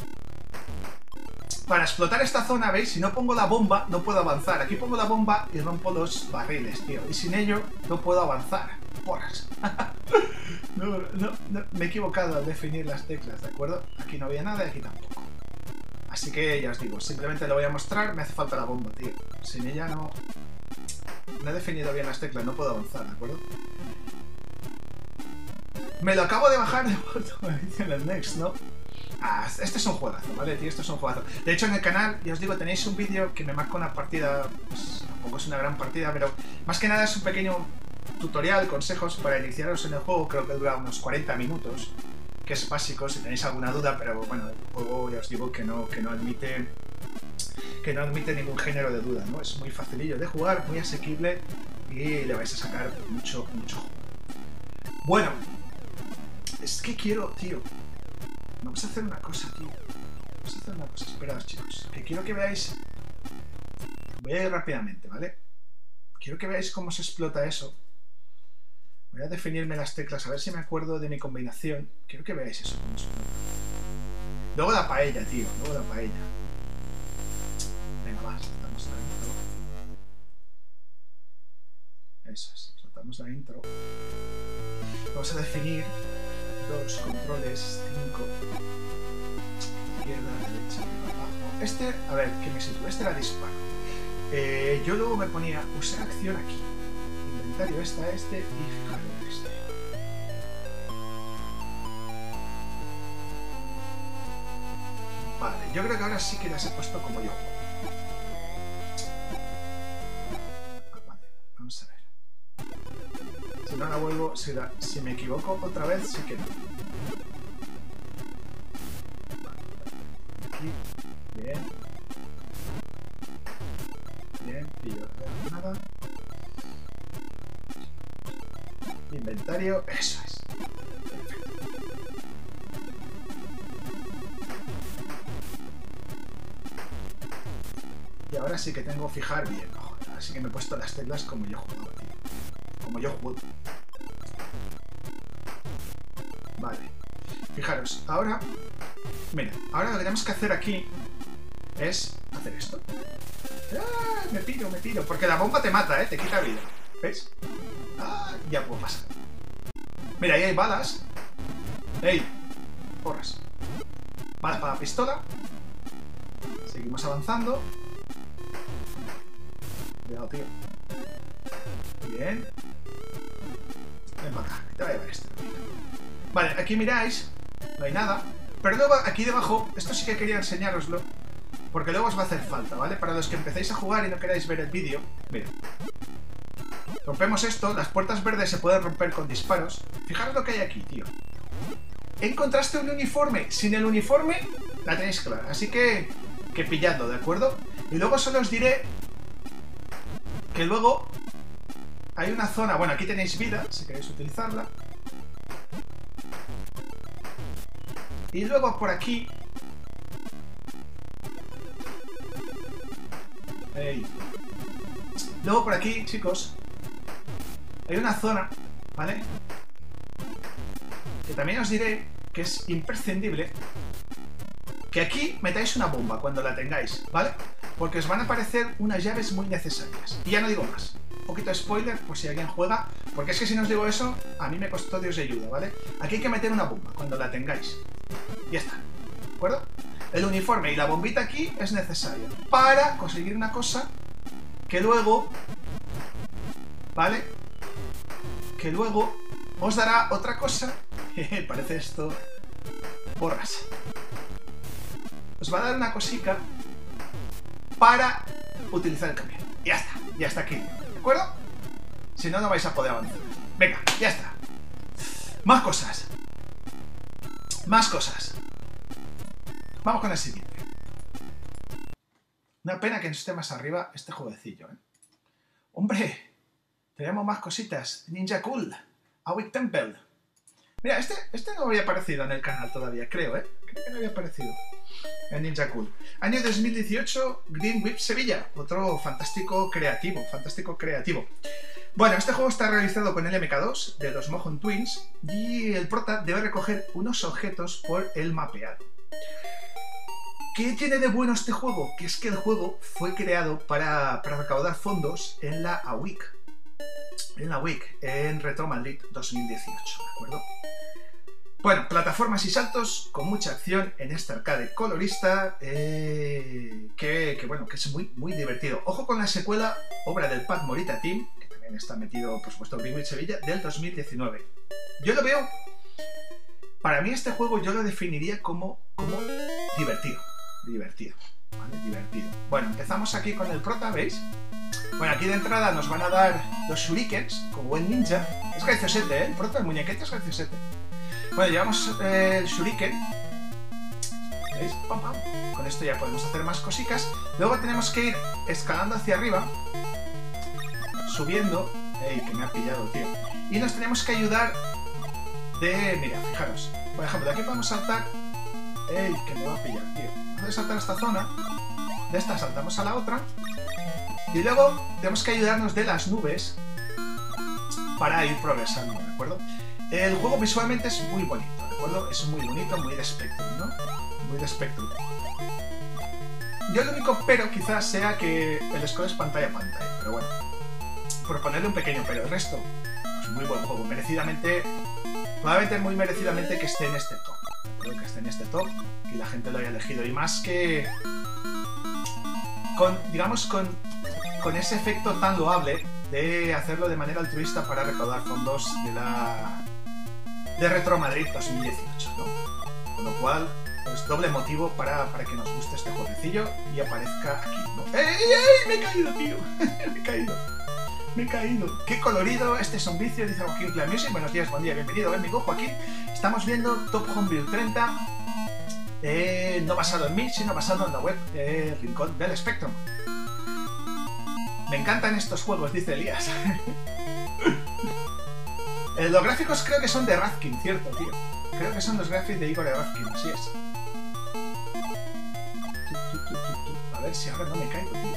para explotar esta zona, ¿veis? Si no pongo la bomba, no puedo avanzar. Aquí pongo la bomba y rompo los barriles, tío. Y sin ello, no puedo avanzar. Porras. no, no, no, me he equivocado al definir las teclas, ¿de acuerdo? Aquí no había nada y aquí tampoco. Así que ya os digo, simplemente lo voy a mostrar. Me hace falta la bomba, tío. Sin ella no... No he definido bien las teclas, no puedo avanzar, ¿de acuerdo? Me lo acabo de bajar de vuelta, me dice en el Next, ¿no? Ah, este es un juegazo, ¿vale, tío? Esto es un juegazo. De hecho, en el canal, ya os digo, tenéis un vídeo que me marca una partida, pues tampoco es una gran partida, pero más que nada es un pequeño tutorial, consejos para iniciaros en el juego. Creo que dura unos cuarenta minutos, que es básico, si tenéis alguna duda, pero bueno, el juego ya os digo que no, que no admite que no admite ningún género de duda, ¿no? Es muy facilillo de jugar, muy asequible y le vais a sacar mucho, mucho juego. Bueno, es que quiero, tío, vamos a hacer una cosa, tío. Vamos a hacer una cosa, esperaos, chicos, que quiero que veáis. Voy a ir rápidamente, ¿vale? Quiero que veáis cómo se explota eso. Voy a definirme las teclas, a ver si me acuerdo de mi combinación. Quiero que veáis eso, cómo se explota. Luego la paella, tío, luego la paella. Venga, va, saltamos la intro. Eso es, saltamos la intro. Vamos a definir dos controles, cinco. Izquierda, derecha, abajo. Este, a ver, ¿qué me sirve? Este era disparo. Eh, yo luego me ponía usar acción aquí. Inventario esta, este y fijaros en este. Vale, yo creo que ahora sí que las he puesto como yo. Vale, vamos a ver. Si no la vuelvo, si, la, si me equivoco otra vez, sí que no. Vale, aquí, bien. Bien, pillo la nada. Inventario, eso es. Perfecto. Y ahora sí que tengo que fijar bien, ¿no? Joder, ahora sí que me he puesto las teclas como yo jugaba, tío. Como yo juego. Vale. Fijaros, ahora... Mira, ahora lo que tenemos que hacer aquí es hacer esto. ¡Ah! Me piro, me piro. Porque la bomba te mata, ¿eh? Te quita vida. ¿Ves? ¡Ah! Ya puedo pasar. Mira, ahí hay balas. ¡Ey! Porras. Balas para la pistola. Seguimos avanzando. Cuidado, tío. Bien. Ven para acá, que te voy a llevar esto. Vale, aquí miráis. No hay nada. Pero luego aquí debajo, esto sí que quería enseñároslo, porque luego os va a hacer falta, ¿vale? Para los que empecéis a jugar y no queráis ver el vídeo, mira. Rompemos esto, las puertas verdes se pueden romper con disparos. Fijaros lo que hay aquí, tío. Encontraste un uniforme. Sin el uniforme, la tenéis clara. Así que, que pilladlo, ¿de acuerdo? Y luego solo os diré que luego hay una zona... Bueno, aquí tenéis vida, si queréis utilizarla. Y luego por aquí... Hey. Luego por aquí, chicos, hay una zona, ¿vale? Que también os diré que es imprescindible que aquí metáis una bomba cuando la tengáis, ¿vale? Porque os van a aparecer unas llaves muy necesarias. Y ya no digo más. Un poquito de spoiler por si alguien juega, porque es que si no os digo eso, a mí me costó Dios de ayuda, ¿vale? Aquí hay que meter una bomba cuando la tengáis. Ya está, ¿de acuerdo? El uniforme y la bombita aquí es necesaria para conseguir una cosa que luego, ¿vale? Que luego os dará otra cosa. Parece esto porras. Os va a dar una cosica para utilizar el camión. Ya está, ya está aquí, ¿de acuerdo? Si no, no vais a poder avanzar. Venga, ya está. Más cosas. Más cosas. Vamos con el siguiente. Una pena que no esté más arriba este jueguecillo, ¿eh? ¡Hombre! Tenemos más cositas. Ninja Cool. Awake Temple. Mira, este, este no había aparecido en el canal todavía, creo, ¿eh? Creo que no había aparecido en Ninja Cool. Año dos mil dieciocho, Green Whip Sevilla. Otro fantástico creativo, fantástico creativo. Bueno, este juego está realizado con el M K dos de los Mohon Twins y el prota debe recoger unos objetos por el mapeado. ¿Qué tiene de bueno este juego? Que es que el juego fue creado para, para recaudar fondos en la A W I C. En la A W I C, en Retro Madrid dos mil dieciocho, ¿de acuerdo? Bueno, plataformas y saltos con mucha acción en este arcade colorista eh, que, que, bueno, que es muy, muy divertido. Ojo con la secuela, obra del Pat Morita Team, que también está metido, por supuesto, en Green Whip Sevilla, del dos mil diecinueve. Yo lo veo... Para mí este juego yo lo definiría como, como divertido. Divertido, ¿vale? Divertido. Bueno, empezamos aquí con el prota, ¿veis? Bueno, aquí de entrada nos van a dar los shurikens, como buen ninja. Es graciosete, ¿eh? El prota, el muñequete es graciosete. Bueno, llevamos eh, el shuriken. ¿Veis? Pam, pam. Con esto ya podemos hacer más cositas. Luego tenemos que ir escalando hacia arriba, subiendo. ¡Ey, que me ha pillado, tío! Y nos tenemos que ayudar de... Mira, fijaros. Por ejemplo, de aquí podemos saltar... ¡Ey, que me va a pillar, tío! Vamos a saltar a esta zona. De esta saltamos a la otra. Y luego tenemos que ayudarnos de las nubes para ir progresando, ¿de acuerdo? El juego visualmente es muy bonito, ¿de acuerdo? Es muy bonito, muy de Spectrum, ¿no? Muy de Spectrum. Yo lo único pero quizás sea que el score es pantalla a pantalla, pero bueno. Por ponerle un pequeño pero, el resto es muy buen juego, merecidamente... Probablemente muy merecidamente que esté en este top. Creo que esté en este top y la gente lo haya elegido. Y más que... Con, digamos, con, con ese efecto tan loable de hacerlo de manera altruista para recaudar fondos de la... de Retro Madrid dos mil dieciocho, ¿no? Con lo cual, pues doble motivo para, para que nos guste este jueguecillo y aparezca aquí, ¿no? ¡Ey, ey! Me he caído, tío. me he caído. Me he caído. Qué colorido. Este es un vicio, dice Joaquín Clamusic. Buenos días, buen día, bienvenido, amigo Joaquín. Estamos viendo Top Homebrew treinta. Eh, no basado en mí, sino basado en la web eh, Rincón del Spectrum. Me encantan estos juegos, dice Elías. eh, los gráficos creo que son de Razkin, cierto, tío. Creo que son los gráficos de Igor Razkin, así es. A ver si ahora no me caigo, tío.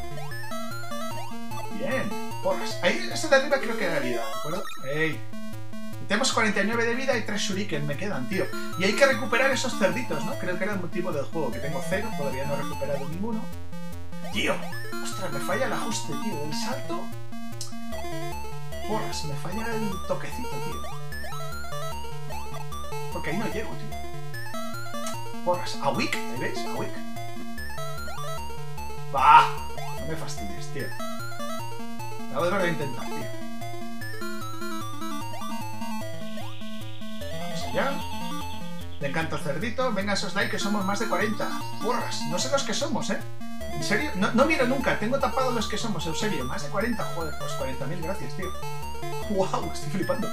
Bien, porras. Ahí, esta de arriba creo que era vida, ¿de acuerdo? ¡Ey! Tenemos cuarenta y nueve de vida y tres shuriken me quedan, tío. Y hay que recuperar esos cerditos, ¿no? Creo que era el motivo del juego, que tengo cero, todavía no he recuperado ninguno. Tío, ostras, me falla el ajuste, tío. Del salto... Porras, me falla el toquecito, tío. Porque ahí no llego, tío. Porras. ¿A Wick? ¿Ahí veis? ¿A Wick? ¡Bah! No me fastidies, tío. Me voy a volver a intentar, tío. ¿Ya? Le encanta el cerdito. Venga, esos likes, que somos más de cuarenta. Porras, no sé los que somos, ¿eh? ¿En serio? No, no miro nunca. Tengo tapado los que somos, Eusebio. Más de cuarenta. Joder, pues cuarenta mil gracias, tío. ¡Wow! Estoy flipando.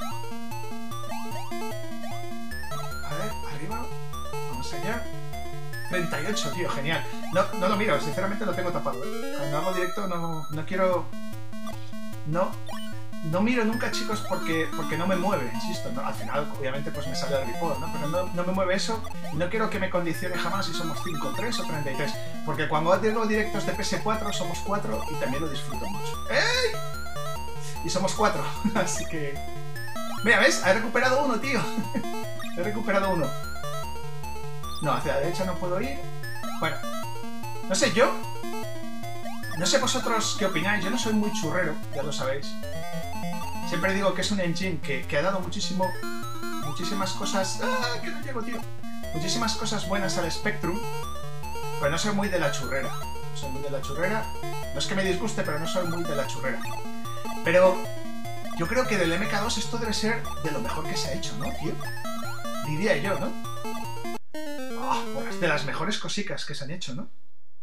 A ver, arriba. Vamos allá. treinta y ocho, tío. Genial. No, no lo miro. Sinceramente lo tengo tapado, ¿eh? Cuando hago directo no, no quiero... No... No miro nunca, chicos, porque, porque no me mueve, insisto, ¿no? Al final, obviamente, pues me sale el report, ¿no? Pero no, no me mueve eso y no quiero que me condicione jamás si somos cinco, tres o treinta y tres. Porque cuando hago directos de P S cuatro somos cuatro y también lo disfruto mucho. ¡Ey! Y somos cuatro, así que... Mira, ¿ves? He recuperado uno, tío. He recuperado uno. No, hacia la derecha no puedo ir. Bueno, no sé, yo... No sé vosotros qué opináis, yo no soy muy churrero, ya lo sabéis. Siempre digo que es un engine que, que ha dado muchísimo, muchísimas cosas... ¡Ah, que no llego, tío! Muchísimas cosas buenas al Spectrum, pero no soy muy de la churrera. No soy muy de la churrera. No es que me disguste, pero no soy muy de la churrera. Pero yo creo que del M K dos esto debe ser de lo mejor que se ha hecho, ¿no, tío? Diría yo, ¿no? Oh, pues de las mejores cositas que se han hecho, ¿no?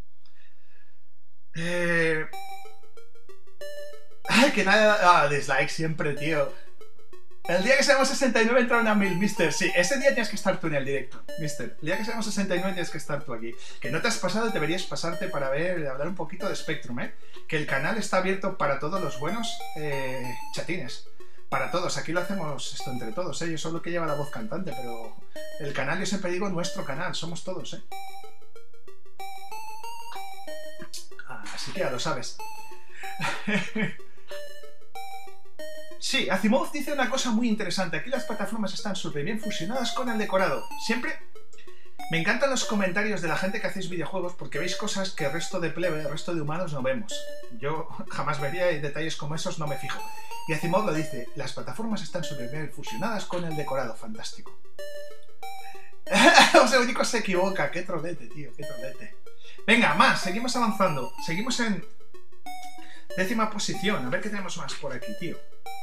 Eh... Ay, que nada... Ah, dislike siempre, tío. El día que seamos sesenta y nueve entraron a mil, mister. Sí, ese día tienes que estar tú en el directo, mister. El día que seamos sesenta y nueve tienes que estar tú aquí. Que no te has pasado, deberías pasarte para ver, hablar un poquito de Spectrum, ¿eh? Que el canal está abierto para todos los buenos eh, chatines. Para todos. Aquí lo hacemos esto entre todos, ¿eh? Yo soy lo que lleva la voz cantante, pero... El canal, yo siempre digo nuestro canal. Somos todos, ¿eh? Ah, así que ya lo sabes. Sí, Asimov dice una cosa muy interesante. Aquí las plataformas están súper bien fusionadas con el decorado. Siempre me encantan los comentarios de la gente que hacéis videojuegos porque veis cosas que el resto de plebe, el resto de humanos no vemos. Yo jamás vería y detalles como esos no me fijo. Y Asimov lo dice, las plataformas están súper bien fusionadas con el decorado. Fantástico. José Único se equivoca. Qué trolete, tío, qué trolete. Venga, más, seguimos avanzando. Seguimos en décima posición. A ver qué tenemos más por aquí, tío.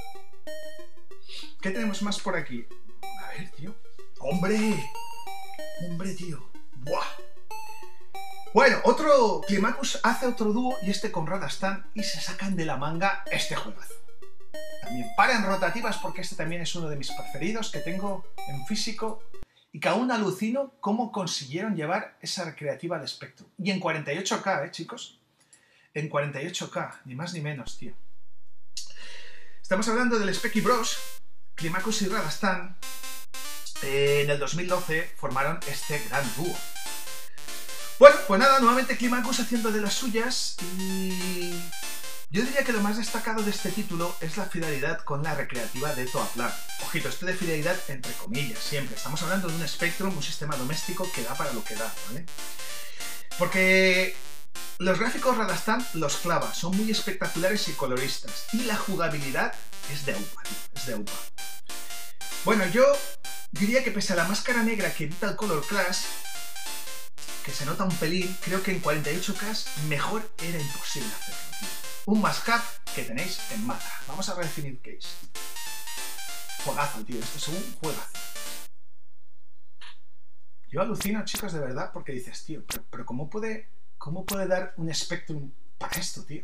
¿Qué tenemos más por aquí? A ver, tío. ¡Hombre! ¡Hombre, tío! ¡Buah! Bueno, otro... Climacus hace otro dúo y este con Radastan y se sacan de la manga este juegazo. También para en rotativas porque este también es uno de mis preferidos que tengo en físico y que aún alucino cómo consiguieron llevar esa recreativa al Spectrum. Y en cuarenta y ocho K, ¿eh, chicos? En cuarenta y ocho K, ni más ni menos, tío. Estamos hablando del Specky Bros. Climacus y Radastan eh, en el dos mil doce formaron este gran dúo. Bueno, pues nada, nuevamente Climacus haciendo de las suyas y yo diría que lo más destacado de este título es la fidelidad con la recreativa de Toaplan. Ojito, esto de fidelidad entre comillas, siempre. Estamos hablando de un Spectrum, un sistema doméstico que da para lo que da, ¿vale? Porque los gráficos Radastan los clava, son muy espectaculares y coloristas y la jugabilidad es de aupa, es de aupa. Bueno, yo diría que pese a la máscara negra que evita el Color Clash, que se nota un pelín, creo que en cuarenta y ocho K mejor era imposible hacerlo, tío. Un must-have que tenéis en Matra. Vamos a redefinir case. Juegazo, tío, esto es un juegazo. Yo alucino, chicos, de verdad, porque dices, tío, pero, pero ¿cómo puede, cómo puede dar un Spectrum para esto, tío?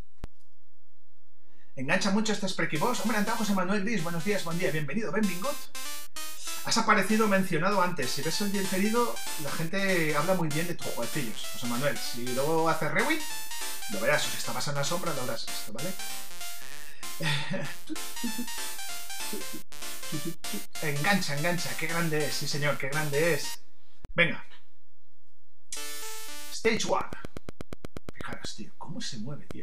Engancha mucho este Spreaky-Boss. Hombre, entrado José Manuel Gris. Buenos días, buen día, bienvenido, benvingut. Has aparecido mencionado antes. Si ves el diferido, la gente habla muy bien de tus jueguecillos, José Manuel. Si luego haces rewind, lo verás. O si estabas en la sombra, lo habrás visto, ¿vale? Engancha, engancha. Qué grande es, sí señor, qué grande es. Venga. Stage one. Fijaros, tío, cómo se mueve, tío.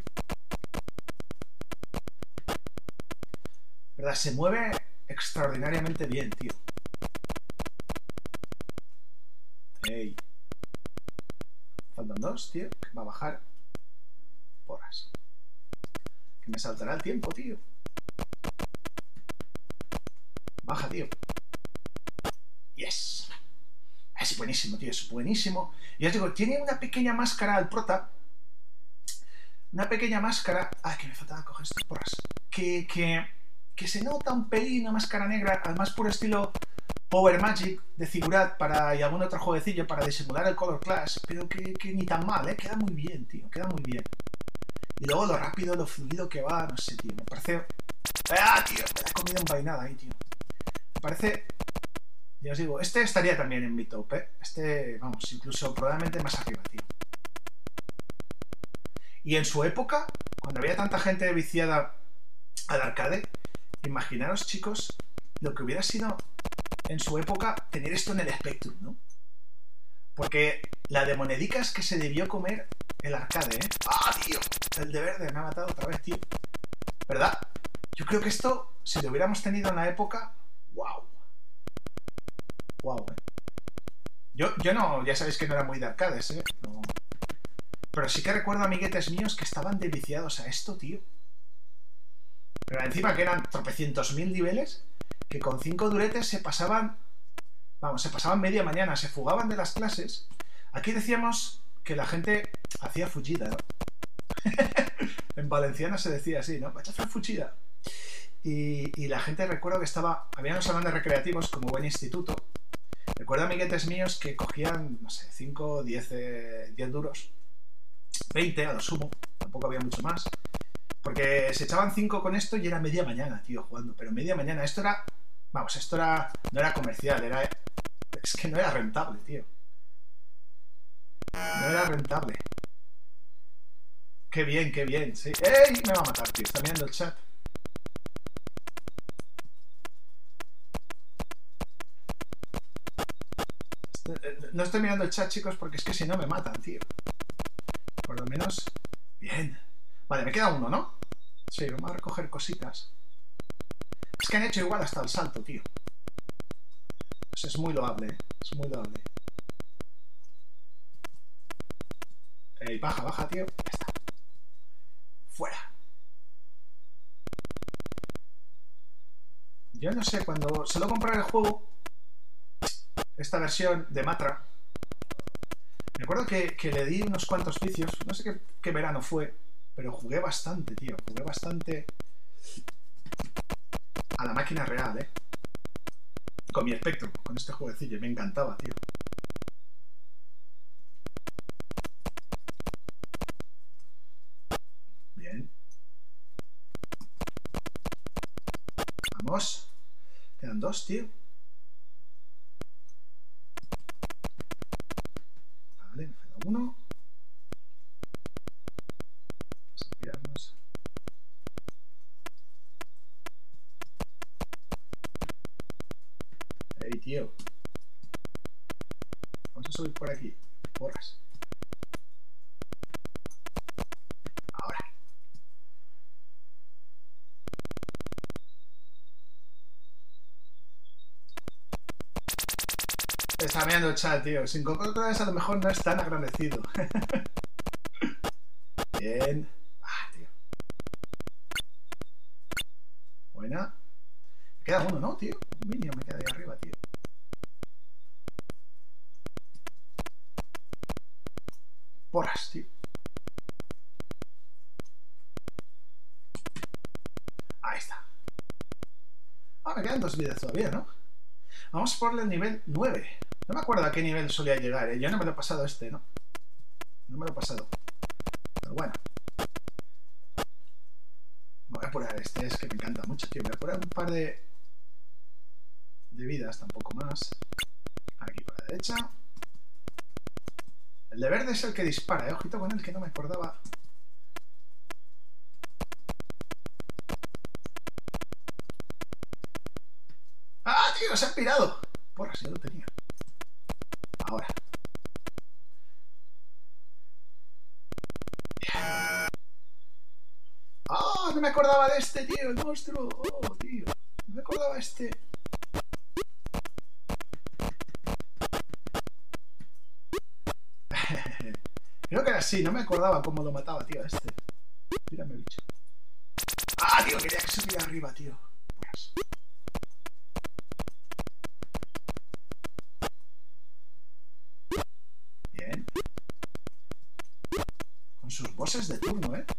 ¿Verdad? Se mueve extraordinariamente bien, tío. Ey. Faltan dos, tío. Que va a bajar. Porras. Que me saltará el tiempo, tío. Baja, tío. Yes. Es buenísimo, tío. Es buenísimo. Y os digo, tiene una pequeña máscara al prota. Una pequeña máscara. Ah, que me faltaba coger estas porras. Que, que, que se nota un pelín, una máscara negra, al más puro estilo Power Magic de Figurat para, y algún otro jueguecillo para disimular el Color Clash, pero que, que ni tan mal, ¿eh? Queda muy bien, tío. Queda muy bien. Y luego lo rápido, lo fluido que va, no sé, tío. Me parece... ¡Ah, tío! Me la he comido envainada ahí, tío. Me parece... Ya os digo, este estaría también en mi top, ¿eh? Este, vamos, incluso probablemente más arriba, tío. Y en su época, cuando había tanta gente viciada al arcade, imaginaros, chicos, lo que hubiera sido en su época tener esto en el Spectrum, ¿no? Porque la de monedicas que se debió comer el arcade, ¿eh? ¡Ah, tío! El de verde me ha matado otra vez, tío. ¿Verdad? Yo creo que esto, si lo hubiéramos tenido en la época... ¡Wow! ¡Wow, eh! Yo, yo no... Ya sabéis que no era muy de arcades, ¿eh? No. Pero sí que recuerdo amiguetes míos que estaban de viciados a esto, tío. Pero encima que eran tropecientos mil niveles, que con cinco duretes se pasaban... Vamos, se pasaban media mañana, se fugaban de las clases. Aquí decíamos que la gente hacía fugida, ¿no? En valenciano se decía así, ¿no? Vaya a hacer fugida. Y, y la gente, recuerdo que estaba... Habíamos salón de recreativos como buen instituto. Recuerdo amiguetes míos que cogían, no sé, cinco, diez, diez duros. veinte a lo sumo. Tampoco había mucho más. Porque se echaban cinco con esto y era media mañana, tío, jugando. Pero media mañana. Esto era... Vamos, esto era... No era comercial, era... Es que no era rentable, tío. No era rentable. Qué bien, qué bien, sí. ¡Ey! Me va a matar, tío. Está mirando el chat. No estoy mirando el chat, chicos, porque es que si no me matan, tío. Por lo menos... Bien. Vale, me queda uno, ¿no? Sí, vamos a recoger cositas. Es que han hecho igual hasta el salto, tío. Pues es muy loable, ¿eh? Es muy loable. Ey, baja, baja, tío. Ya está. Fuera. Yo no sé, cuando suelo comprar el juego, esta versión de Matra, me acuerdo que, que le di unos cuantos vicios. No sé qué, qué verano fue, pero jugué bastante, tío. Jugué bastante a la máquina real, ¿eh? Con mi Spectrum, con este jueguecillo. Me encantaba, tío. Bien. Vamos. Quedan dos, tío. Vale, me queda uno. Vamos a tirarnos. Ey, tío. Vamos a subir por aquí. Porras. Ahora. Está mirando el chat, tío. Sin cocotas a lo mejor no es tan agradecido. Bien. Ah, tío. Buena. Me queda uno, ¿no, tío? Un minion me queda ahí arriba, tío. Porras, tío. Ahí está. Ah, me quedan dos vidas todavía, ¿no? Vamos por el nivel nueve. No me acuerdo a qué nivel solía llegar, ¿eh? Yo no me lo he pasado este, ¿no? No me lo he pasado. Pero bueno. Voy a apurar este, es que me encanta mucho, tío. Voy a apurar un par de... de vidas, tampoco más. Aquí por la derecha. El de verde es el que dispara, ¿eh? Ojito con él, que no me acordaba. ¡Ah, tío! Se ha pirado. Porra, si no lo tenía. Ahora. ¡Ah! No me acordaba de este, tío, el monstruo. ¡Oh, tío! No me acordaba de este. Creo que era así, no me acordaba cómo lo mataba, tío, este. Mírame, bicho. ¡Ah, tío! Quería que subiera arriba, tío. Pues. Bien. Con sus bosses de turno, ¿eh?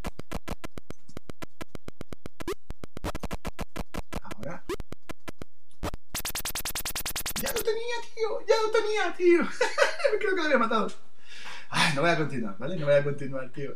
Ahora. ¡Ya lo tenía, tío! ¡Ya lo tenía, tío! Creo que lo había matado. Ay, no voy a continuar, ¿vale? No voy a continuar, tío.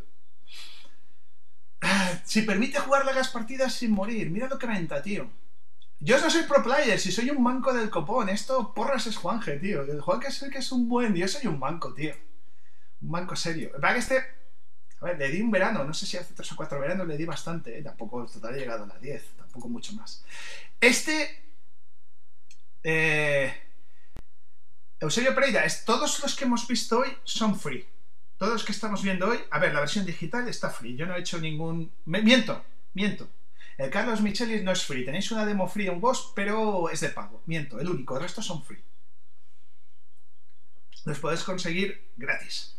Si permite jugar largas partidas sin morir. Mira lo que renta, tío. Yo no soy pro player, si soy un manco del copón. Esto, porras, es Juanje, tío. El Juanje es el que es un buen. Yo soy un manco, tío. Un manco serio. Para que este... A ver, le di un verano. No sé si hace tres o cuatro veranos le di bastante. ¿eh? Tampoco total he llegado a las diez. Tampoco mucho más. Este... Eh... Eusebio Pereira, es, todos los que hemos visto hoy son free. Todos los que estamos viendo hoy, a ver, la versión digital está free. Yo no he hecho ningún... Me, miento, miento. El Carlos Michelis no es free. Tenéis una demo free, un boss, pero es de pago. Miento, el único. El resto son free. Los podéis conseguir gratis.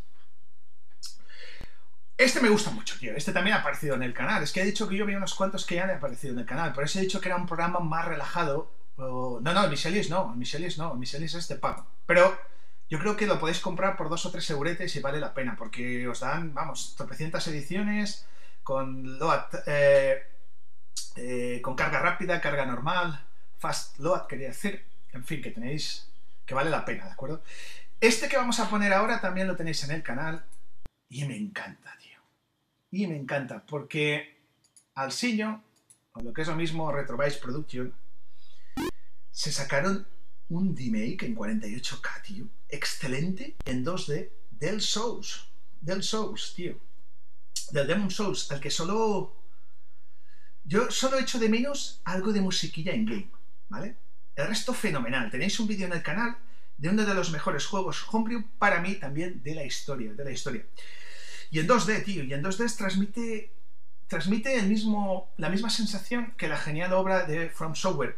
Este me gusta mucho, tío. Este también ha aparecido en el canal. Es que he dicho que yo vi unos cuantos que ya han aparecido en el canal. Por eso he dicho que era un programa más relajado. O... No, no, el Michelis no. El Michelis no. El Michelis es de pago. Pero... yo creo que lo podéis comprar por dos o tres euretes y vale la pena, porque os dan, vamos, tropecientas ediciones con load, eh, eh, con carga rápida, carga normal, fast load, quería decir, en fin, que tenéis, que vale la pena, ¿de acuerdo? Este que vamos a poner ahora también lo tenéis en el canal y me encanta, tío. Y me encanta, porque Alsillo, o lo que es lo mismo, Retrovice Production, se sacaron un remake en cuarenta y ocho K, tío. Excelente en dos D del Souls. Del Souls, tío. Del Demon Souls, al que solo... Yo solo echo de menos algo de musiquilla en game, ¿vale? El resto fenomenal. Tenéis un vídeo en el canal de uno de los mejores juegos homebrew para mí también de la historia, de la historia. Y en dos D, tío. Y en dos D transmite... transmite el mismo, la misma sensación que la genial obra de From Software.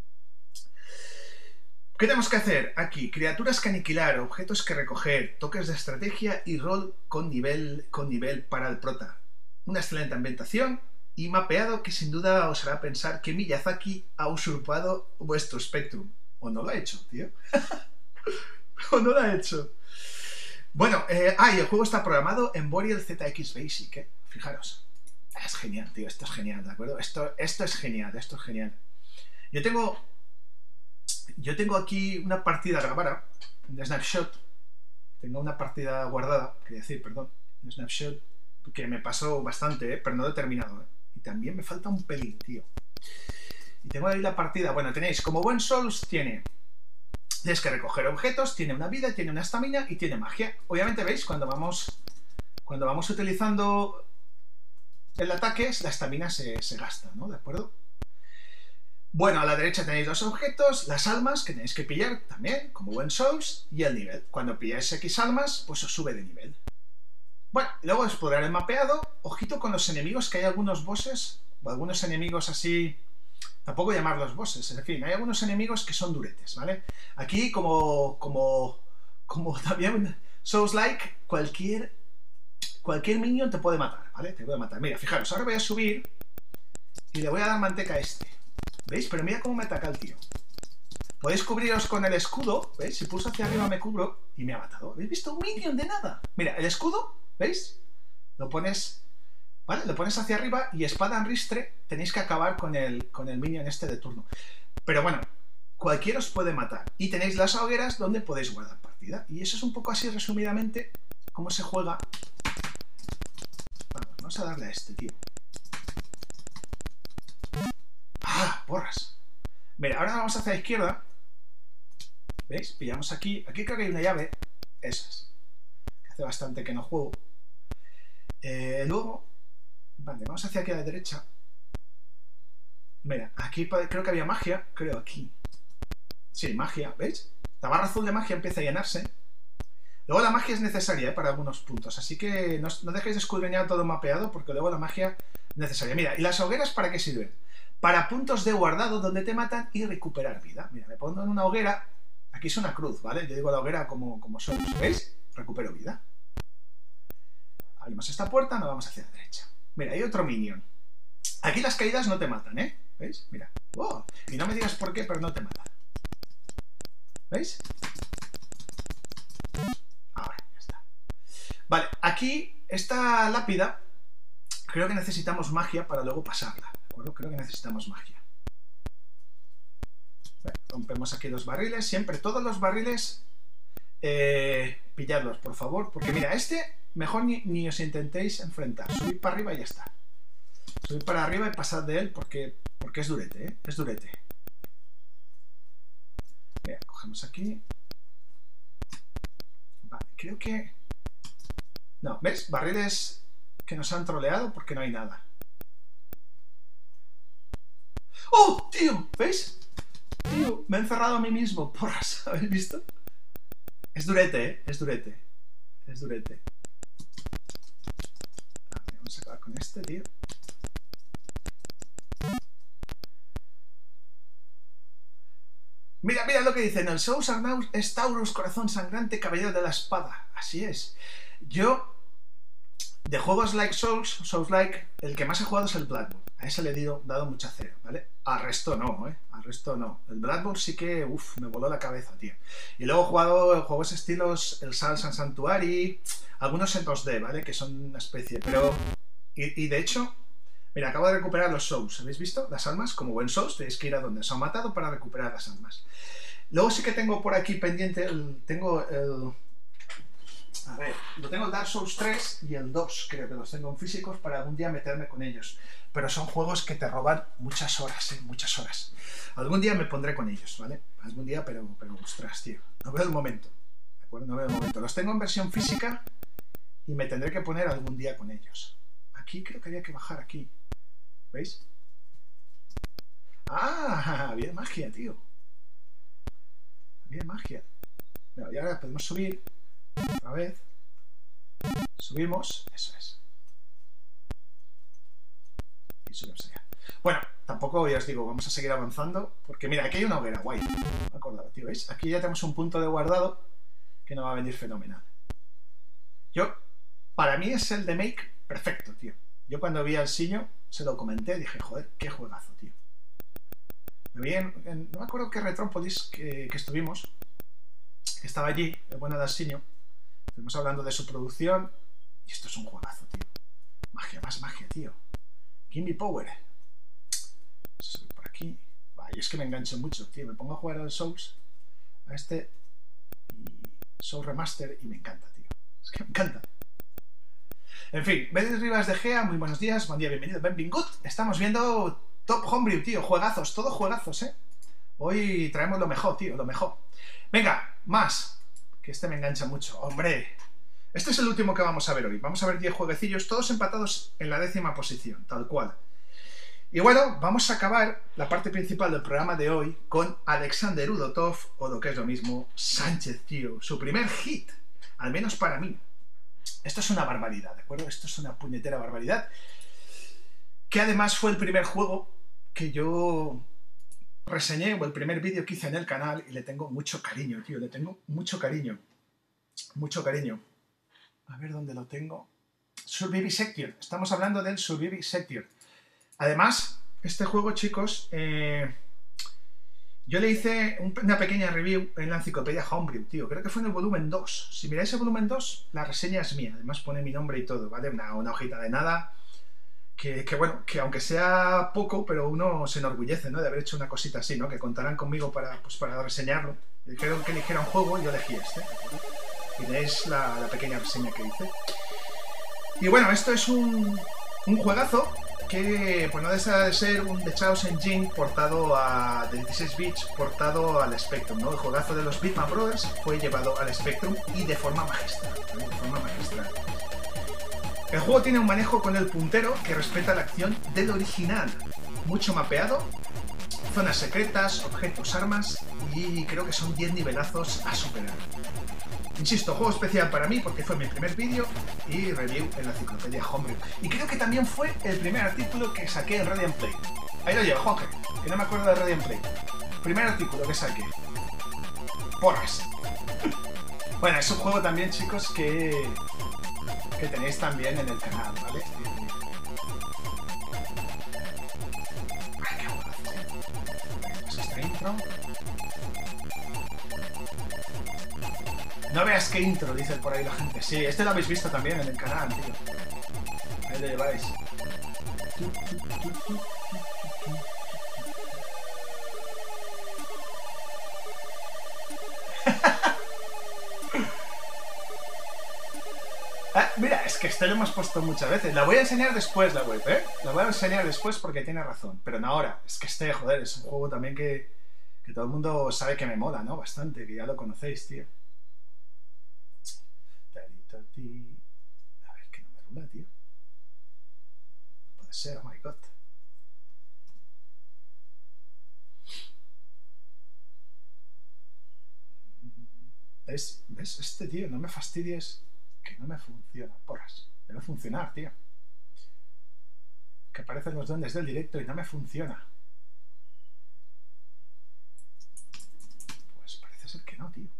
¿Qué tenemos que hacer? Aquí, criaturas que aniquilar, objetos que recoger, toques de estrategia y rol con nivel, con nivel para el prota. Una excelente ambientación y mapeado que sin duda os hará pensar que Miyazaki ha usurpado vuestro Spectrum. ¿O no lo ha hecho, tío? ¿O no lo ha hecho? Bueno, eh, ah, y el juego está programado en Boreal Z X Basic, ¿eh? Fijaros. Es genial, tío, esto es genial, ¿de acuerdo? Esto, esto es genial, esto es genial. Yo tengo... Yo tengo aquí una partida grabada de Snapshot. Tengo una partida guardada, quería decir, perdón, de Snapshot, que me pasó bastante, ¿eh? Pero no lo he terminado, ¿eh? Y también me falta un pelín, tío. Y tengo ahí la partida. Bueno, tenéis, como buen Souls, tiene... Tienes que recoger objetos, tiene una vida, tiene una estamina y tiene magia. Obviamente, ¿veis? Cuando vamos, cuando vamos utilizando el ataque, la estamina se, se gasta, ¿no? ¿De acuerdo? Bueno, a la derecha tenéis los objetos, las almas que tenéis que pillar también, como buen Souls, y el nivel. Cuando pilláis X almas, pues os sube de nivel. Bueno, luego explorar el mapeado. Ojito con los enemigos, que hay algunos bosses, o algunos enemigos así... Tampoco llamarlos bosses, en fin, hay algunos enemigos que son duretes, ¿vale? Aquí, como... como... como también Souls-like, cualquier... cualquier minion te puede matar, ¿vale? Te puede matar. Mira, fijaros, ahora voy a subir y le voy a dar manteca a este. ¿Veis? Pero mira cómo me ataca el tío. Podéis cubriros con el escudo, ¿veis? Si pulso hacia arriba me cubro y me ha matado. ¿Habéis visto? Un minion de nada. Mira, el escudo, ¿veis? Lo pones, ¿vale? Lo pones hacia arriba y espada en ristre tenéis que acabar con el, con el minion este de turno. Pero bueno, cualquiera os puede matar. Y tenéis las hogueras donde podéis guardar partida. Y eso es un poco así, resumidamente, cómo se juega. Vamos, vamos a darle a este, tío. ¡Ah! ¡Porras! Mira, ahora vamos hacia la izquierda. ¿Veis? Pillamos aquí. Aquí creo que hay una llave. Esas. Que hace bastante que no juego. Eh, luego... Vale, vamos hacia aquí a la derecha. Mira, aquí creo que había magia. Creo aquí. Sí, magia, ¿veis? La barra azul de magia empieza a llenarse. Luego la magia es necesaria, ¿eh? Para algunos puntos. Así que no, no dejéis de escudriñar todo mapeado, porque luego la magia es necesaria. Mira, ¿y las hogueras para qué sirven? Para puntos de guardado donde te matan y recuperar vida. Mira, me pongo en una hoguera. Aquí es una cruz, ¿vale? Yo digo la hoguera como, como son. ¿Veis? Recupero vida. Abrimos esta puerta, nos vamos hacia la derecha. Mira, hay otro minion. Aquí las caídas no te matan, ¿eh? ¿Veis? Mira. ¡Wow! Y no me digas por qué, pero no te matan. ¿Veis? Ahora, ya está. Vale, aquí, esta lápida, creo que necesitamos magia para luego pasarla. ¿De acuerdo? Creo que necesitamos magia. Vale, rompemos aquí los barriles. Siempre, todos los barriles, eh, pilladlos, por favor. Porque mira, este, mejor ni, ni os intentéis enfrentar. Subid para arriba y ya está. Subid para arriba y pasad de él porque, porque es durete, ¿eh? Es durete. Mira, cogemos aquí. Vale, creo que... No, ¿ves? Barriles que nos han troleado porque no hay nada. ¡Oh, tío! ¿Veis? Tío, me he encerrado a mí mismo. Porras, ¿habéis visto? Es durete, ¿eh? Es durete. Es durete. Vale, vamos a acabar con este, tío. Mira, mira lo que dicen. El Sous Arnaus es Taurus, corazón sangrante, caballero de la espada. Así es. Yo, de juegos like Souls, Souls like, el que más he jugado es el Bloodborne. A ese le he dado, dado mucha cera, ¿vale? Al resto no, ¿eh? Al resto no. El Bloodborne sí que, uff, me voló la cabeza, tío. Y luego he jugado juegos estilos el Salt and Sanctuary, algunos en dos D, ¿vale? Que son una especie, pero... Y, y de hecho... Mira, acabo de recuperar los Souls, ¿habéis visto? Las almas, como buen Souls, tenéis que ir a donde os han matado para recuperar las almas. Luego sí que tengo por aquí pendiente, el, tengo el... A ver, lo tengo el Dark Souls tres y el dos, creo que los tengo en físicos para algún día meterme con ellos. Pero son juegos que te roban muchas horas, ¿eh? Muchas horas. Algún día me pondré con ellos, ¿vale? Algún día, pero, pero ostras, tío. No veo el momento, ¿de acuerdo? No veo el momento. Los tengo en versión física y me tendré que poner algún día con ellos. Aquí creo que había que bajar aquí. ¿Veis? ¡Ah! Había magia, tío. Había magia. Bueno, y ahora podemos subir otra vez. Subimos. Eso es. Y subimos allá. Bueno, tampoco ya os digo, vamos a seguir avanzando. Porque mira, aquí hay una hoguera, guay. No me acordaba, tío. ¿Veis? Aquí ya tenemos un punto de guardado que nos va a venir fenomenal. Yo, para mí es el de Make perfecto, tío. Yo cuando vi al Siño, se lo comenté, dije, joder, qué juegazo, tío. Me vi en, en, no me acuerdo qué Retrópolis que, que estuvimos, que estaba allí, el bueno de Siño. Estuvimos hablando de su producción, y esto es un juegazo, tío. Magia, más magia, tío. Give me power. Vamos a subir por aquí. Bah, y es que me engancho mucho, tío. Me pongo a jugar al Souls, a este, y Soul Remaster, y me encanta, tío. Es que me encanta. En fin, Betis Rivas de Gea, muy buenos días, buen día, bienvenido, benvingut. Estamos viendo Top Homebrew, tío, juegazos, todos juegazos, ¿eh? Hoy traemos lo mejor, tío, lo mejor. Venga, más, que este me engancha mucho, hombre. Este es el último que vamos a ver hoy. Vamos a ver diez jueguecillos, todos empatados en la décima posición, tal cual. Y bueno, vamos a acabar la parte principal del programa de hoy con Alexander Udotov, o lo que es lo mismo, Sánchez, tío. Su primer hit, al menos para mí. Esto es una barbaridad, ¿de acuerdo? Esto es una puñetera barbaridad. Que además fue el primer juego que yo reseñé, o el primer vídeo que hice en el canal, y le tengo mucho cariño, tío. Le tengo mucho cariño. Mucho cariño. A ver dónde lo tengo. Survivisector. Estamos hablando del Survivisector. Además, este juego, chicos, eh, yo le hice una pequeña review en la enciclopedia Homebrew, tío. Creo que fue en el volumen dos. Si miráis el volumen dos, la reseña es mía. Además pone mi nombre y todo, ¿vale? Una, una hojita de nada. que, que, bueno, que aunque sea poco, pero uno se enorgullece, ¿no? De haber hecho una cosita así, ¿no? Que contarán conmigo para, pues, para reseñarlo. Me dijeron que eligiera un juego y yo elegí este. Y tenéis la, la pequeña reseña que hice. Y bueno, esto es un, un juegazo que pues no deja de ser un The Chaos Engine portado a de dieciséis bits, portado al Spectrum, ¿no? El juegazo de los Bitman Brothers fue llevado al Spectrum y de forma magistral, ¿no? De forma magistral. El juego tiene un manejo con el puntero que respeta la acción del original. Mucho mapeado, zonas secretas, objetos, armas y creo que son diez nivelazos a superar. Insisto, juego especial para mí porque fue mi primer vídeo y review en la enciclopedia Homebrew. Y creo que también fue el primer artículo que saqué en Radiant Play. Ahí lo llevo, Juanje, que no me acuerdo de Radiant Play. Primer artículo que saqué. Porras. Bueno, es un juego también, chicos, que, que tenéis también en el canal, ¿vale? Ay, qué juegazo. Pues esta intro. No veas qué intro, dice por ahí la gente. Sí, este lo habéis visto también en el canal, tío. Ahí lo lleváis. Ah, mira, es que este lo hemos puesto muchas veces. La voy a enseñar después, la web, ¿eh? La voy a enseñar después porque tiene razón. Pero no ahora. Es que este, joder, es un juego también que, que todo el mundo sabe que me mola, ¿no? Bastante, que ya lo conocéis, tío. A ver, que no me rula, tío. No puede ser, oh my god. ¿Ves? ¿Ves? Este tío, no me fastidies. Que no me funciona. Porras. Debe funcionar, tío. Que aparecen los duendes del directo y no me funciona. Pues parece ser que no, tío.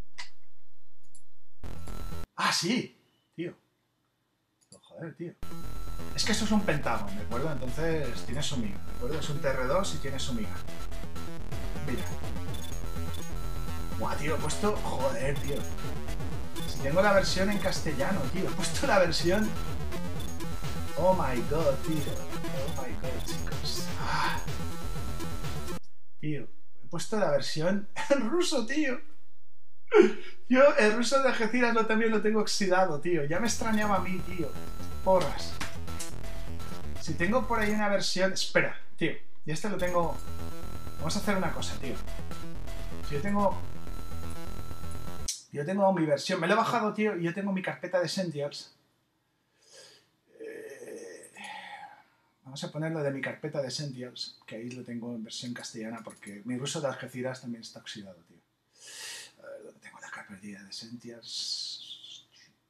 ¡Ah, sí! Tío. Joder, tío. Es que esto es un pentágono, ¿de acuerdo? Entonces tiene su miga, ¿de acuerdo? Es un T R dos y tiene su miga. Mira. Buah, tío, he puesto... Joder, tío. Si tengo la versión en castellano, tío. He puesto la versión... Oh my god, tío. Oh my god, chicos. Ah. Tío, he puesto la versión en ruso, tío. Yo el ruso de Algeciras lo, también lo tengo oxidado, tío. Ya me extrañaba a mí, tío. Porras. Si tengo por ahí una versión... Espera, tío. Y este lo tengo... Vamos a hacer una cosa, tío. Si yo tengo... Yo tengo mi versión... Me lo he bajado, tío, y yo tengo mi carpeta de Essentials. Eh... Vamos a ponerlo de mi carpeta de Essentials, que ahí lo tengo en versión castellana, porque mi ruso de Algeciras también está oxidado, tío. A ver, ¿dónde tengo la carpetilla de Essentials?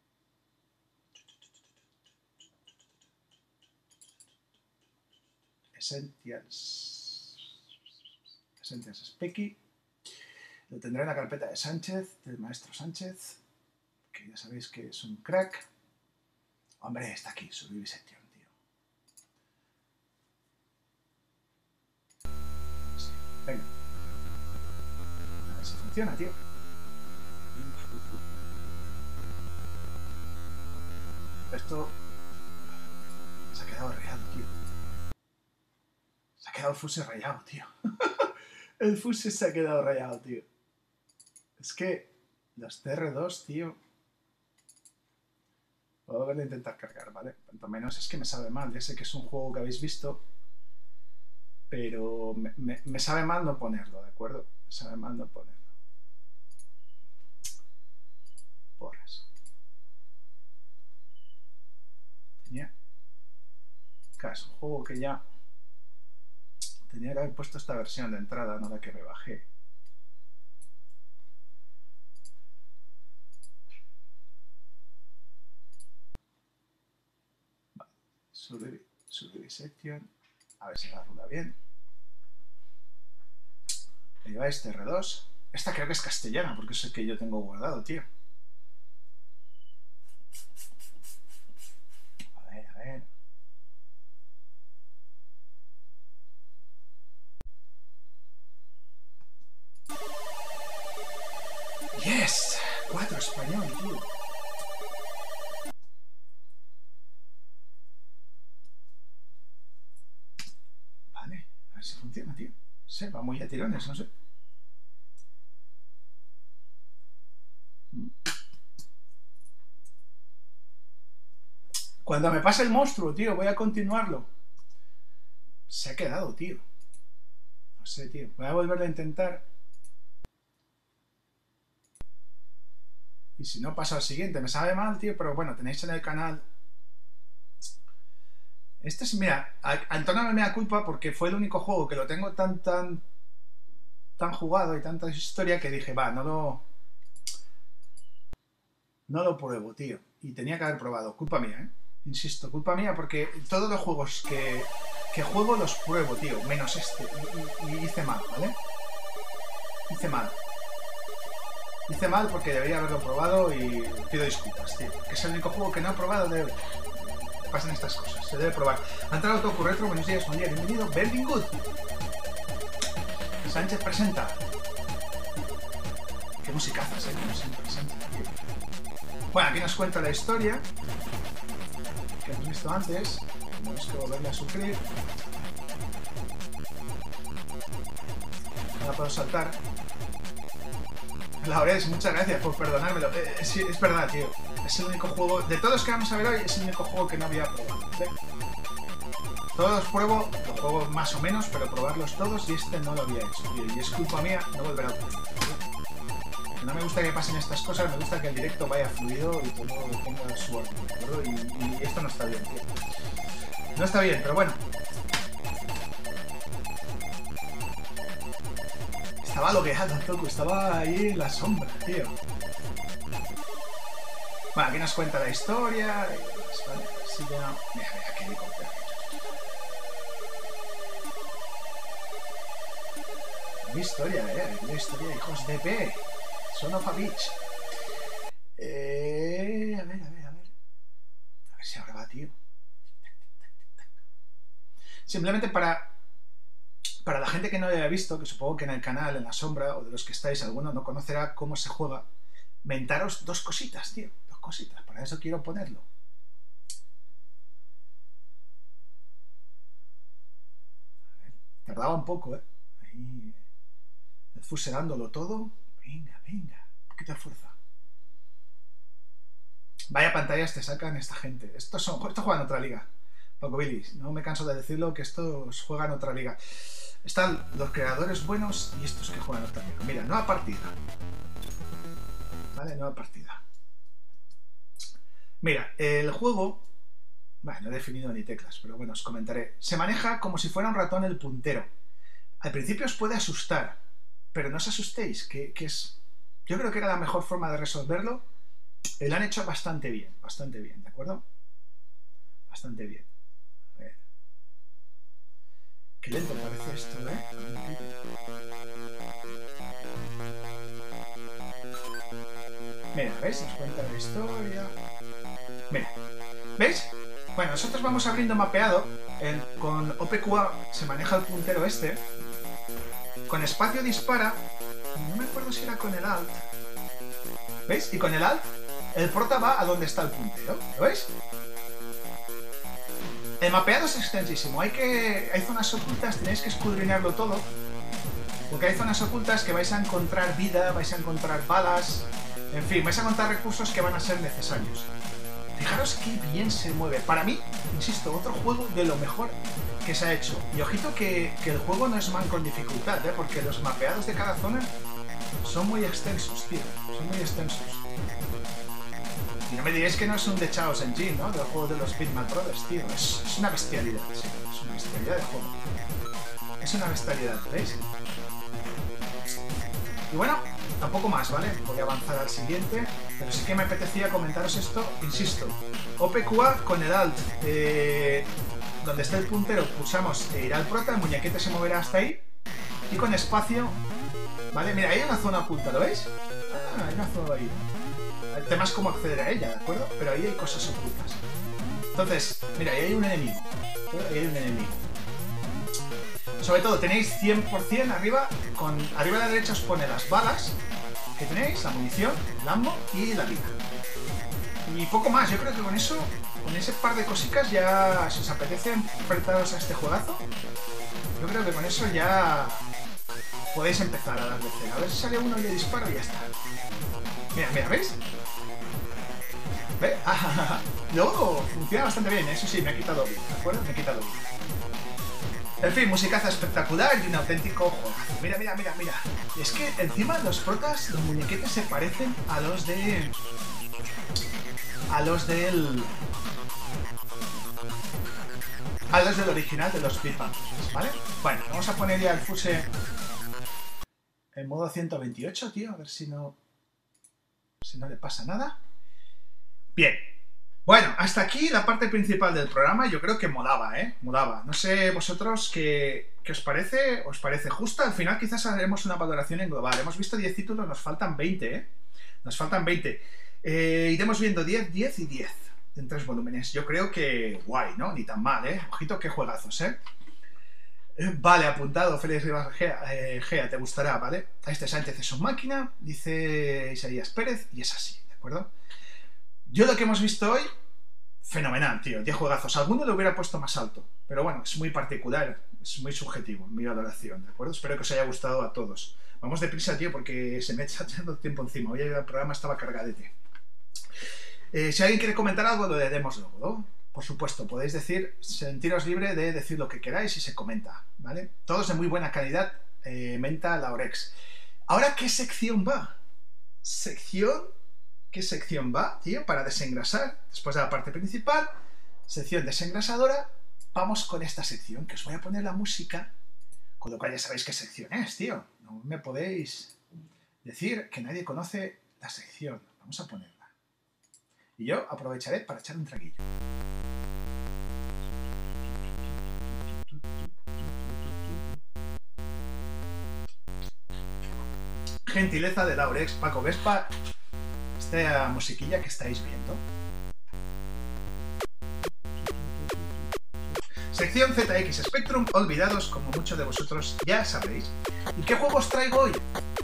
Essentials. Essentials Specky. Lo tendré en la carpeta de Sánchez, del maestro Sánchez, que ya sabéis que es un crack. Hombre, está aquí, Subdivision, tío. Sí, venga. A ver si funciona, tío. Esto se ha quedado rayado, tío. Se ha quedado el fuse rayado, tío. El fuse se ha quedado rayado, tío. Es que los T R dos, tío... Puedo volver a intentar cargar, ¿vale? Cuanto menos es que me sabe mal. Ya sé que es un juego que habéis visto, pero me, me, me sabe mal no ponerlo, ¿de acuerdo? Me sabe mal no ponerlo. Porras. Tenía... Claro, es un juego que ya... Tenía que haber puesto esta versión de entrada, no la que rebajé. Vale. Subdivision. A ver si la ruda bien. Ahí va este R dos. Esta creo que es castellana, porque es el que yo tengo guardado, tío. A ver, a ver. ¡Yes! Cuatro español, tío. sé, va muy a tirones, no sé. Cuando me pase el monstruo, tío, voy a continuarlo. Se ha quedado, tío. No sé, tío. Voy a volver a intentar. Y si no, paso al siguiente. Me sabe mal, tío, pero bueno, tenéis en el canal. Este es, mira, a Antonio me da culpa porque fue el único juego que lo tengo tan, tan, tan jugado y tanta historia que dije, va, no lo... No lo pruebo, tío. Y tenía que haber probado. Culpa mía, ¿eh? Insisto, culpa mía porque todos los juegos que, que juego los pruebo, tío. Menos este. Y, y hice mal, ¿vale? Hice mal. Hice mal porque debería haberlo probado y pido disculpas, tío. Que es el único juego que no he probado de... Pasan estas cosas, se debe probar. Ha entrado Toku Retro, buenos días, buen día, bienvenido. Very good. Sánchez presenta. Qué musicazas, eh, como siempre, Sánchez, tío. Bueno, aquí nos cuenta la historia que hemos visto antes. Tenemos que volverle a sufrir. Ahora puedo saltar. Laureles, muchas gracias por perdonármelo. Eh, es, es verdad, tío. Es el único juego... De todos los que vamos a ver hoy, es el único juego que no había probado, ¿vale? Todos los pruebo, los juego más o menos, pero probarlos todos y este no lo había hecho, tío. Y es culpa mía no volver a hacerlo. No me gusta que pasen estas cosas, me gusta que el directo vaya fluido y todo tenga su orden, ¿de acuerdo? Y, y esto no está bien, tío. No está bien, pero bueno. Estaba logueado, Toku, estaba ahí en la sombra, tío. Bueno, aquí nos cuenta la historia. Y, pues, vale, así ya... Mira, mira, qué helicóptero. Qué historia, eh. Qué historia, hijos de P. Son of a bitch. Eh, a ver, a ver, a ver. A ver si ahora va, tío. Simplemente para... Para la gente que no lo haya visto, que supongo que en el canal, en la sombra, o de los que estáis, alguno no conocerá cómo se juega, mentaros dos cositas, tío. Dos cositas. Para eso quiero ponerlo. A ver, tardaba un poco, ¿eh? Ahí... fuselándolo todo. Venga, venga. Un poquito de fuerza. Vaya pantallas te sacan esta gente. Estos son... Estos juegan otra liga. Paco Billy, no me canso de decirlo que estos juegan otra liga. Están los creadores buenos y estos que juegan otra liga. Mira, nueva partida. Vale, nueva partida. Mira, el juego... Bueno, no he definido ni teclas, pero bueno, os comentaré. Se maneja como si fuera un ratón el puntero. Al principio os puede asustar, pero no os asustéis, que, que es... Yo creo que era la mejor forma de resolverlo. Lo han hecho bastante bien, bastante bien, ¿de acuerdo? Bastante bien. A ver. Qué lento parece esto, ¿eh? Mira, ¿veis? Nos cuenta la historia. Mira, ¿veis? Bueno, nosotros vamos abriendo mapeado. En, con O P Q A se maneja el puntero este. Con espacio dispara. No me acuerdo si era con el Alt. ¿Veis? Y con el Alt, el prota va a donde está el puntero. ¿Lo veis? El mapeado es extensísimo. Hay que... Hay zonas ocultas, tenéis que escudriñarlo todo. Porque hay zonas ocultas que vais a encontrar vida, vais a encontrar balas. En fin, vais a encontrar recursos que van a ser necesarios. Fijaros qué bien se mueve. Para mí, insisto, otro juego de lo mejor que se ha hecho. Y ojito que, que el juego no es manco en dificultad, ¿eh? Porque los mapeados de cada zona son muy extensos, tío. Son muy extensos. Y no me diréis que no es un The Chaos Engine, ¿no? Del juego de los Bitmap Brothers, tío. Es, es una bestialidad, sí. Es una bestialidad de juego. Es una bestialidad, ¿veis? Y bueno, tampoco más, ¿vale? Voy a avanzar al siguiente. Pero sí que me apetecía comentaros esto, insisto. O P Q A con el Alt, eh, donde está el puntero, pulsamos e irá al prota, el muñequete se moverá hasta ahí. Y con espacio, ¿vale? Mira, hay una zona oculta, ¿lo veis? Ah, hay una zona ahí. El tema es cómo acceder a ella, ¿de acuerdo? Pero ahí hay cosas ocultas. Entonces, mira, ahí hay un enemigo. Ahí hay un enemigo. Sobre todo, tenéis cien por cien arriba. Con, arriba a la derecha os pone las balas que tenéis, la munición, el ammo y la vida. Y poco más. Yo creo que con eso, con ese par de cositas ya, si os apetece enfrentaros a este juegazo, yo creo que con eso ya podéis empezar a dar de cero. A ver si sale uno y le disparo y ya está. Mira, mira, ¿veis? ¿Ve? Ah, luego funciona bastante bien, eso sí, me ha quitado bien, ¿de acuerdo? Me ha quitado bien. En fin, musicaza espectacular y un auténtico juegazo. Mira, mira, mira, mira. Y es que encima los protas, los muñequetes se parecen a los de... A los del... A los del original de los Beatman, ¿vale? Bueno, vamos a poner ya el Fuse en modo ciento veintiocho, tío, a ver si no... Si no le pasa nada. Bien. Bueno, hasta aquí la parte principal del programa. Yo creo que molaba, ¿eh? Molaba. No sé vosotros qué, qué os parece. ¿Os parece justa? Al final quizás haremos una valoración en global. Hemos visto diez títulos, nos faltan veinte, ¿eh? Nos faltan veinte. Eh, iremos viendo diez, diez y diez en tres volúmenes. Yo creo que guay, ¿no? Ni tan mal, ¿eh? Ojito, qué juegazos, ¿eh? eh vale, apuntado, Félix Rivas Gea, eh, Gea, te gustará, ¿vale? Este Sánchez es un máquina, dice Isaías Pérez, y es así, ¿de acuerdo? Yo lo que hemos visto hoy, fenomenal, tío, diez juegazos. Alguno lo hubiera puesto más alto, pero bueno, es muy particular, es muy subjetivo mi valoración, ¿de acuerdo? Espero que os haya gustado a todos. Vamos deprisa, tío, porque se me está echando el tiempo encima. Hoy el programa estaba cargadete. Eh, si alguien quiere comentar algo, lo haremos luego, ¿no? Por supuesto, podéis decir, sentiros libre de decir lo que queráis y se comenta, ¿vale? Todos de muy buena calidad, eh, menta Laurex. Ahora, ¿qué sección va? Sección... ¿Qué sección va, tío? Para desengrasar, después de la parte principal, sección desengrasadora, vamos con esta sección, que os voy a poner la música, con lo cual ya sabéis qué sección es, tío. No me podéis decir que nadie conoce la sección. Vamos a ponerla. Y yo aprovecharé para echar un traguillo. Gentileza de Laurex, Paco Vespa. Esta musiquilla que estáis viendo. Sección Z X Spectrum, olvidados como muchos de vosotros ya sabréis. ¿Y qué juegos traigo hoy?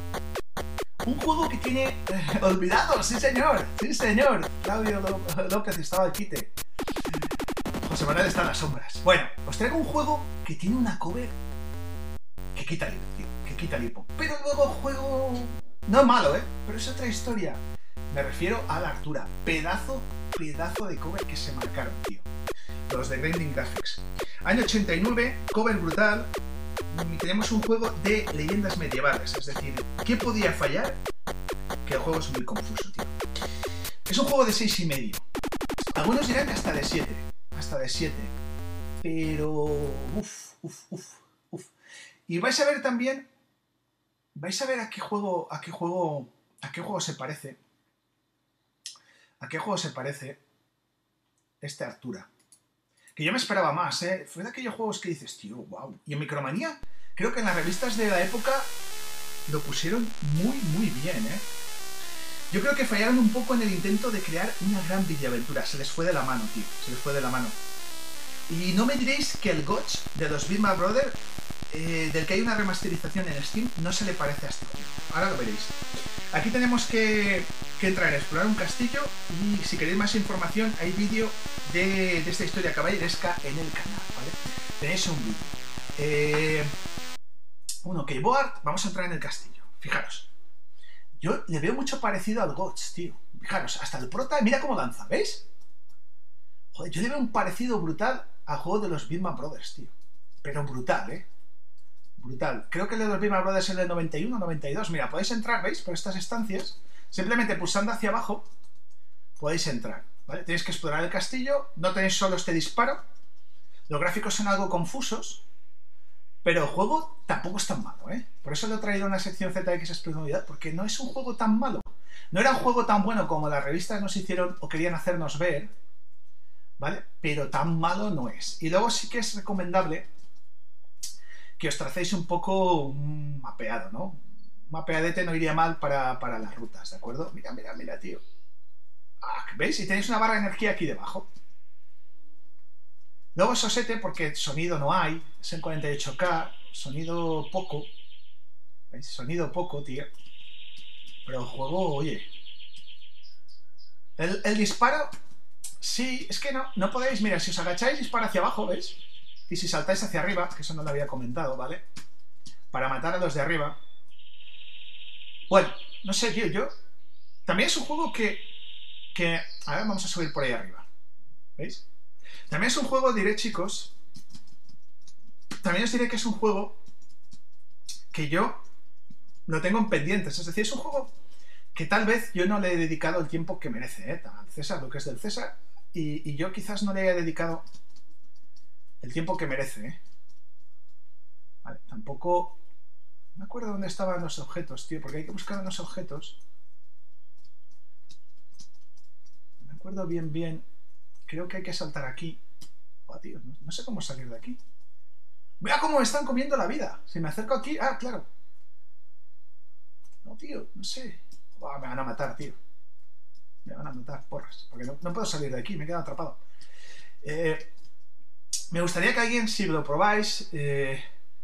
Un juego que tiene... Eh, olvidados, sí señor, sí señor. Claudio López estaba al quite. José Manuel está en las sombras. Bueno, os traigo un juego que tiene una cover que quita el hipo, tío, que quita el hipo. Pero luego juego... No es malo, ¿eh? Pero es otra historia. Me refiero a la altura. Pedazo, pedazo de cover que se marcaron, tío. Los de Grinding Graphics. Año ochenta y nueve, cover brutal. Y tenemos un juego de leyendas medievales. Es decir, ¿qué podía fallar? Que el juego es muy confuso, tío. Es un juego de seis y medio. Algunos dirán que hasta de siete. Hasta de siete. Pero... Uf, uf, uf, uf. Y vais a ver también... Vais a ver a qué juego... A qué juego... A qué juego se parece. ¿A qué juego se parece este Artura? Que yo me esperaba más, ¿eh? Fue de aquellos juegos que dices, tío, wow. Y en Micromanía, creo que en las revistas de la época lo pusieron muy, muy bien, ¿eh? Yo creo que fallaron un poco en el intento de crear una gran videoaventura. Se les fue de la mano, tío. Se les fue de la mano. Y no me diréis que el Gotch de los Bitmap Brothers, eh, del que hay una remasterización en Steam, no se le parece a este juego. Ahora lo veréis. Aquí tenemos que, que entrar a explorar un castillo y si queréis más información hay vídeo de, de esta historia caballeresca en el canal, ¿vale? Tenéis un vídeo. Eh, uno, keyboard, vamos a entrar en el castillo. Fijaros. Yo le veo mucho parecido al Gotch, tío. Fijaros, hasta el prota, mira cómo danza, ¿veis? Joder, yo le veo un parecido brutal al juego de los Bitmap Brothers, tío. Pero brutal, ¿eh? Brutal. Creo que el de los Bitmap Brothers es el de noventa y uno, noventa y dos. Mira, podéis entrar, ¿veis? Por estas estancias. Simplemente pulsando hacia abajo podéis entrar, ¿vale? Tenéis que explorar el castillo. No tenéis solo este disparo. Los gráficos son algo confusos. Pero el juego tampoco es tan malo, ¿eh? Por eso lo he traído en la sección Z X Spectrum, porque no es un juego tan malo. No era un juego tan bueno como las revistas nos hicieron o querían hacernos ver, ¿vale? Pero tan malo no es. Y luego sí que es recomendable que os tracéis un poco un mapeado, ¿no? Un mapeadete no iría mal para, para las rutas, ¿de acuerdo? Mira, mira, mira, tío. Ah, ¿veis? Y tenéis una barra de energía aquí debajo. Luego sosete, porque sonido no hay, es en cuarenta y ocho K, sonido poco. ¿Veis? Sonido poco, tío. Pero el juego, oye. El, el disparo, sí, es que no, no podéis, mira, si os agacháis, dispara hacia abajo, ¿veis? Y si saltáis hacia arriba, que eso no lo había comentado, ¿vale? para matar a los de arriba. Bueno, no sé, tío, yo... También es un juego que... que... A ver, vamos a subir por ahí arriba. ¿Veis? También es un juego, diré, chicos... También os diré que es un juego que yo lo tengo en pendientes. Es decir, es un juego que tal vez yo no le he dedicado el tiempo que merece, ¿eh? Al César, lo que es del César. Y, y yo quizás no le haya dedicado el tiempo que merece, ¿eh? Vale, tampoco... No me acuerdo dónde estaban los objetos, tío, porque hay que buscar unos objetos. No me acuerdo bien, bien. Creo que hay que saltar aquí. Oh, tío, no, no sé cómo salir de aquí. Vea cómo me están comiendo la vida. Si me acerco aquí... Ah, claro. No, tío, no sé. Oh, me van a matar, tío. Me van a matar, porras. Porque no, no puedo salir de aquí, me he quedado atrapado. Eh, me gustaría que alguien, si lo probáis... Eh,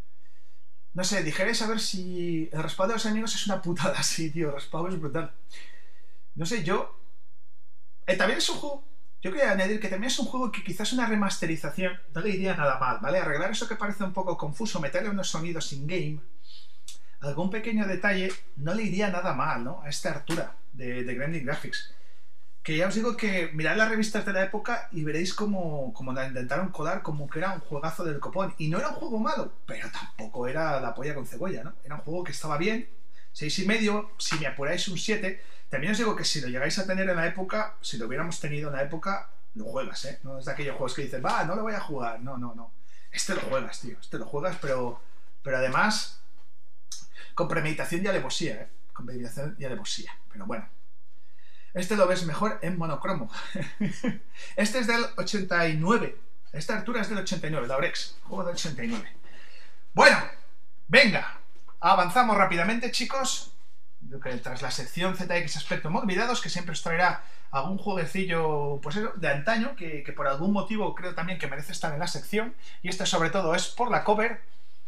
no sé, dijerais a ver si el respaldo de los enemigos es una putada. Sí, tío, el respaldo es brutal. No sé, yo... Eh, también es un juego... Yo quería añadir que también es un juego que quizás una remasterización no le iría nada mal, ¿vale? Arreglar eso que parece un poco confuso, meterle unos sonidos in-game, algún pequeño detalle, no le iría nada mal, ¿no? A esta altura de, de Gremlin Graphics. Que ya os digo que mirad las revistas de la época y veréis cómo, cómo la intentaron colar como que era un juegazo del copón. Y no era un juego malo, pero tampoco era la polla con cebolla, ¿no? Era un juego que estaba bien, seis y medio, si me apuráis un siete. También os digo que si lo llegáis a tener en la época, si lo hubiéramos tenido en la época, lo juegas, ¿eh? No es de aquellos juegos que dices, va, no lo voy a jugar. No, no, no. Este lo juegas, tío. Este lo juegas, pero, pero además con premeditación y alevosía, ¿eh? Con premeditación y alevosía. Pero bueno. Este lo ves mejor en monocromo. Este es del ochenta y nueve. Esta altura es del ochenta y nueve, la Orex. Juego del ochenta y nueve. Bueno, venga. Avanzamos rápidamente, chicos. Tras la sección Z X Aspecto Olvidados, que siempre os traerá algún jueguecillo pues eso, de antaño, que, que por algún motivo creo también que merece estar en la sección. Y este sobre todo es por la cover.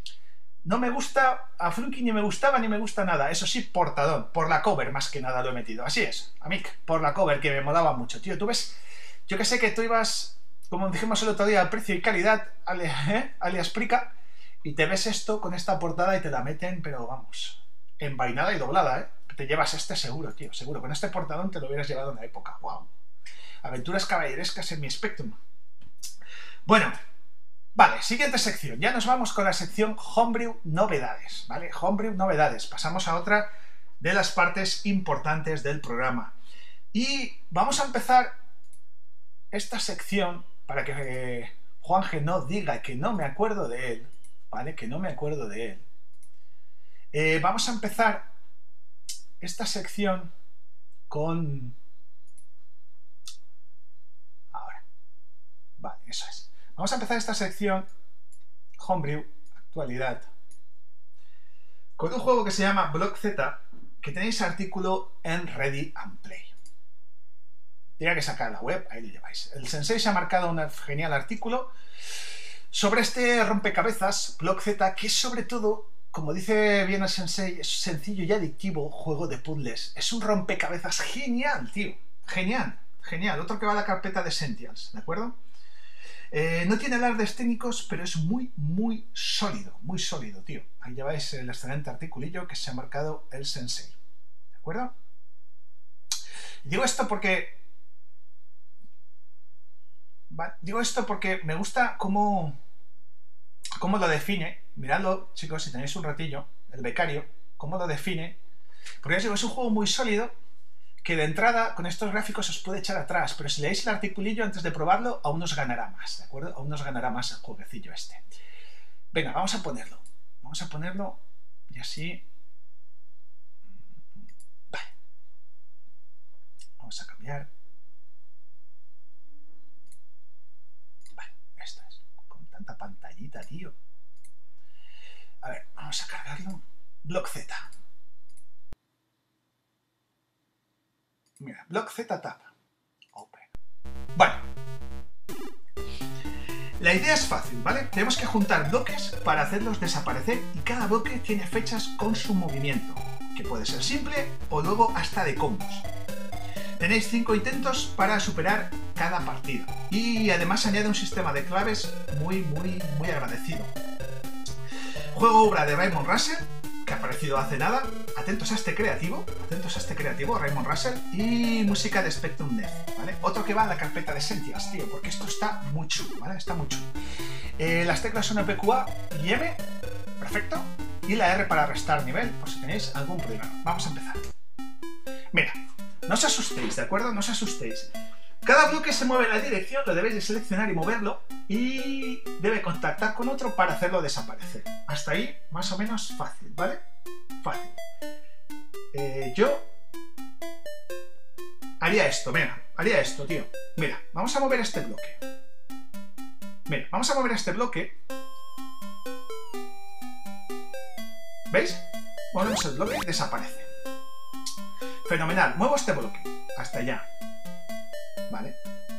No me gusta, a Flunky ni me gustaba ni me gusta nada. Eso sí, portadón, por la cover más que nada lo he metido. Así es, Amic, por la cover, que me molaba mucho. Tío, tú ves, yo que sé que tú ibas, como dijimos el otro día, precio y calidad, alias, ¿eh? alias Prica, y te ves esto con esta portada y te la meten, pero vamos, envainada y doblada, ¿eh? Te llevas este seguro, tío, seguro. Con este portadón te lo hubieras llevado en la época. Wow. Aventuras caballerescas en mi Spectrum. Bueno, vale, siguiente sección. Ya nos vamos con la sección Homebrew Novedades, ¿vale? Homebrew Novedades. Pasamos a otra de las partes importantes del programa. Y vamos a empezar esta sección para que eh, Juanje no diga que no me acuerdo de él, ¿vale? Que no me acuerdo de él. Eh, vamos a empezar esta sección con... Ahora. Vale, eso es. Vamos a empezar esta sección Homebrew, actualidad, con un juego que se llama Block Z, que tenéis artículo en Ready and Play. Tenía que sacar la web, ahí lo lleváis. El Sensei se ha marcado un genial artículo sobre este rompecabezas Block Z, que es sobre todo, como dice bien el Sensei, es sencillo y adictivo juego de puzzles. Es un rompecabezas genial, tío. Genial, genial. Otro que va a la carpeta de Sentials, ¿de acuerdo? Eh, no tiene alardes técnicos, pero es muy, muy sólido, muy sólido, tío. Ahí lleváis el excelente articulillo que se ha marcado el Sensei. ¿De acuerdo? Digo esto porque... Vale, digo esto porque me gusta cómo, cómo lo define. Miradlo, chicos, si tenéis un ratillo, el becario, cómo lo define. Porque os digo, es un juego muy sólido, que de entrada, con estos gráficos os puede echar atrás, pero si leéis el articulillo antes de probarlo, aún os ganará más, ¿de acuerdo? Aún os ganará más el jueguecillo este. Venga, vamos a ponerlo. Vamos a ponerlo y así... Vale. Vamos a cambiar. Vale, esto es. Con tanta pantallita, tío. A ver, vamos a cargarlo. Block Z. Mira, Block Z tab. Open. Bueno. La idea es fácil, ¿vale? Tenemos que juntar bloques para hacerlos desaparecer y cada bloque tiene fechas con su movimiento, que puede ser simple o luego hasta de combos. Tenéis cinco intentos para superar cada partida y además añade un sistema de claves muy, muy, muy agradecido. Juego obra de Raymond Russell, que ha aparecido hace nada. Atentos a este creativo, atentos a este creativo, Raymond Russell. Y música de Spectrum Death, ¿vale? Otro que va en la carpeta de Essentials, tío, porque esto está muy chulo, ¿vale? Está muy chulo. Eh, las teclas son E P Q A y M, perfecto. Y la R para restar nivel, por si tenéis algún problema. Vamos a empezar. Mira, no os asustéis, ¿de acuerdo? No os asustéis. Cada bloque se mueve en la dirección, lo debéis de seleccionar y moverlo, y debe contactar con otro para hacerlo desaparecer. Hasta ahí, más o menos fácil, ¿vale? Fácil. Eh, yo haría esto, mira, haría esto, tío. Mira, vamos a mover este bloque. Mira, vamos a mover este bloque. ¿Veis? Movemos el bloque y desaparece. Fenomenal, muevo este bloque. Hasta allá. ¿Vale?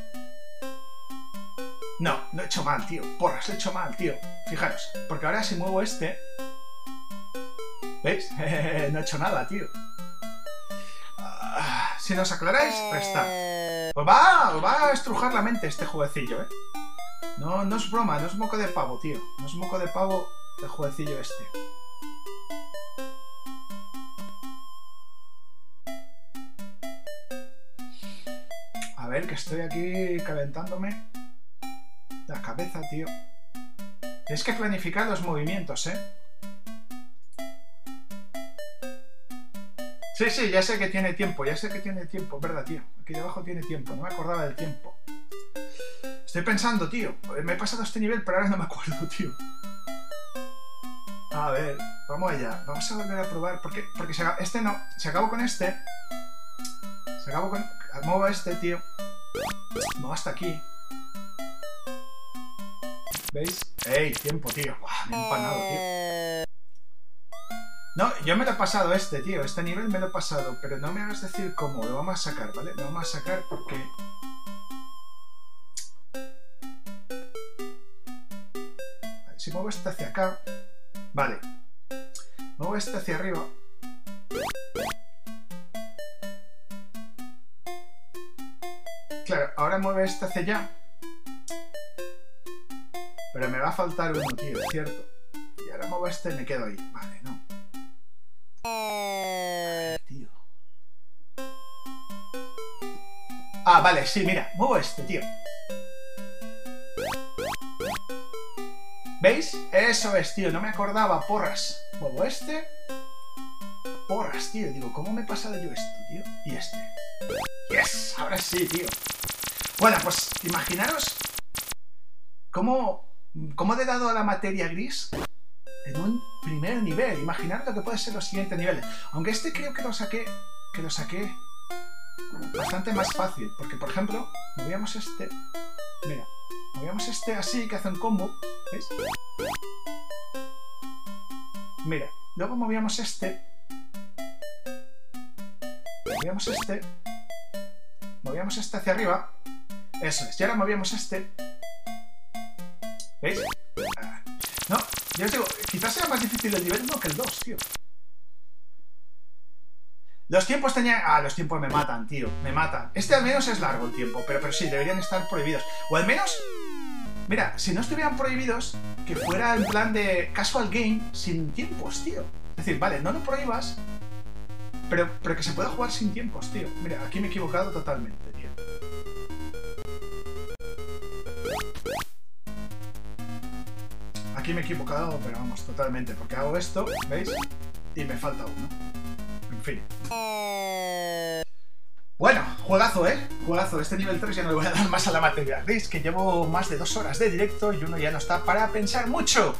No, lo he hecho mal, tío. Porras, lo he hecho mal, tío. Fijaros, porque ahora si muevo este... ¿Veis? No he hecho nada, tío. Ah, si no os aclaráis, restart. Os va, os va a estrujar la mente este jueguecillo, ¿eh? No, no es broma, no es moco de pavo, tío. No es moco de pavo el jueguecillo este. A ver, que estoy aquí calentándome la cabeza, tío. Tienes que planificar los movimientos, ¿eh? Sí, sí, ya sé que tiene tiempo, ya sé que tiene tiempo, es verdad, tío. Aquí debajo tiene tiempo, no me acordaba del tiempo. Estoy pensando, tío. Me he pasado este nivel, pero ahora no me acuerdo, tío. A ver, vamos allá. Vamos a volver a probar. ¿Por qué? Porque se, este no. Se acabó con este. Se acabó con... Muevo este, tío. No, hasta aquí. ¿Veis? ¡Ey! Tiempo, tío. Buah, me he empanado, tío. No, yo me lo he pasado este, tío. Este nivel me lo he pasado. Pero no me hagas decir cómo. Lo vamos a sacar, ¿vale? Lo vamos a sacar porque... Vale, si muevo este hacia acá... Vale. Muevo este hacia arriba. Claro, ahora mueve este hacia allá. Pero me va a faltar uno, tío, es cierto. Y ahora muevo este y me quedo ahí. Vale, no. Ay, tío. Ah, vale, sí, mira. Muevo este, tío. ¿Veis? Eso es, tío. No me acordaba. Porras. Muevo este. Porras, tío. Digo, ¿cómo me he pasado yo esto, tío? Y este. ¡Yes! Ahora sí, tío. Bueno, pues imaginaros cómo, cómo le he dado a la materia gris en un primer nivel. Imaginaros lo que pueden ser los siguientes niveles. Aunque este creo que lo saqué, que lo saqué bastante más fácil. Porque, por ejemplo, movíamos este. Mira, movíamos este así, que hace un combo. ¿Veis? Mira, luego movíamos este. Movíamos este. Movíamos este hacia arriba. Eso es. Y ahora movíamos este. ¿Veis? Ah, no, ya os digo, quizás sea más difícil el nivel uno que el dos, tío. Los tiempos tenían... Ah, los tiempos me matan, tío. Me matan. Este al menos es largo el tiempo, pero, pero sí, deberían estar prohibidos. O al menos... Mira, si no estuvieran prohibidos, que fuera en plan de casual game sin tiempos, tío. Es decir, vale, no lo prohíbas, pero, pero que se pueda jugar sin tiempos, tío. Mira, aquí me he equivocado totalmente, tío. Aquí me he equivocado, pero vamos, totalmente. Porque hago esto, ¿veis? Y me falta uno. En fin. Bueno, juegazo, ¿eh? Juegazo. Este nivel tres ya no le voy a dar más a la materia. ¿Veis? Que llevo más de dos horas de directo y uno ya no está para pensar mucho.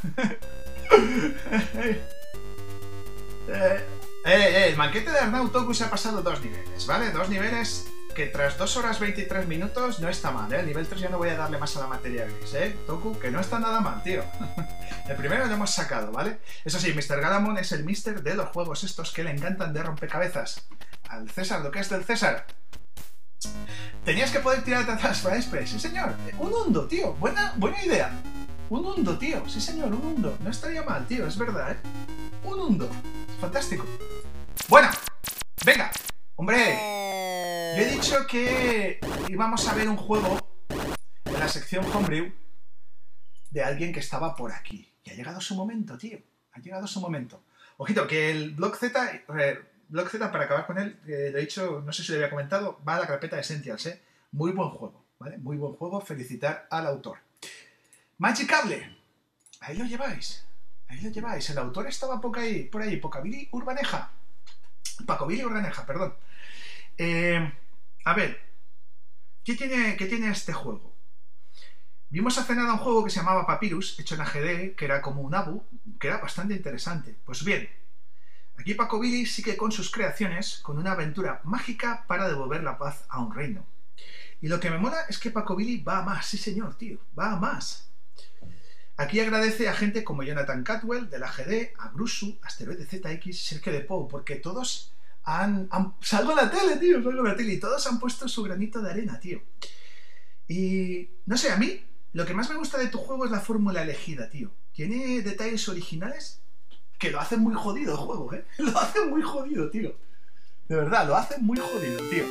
eh, eh, eh, el manquete de Arnau Toku se ha pasado dos niveles, ¿vale? Dos niveles que tras dos horas veintitrés minutos no está mal, ¿eh? El nivel tres ya no voy a darle más a la materia gris, ¿eh? Toku, que no está nada mal, tío. El primero lo hemos sacado, ¿vale? Eso sí, mister Galamon es el mister de los juegos estos que le encantan de rompecabezas. Al César, lo que es del César. Tenías que poder tirarte atrás para Express. Sí, señor. Un hundo, tío. Buena, buena idea. Un hundo, tío. Sí, señor, un hundo. No estaría mal, tío. Es verdad, ¿eh? Un hundo. Fantástico. Bueno, venga. Hombre, yo he dicho que íbamos a ver un juego en la sección Homebrew de alguien que estaba por aquí. Y ha llegado su momento, tío. Ha llegado su momento. Ojito, que el Block Z, eh, Block Z, para acabar con él, eh, lo he dicho, no sé si lo había comentado, va a la carpeta de Essentials, ¿eh? Muy buen juego, ¿vale? Muy buen juego, felicitar al autor. Magicable, ahí lo lleváis, ahí lo lleváis. El autor estaba por ahí, por ahí, Pacobili Urbaneja. Pacobili Urbaneja, perdón. Eh, a ver, ¿qué tiene, ¿qué tiene este juego? Vimos hace nada un juego que se llamaba Papyrus, hecho en A G D, que era como un Abu, que era bastante interesante. Pues bien, aquí Pacobili sigue con sus creaciones, con una aventura mágica para devolver la paz a un reino. Y lo que me mola es que Pacobili va a más, sí señor, tío, va a más. Aquí agradece a gente como Jonathan Catwell, del A G D, a Brusu, Asteroide Z X, Sergio de Pou, porque todos han, han... Salgo a la tele, tío, salgo a la tele, y todos han puesto su granito de arena, tío. Y no sé, a mí lo que más me gusta de tu juego es la fórmula elegida, tío. Tiene detalles originales que lo hacen muy jodido el juego, ¿eh? Lo hacen muy jodido, tío. De verdad, lo hacen muy jodido, tío.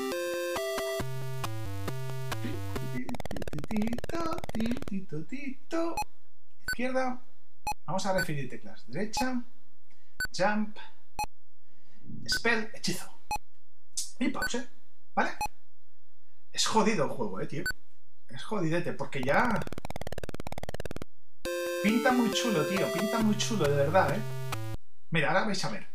Izquierda. Vamos a referir teclas. Derecha. Jump. Spell. Hechizo. Y pause. ¿Vale? Es jodido el juego, eh, tío. Es jodidete, porque ya... Pinta muy chulo, tío. Pinta muy chulo, de verdad, eh. Mira, ahora vais a ver.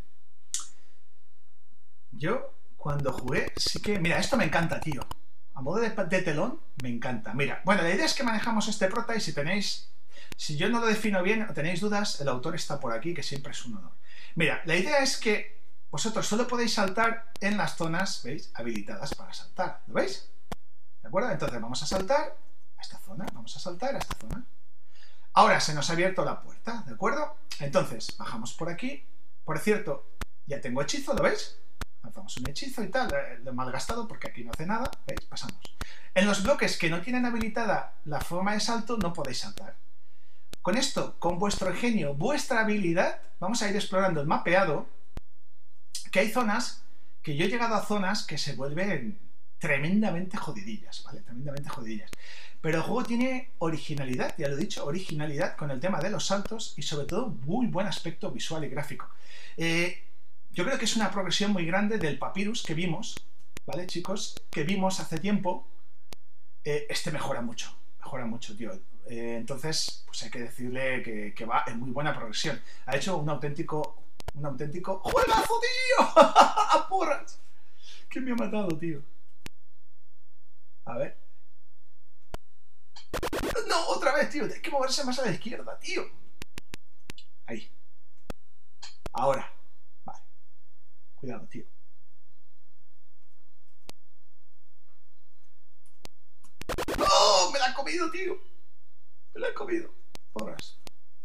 Yo, cuando jugué, sí que... Mira, esto me encanta, tío. A modo de, de telón, me encanta. Mira, bueno, la idea es que manejamos este prota y si tenéis... Si yo no lo defino bien o tenéis dudas, el autor está por aquí, que siempre es un honor. Mira, la idea es que vosotros solo podéis saltar en las zonas, ¿veis? Habilitadas para saltar. ¿Lo veis? ¿De acuerdo? Entonces vamos a saltar a esta zona, vamos a saltar a esta zona. Ahora se nos ha abierto la puerta, ¿de acuerdo? Entonces, bajamos por aquí. Por cierto, ya tengo hechizo, ¿lo veis? Lanzamos un hechizo y tal, lo he malgastado porque aquí no hace nada, ¿veis? Pasamos. En los bloques que no tienen habilitada la forma de salto, no podéis saltar. Con esto, con vuestro ingenio, vuestra habilidad, vamos a ir explorando el mapeado, que hay zonas, que yo he llegado a zonas que se vuelven tremendamente jodidillas, ¿vale? Tremendamente jodidillas. Pero el juego tiene originalidad, ya lo he dicho, originalidad con el tema de los saltos y sobre todo muy buen aspecto visual y gráfico. Eh, yo creo que es una progresión muy grande del Papyrus que vimos, ¿vale, chicos? Que vimos hace tiempo. Eh, este mejora mucho, mejora mucho, tío. Eh, entonces, pues hay que decirle que, que va en muy buena progresión. Ha hecho un auténtico, un auténtico ¡juegazo, tío! ¡A porras! ¿Quién me ha matado, tío? A ver. ¡No! ¡Otra vez, tío! Hay que moverse más a la izquierda, tío. Ahí. Ahora. Vale. Cuidado, tío. ¡No! ¡Me la han comido, tío! Me la he comido. Porras.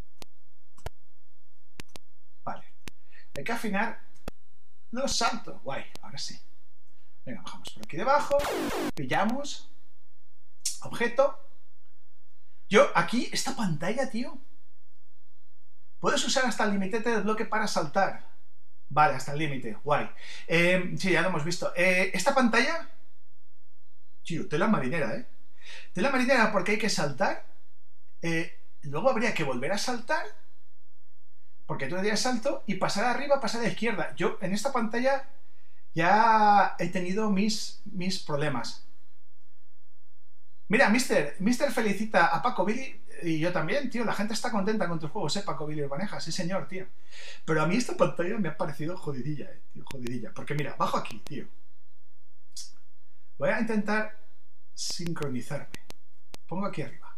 Vale. Hay que afinar los saltos. Guay, ahora sí. Venga, bajamos por aquí debajo. Pillamos. Objeto. Yo, aquí, esta pantalla, tío. Puedes usar hasta el límite del bloque para saltar. Vale, hasta el límite. Guay. Eh, sí, ya lo hemos visto. Eh, esta pantalla... Tío, tela marinera, ¿eh? Tela marinera porque hay que saltar. Eh, luego habría que volver a saltar. Porque tú le das salto y pasar arriba, pasar a la izquierda. Yo en esta pantalla ya he tenido mis, mis problemas. Mira, Mister, Mister felicita a Pacobili y yo también, tío. La gente está contenta con tus juegos, ¿eh? Pacobili Urbaneja, sí señor, tío. Pero a mí esta pantalla me ha parecido jodidilla, ¿eh? Tío, jodidilla. Porque mira, bajo aquí, tío. Voy a intentar sincronizarme. Pongo aquí arriba.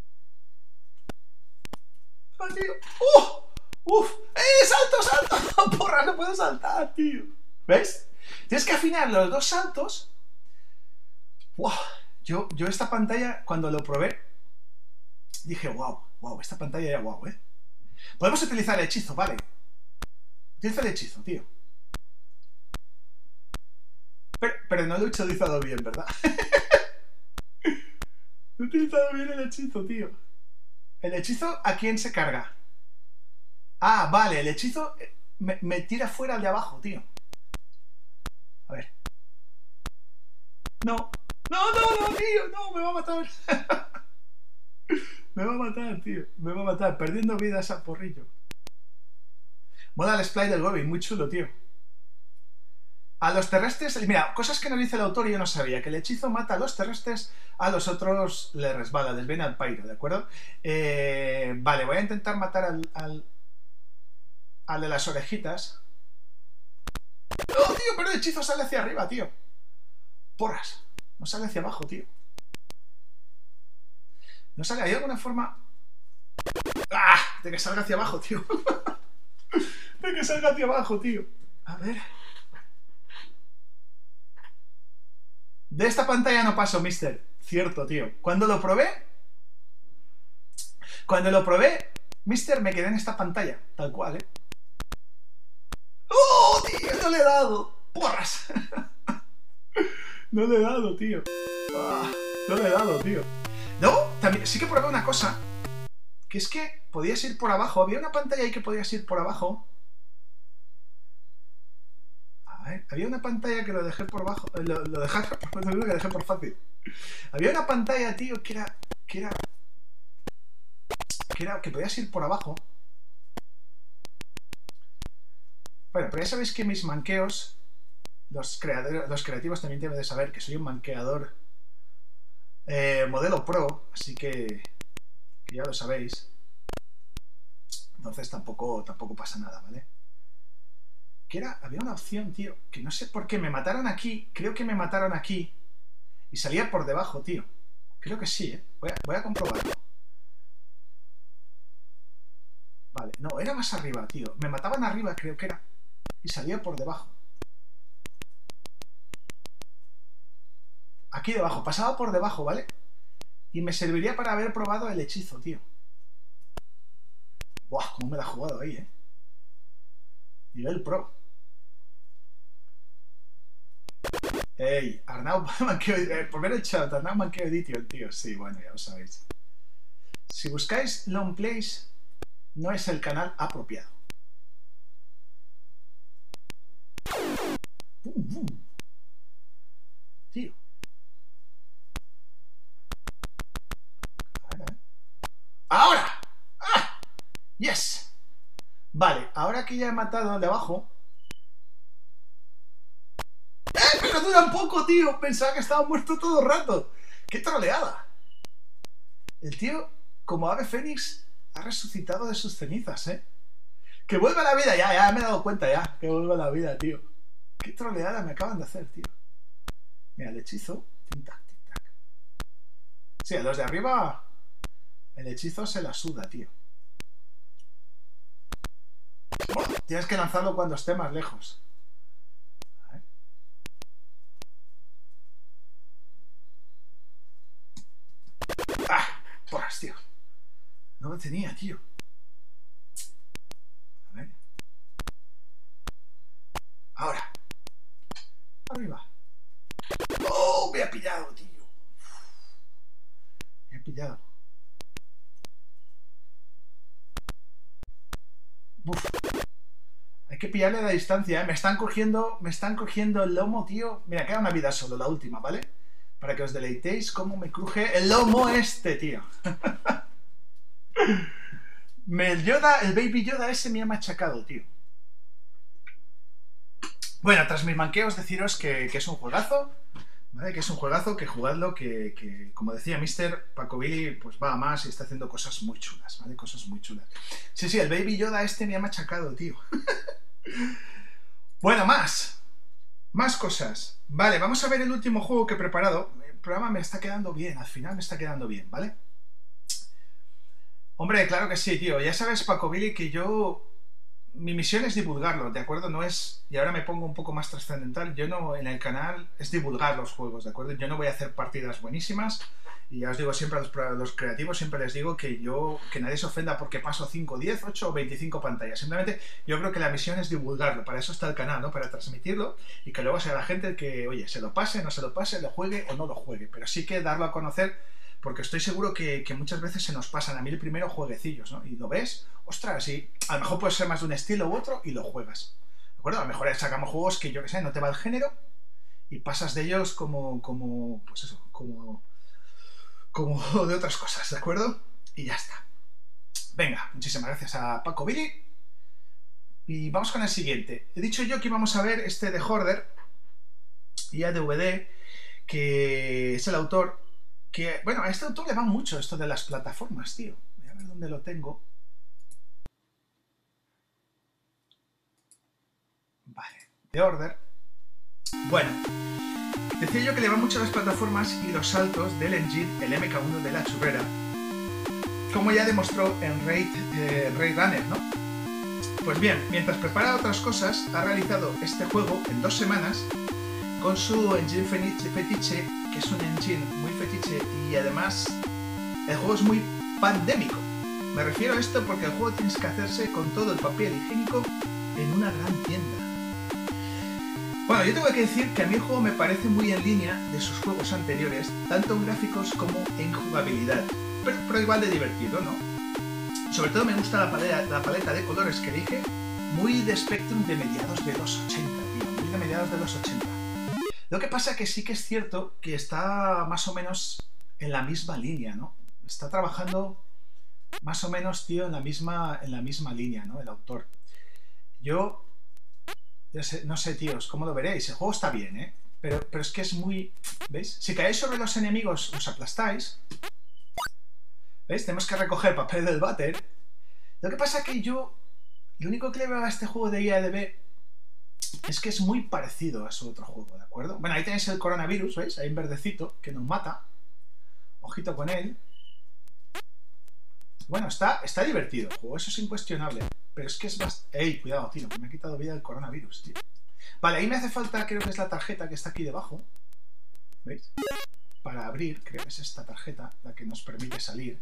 ¡Ah, tío! ¡Uh! ¡Uf! ¡Eh! ¡Salto, salto! ¡Porra, no puedo saltar, tío! ¿Ves? Tienes que afinar los dos saltos. ¡Wow! Yo, yo esta pantalla, cuando lo probé, dije, wow, wow, esta pantalla era wow, ¿eh? Podemos utilizar el hechizo, vale. Utiliza el hechizo, tío. Pero, pero no lo he utilizado bien, ¿verdad? No he utilizado bien el hechizo, tío. ¿El hechizo a quién se carga? Ah, vale, el hechizo me, me tira fuera al de abajo, tío. A ver. No. No, no, no, tío. No, me va a matar. Me va a matar, tío. Me va a matar. Perdiendo vidas a porrillo. Mola el splay del Goblin, muy chulo, tío. A los terrestres, mira, cosas que nos dice el autor y yo no sabía, que el hechizo mata a los terrestres, a los otros le resbala, les viene al pairo, ¿de acuerdo? Eh, vale, voy a intentar matar al, al, al de las orejitas. ¡Oh, tío! Pero el hechizo sale hacia arriba, tío. Porras. No sale hacia abajo, tío. No sale, ¿hay alguna forma? ¡Ah! De que salga hacia abajo, tío. De que salga hacia abajo, tío. A ver... De esta pantalla no paso, mister. Cierto, tío. Cuando lo probé... Cuando lo probé, mister, me quedé en esta pantalla. Tal cual, ¿eh? ¡Oh, tío! No le he dado. ¡Porras! No le he dado, tío. Ah, no le he dado, tío. Luego, también, sí que probé una cosa. Que es que podías ir por abajo. Había una pantalla ahí que podías ir por abajo. Había una pantalla que lo dejé por bajo. Lo, lo dejé, lo dejé por fácil. Había una pantalla, tío, que era. Que era. Que era. Que podías ir por abajo. Bueno, pero ya sabéis que mis manqueos. Los creadores, los creativos también deben de saber que soy un manqueador. Eh, modelo pro. Así que. Que ya lo sabéis. Entonces tampoco, tampoco pasa nada, ¿vale? Que era, había una opción, tío, que no sé por qué me mataron aquí, creo que me mataron aquí y salía por debajo, tío. Creo que sí, ¿eh? Voy a, voy a comprobarlo. Vale, no, era más arriba, tío. Me mataban arriba, creo que era, y salía por debajo. Aquí debajo, pasaba por debajo, ¿vale? Y me serviría para haber probado el hechizo, tío. Buah, cómo me la he jugado ahí, ¿eh? Nivel pro. Ey, Arnau manqueo, eh, por ver el chat, Arnau manqueo edition, tío. Sí, bueno, ya lo sabéis. Si buscáis Long Plays, no es el canal apropiado. Boom, boom. Tío. ¡Ahora! ¡Ah! ¡Yes! Vale, ahora que ya he matado al de abajo... ¡Eh! ¡Pero dura un poco, tío! Pensaba que estaba muerto todo el rato. ¡Qué troleada! El tío, como ave fénix, ha resucitado de sus cenizas, ¿eh? ¡Que vuelva a la vida! Ya, ya me he dado cuenta ya. Que vuelva a la vida, tío. ¡Qué troleada me acaban de hacer, tío! Mira, el hechizo... Tic-tac, tic-tac. Sí, a los de arriba... El hechizo se la suda, tío. Bueno, tienes que lanzarlo cuando esté más lejos. A ver. ¡Ah! Porras, tío. No lo tenía, tío. A ver. Ahora. Arriba. ¡Oh! Me ha pillado, tío. Me ha pillado. Uf. Hay que pillarle a la distancia, ¿eh? Me están cogiendo, me están cogiendo el lomo, tío. Mira, queda una vida solo, la última, ¿vale? Para que os deleitéis cómo me cruje el lomo este, tío. me, el Yoda, el Baby Yoda ese me ha machacado, tío. Bueno, tras mis manqueos, deciros que, que es un juegazo, ¿vale? Que es un juegazo, que jugadlo, que, que como decía mister Paco Billy, pues va a más y está haciendo cosas muy chulas, ¿vale? Cosas muy chulas. Sí, sí, el Baby Yoda este me ha machacado, tío. Bueno, más. Más cosas. Vale, vamos a ver el último juego que he preparado. El programa me está quedando bien, al final me está quedando bien, ¿vale? Hombre, claro que sí, tío. Ya sabes, Paco Billy, que yo... Mi misión es divulgarlo, ¿de acuerdo? No es... Y ahora me pongo un poco más trascendental. Yo no, en el canal, es divulgar los juegos, ¿de acuerdo? Yo no voy a hacer partidas buenísimas. Y ya os digo siempre a los, a los creativos, siempre les digo que yo... Que nadie se ofenda porque paso cinco, diez, ocho o veinticinco pantallas. Simplemente yo creo que la misión es divulgarlo. Para eso está el canal, ¿no? Para transmitirlo y que luego sea la gente que, oye, se lo pase, no se lo pase, lo juegue o no lo juegue. Pero sí que darlo a conocer... Porque estoy seguro que, que muchas veces se nos pasan a mí el primero jueguecillos, ¿no? Y lo ves, ostras, y a lo mejor puede ser más de un estilo u otro y lo juegas. ¿De acuerdo? A lo mejor sacamos juegos que yo que sé, no te va el género y pasas de ellos como, como, pues eso, como, como de otras cosas, ¿de acuerdo? Y ya está. Venga, muchísimas gracias a Paco Billy. Y vamos con el siguiente. He dicho yo que íbamos a ver este de Hoarder, I A D V D, que es el autor que... Bueno, a este autor le va mucho esto de las plataformas, tío. Voy a ver dónde lo tengo. Vale, The Order. Bueno, decía yo que le van mucho a las plataformas y los saltos del engine, el M K uno de la churrera, como ya demostró en Raid, eh, Raid Runner, ¿no? Pues bien, mientras prepara otras cosas, ha realizado este juego en dos semanas con su engine fetiche, que es un engine muy fetiche y además el juego es muy pandémico. Me refiero a esto porque el juego tienes que hacerse con todo el papel higiénico en una gran tienda. Bueno, yo tengo que decir que a mí el juego me parece muy en línea de sus juegos anteriores, tanto en gráficos como en jugabilidad, pero, pero igual de divertido, ¿no? Sobre todo me gusta la paleta, la paleta de colores que elige, muy de Spectrum de mediados de los ochenta, tío, muy de mediados de los ochenta. Lo que pasa que sí que es cierto que está más o menos en la misma línea, ¿no? Está trabajando más o menos, tío, en la misma, en la misma línea, ¿no? El autor. Yo, yo sé, no sé, tíos, ¿cómo lo veréis? El juego está bien, ¿eh? Pero, pero es que es muy... ¿Veis? Si caéis sobre los enemigos, os aplastáis. ¿Veis? Tenemos que recoger papel del váter. Lo que pasa que yo... Lo único que le veo a este juego de I A D V es que es muy parecido a su otro juego, ¿de acuerdo? Bueno, ahí tenéis el coronavirus, ¿veis? Ahí en verdecito, que nos mata. Ojito con él. Bueno, está, está divertido el juego, eso es incuestionable. Pero es que es bastante... ¡Ey! Cuidado, tío, que me ha quitado vida el coronavirus, tío. Vale, ahí me hace falta, creo que es la tarjeta que está aquí debajo. ¿Veis? Para abrir, creo que es esta tarjeta la que nos permite salir.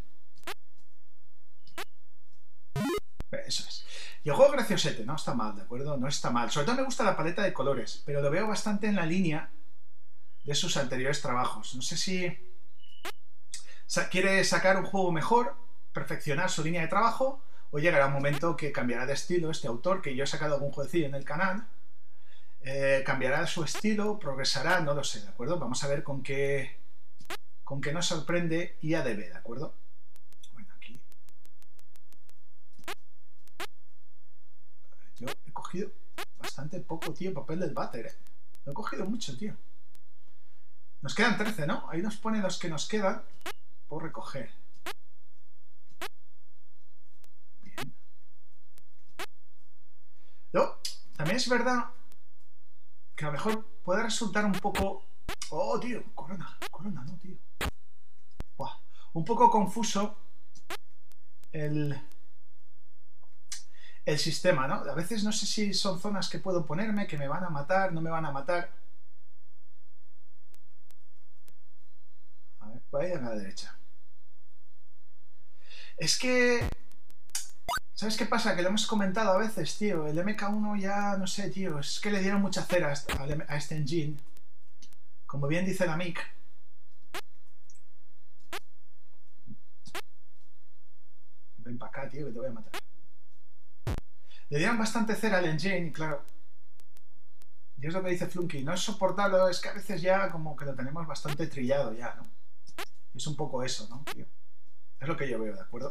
Eso es. Y el juego es graciosete, no está mal, ¿de acuerdo? No está mal. Sobre todo me gusta la paleta de colores, pero lo veo bastante en la línea de sus anteriores trabajos. No sé si quiere sacar un juego mejor, perfeccionar su línea de trabajo, o llegará un momento que cambiará de estilo este autor, que yo he sacado algún jueguecillo en el canal, eh, cambiará su estilo, progresará, no lo sé, ¿de acuerdo? Vamos a ver con qué, con qué nos sorprende I A D V, ¿de acuerdo? Bueno, aquí... Yo he cogido bastante poco, tío, papel del váter, ¿eh? No he cogido mucho, tío. Nos quedan trece, ¿no? Ahí nos pone los que nos quedan por recoger. Bien. Luego, también es verdad que a lo mejor puede resultar un poco... Oh, tío, corona, corona, no, tío. Buah. Un poco confuso el... el sistema, ¿no? A veces no sé si son zonas que puedo ponerme, que me van a matar, no me van a matar. A ver, voy a ir a la derecha. Es que... ¿Sabes qué pasa? Que lo hemos comentado a veces, tío. El M K uno ya, no sé, tío. Es que le dieron mucha cera a este engine. Como bien dice la Mick. Ven para acá, tío, que te voy a matar. Le dieron bastante cera al engine y claro... Y es lo que dice Flunky. No es soportarlo, es que a veces ya como que lo tenemos bastante trillado ya, ¿no? Es un poco eso, ¿no, tío? Es lo que yo veo, ¿de acuerdo?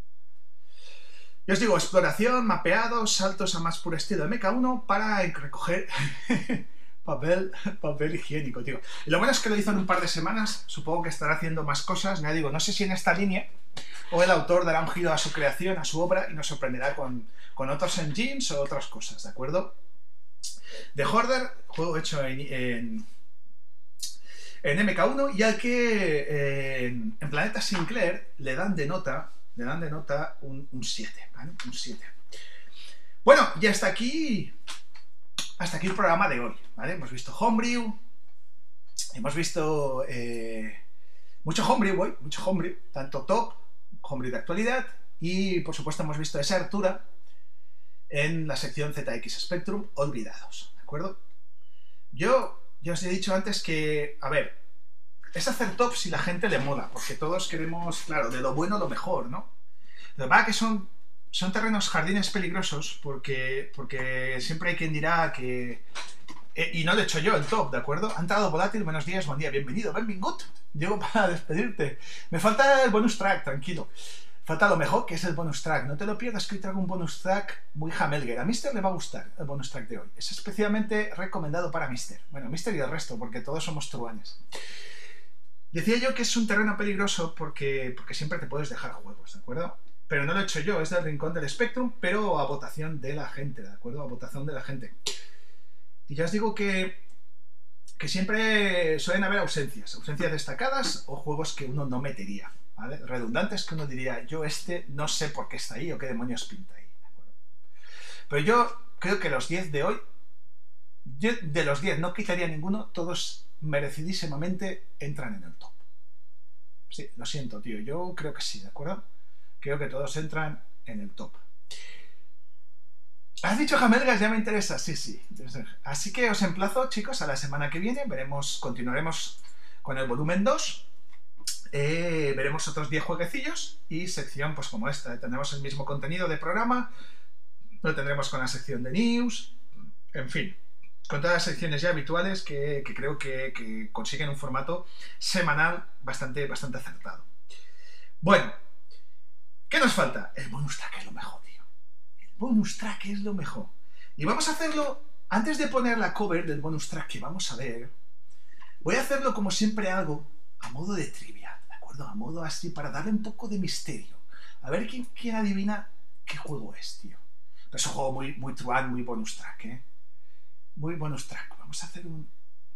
Yo os digo, exploración, mapeados, saltos a más puro estilo de M K uno para recoger papel, papel higiénico, tío. Y lo bueno es que lo hizo en un par de semanas, supongo que estará haciendo más cosas, ya digo, no sé si en esta línea, o el autor dará un giro a su creación, a su obra, y nos sorprenderá con, con otros engines o otras cosas, ¿de acuerdo? The Hoarder, juego hecho en, en, en M K uno, y al que eh, en, en Planeta Sinclair le dan de nota... Le dan de nota un siete, ¿vale? Un siete. Bueno, y hasta aquí, hasta aquí el programa de hoy, ¿vale? Hemos visto Homebrew, hemos visto eh, mucho Homebrew hoy, mucho Homebrew, tanto top, Homebrew de actualidad, y por supuesto hemos visto esa Artura en la sección Z X Spectrum, olvidados, ¿de acuerdo? Yo ya os he dicho antes que, a ver, es hacer top si la gente le mola, porque todos queremos, claro, de lo bueno lo mejor, ¿no? Lo que pasa es que son, son terrenos, jardines peligrosos, porque, porque siempre hay quien dirá que... Eh, y no lo he hecho yo, el top, ¿de acuerdo? Ha entrado Volátil, buenos días, buen día, bienvenido, benvingut. Llego para despedirte. Me falta el bonus track, tranquilo. falta lo mejor, que es el bonus track. No te lo pierdas, que hoy traigo un bonus track muy Hamelger. A Mister le va a gustar el bonus track de hoy. Es especialmente recomendado para Mister. Bueno, Mister y el resto, porque todos somos truanes. Decía yo que es un terreno peligroso porque, porque siempre te puedes dejar juegos, ¿de acuerdo? Pero no lo he hecho yo, es del Rincón del Spectrum, pero a votación de la gente, ¿de acuerdo? A votación de la gente. Y ya os digo que, que siempre suelen haber ausencias, ausencias destacadas o juegos que uno no metería, ¿vale? Redundantes que uno diría, yo este no sé por qué está ahí o qué demonios pinta ahí, ¿de acuerdo? Pero yo creo que los diez de hoy, yo de los diez no quitaría ninguno, todos merecidísimamente entran en el top. Sí, lo siento, tío, yo creo que sí, ¿de acuerdo? Creo que todos entran en el top. ¿Has dicho Hamelgas? Ya me interesa. Sí, sí. Así que os emplazo, chicos, a la semana que viene. Veremos, continuaremos con el volumen dos. Eh, veremos otros diez jueguecillos y sección pues como esta. Tendremos el mismo contenido de programa. Lo tendremos con la sección de news. En fin, con todas las secciones ya habituales que, que creo que, que consiguen un formato semanal bastante, bastante acertado. Bueno, ¿qué nos falta? El bonus track es lo mejor, tío. El bonus track es lo mejor. Y vamos a hacerlo, antes de poner la cover del bonus track que vamos a ver, voy a hacerlo como siempre hago, a modo de trivia, ¿de acuerdo? A modo así, para darle un poco de misterio. A ver quién, quién adivina qué juego es, tío. Pero es un juego muy, muy truán, muy bonus track, ¿eh? Muy bonus track. Vamos a hacer un...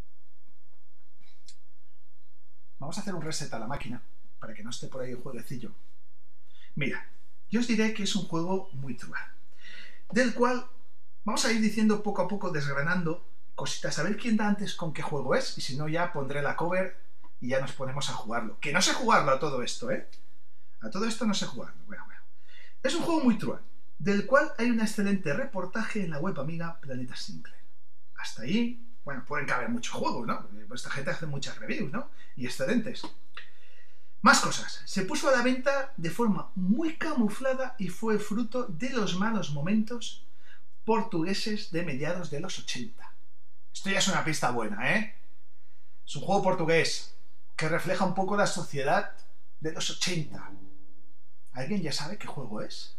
Vamos a hacer un reset a la máquina, para que no esté por ahí el jueguecillo. Mira, yo os diré que es un juego muy truán, del cual vamos a ir diciendo poco a poco, desgranando cositas, a ver quién da antes con qué juego es, y si no ya pondré la cover y ya nos ponemos a jugarlo. Que no sé jugarlo a todo esto, ¿eh? A todo esto no sé jugarlo. Bueno, bueno. Es un juego muy truán, del cual hay un excelente reportaje en la web amiga Planeta Sinclair. Hasta ahí, bueno, pueden caber muchos juegos, ¿no? Esta gente hace muchas reviews, ¿no? Y excelentes. Más cosas. Se puso a la venta de forma muy camuflada y fue fruto de los malos momentos portugueses de mediados de los ochenta. Esto ya es una pista buena, ¿eh? Es un juego portugués que refleja un poco la sociedad de los ochenta. ¿Alguien ya sabe qué juego es?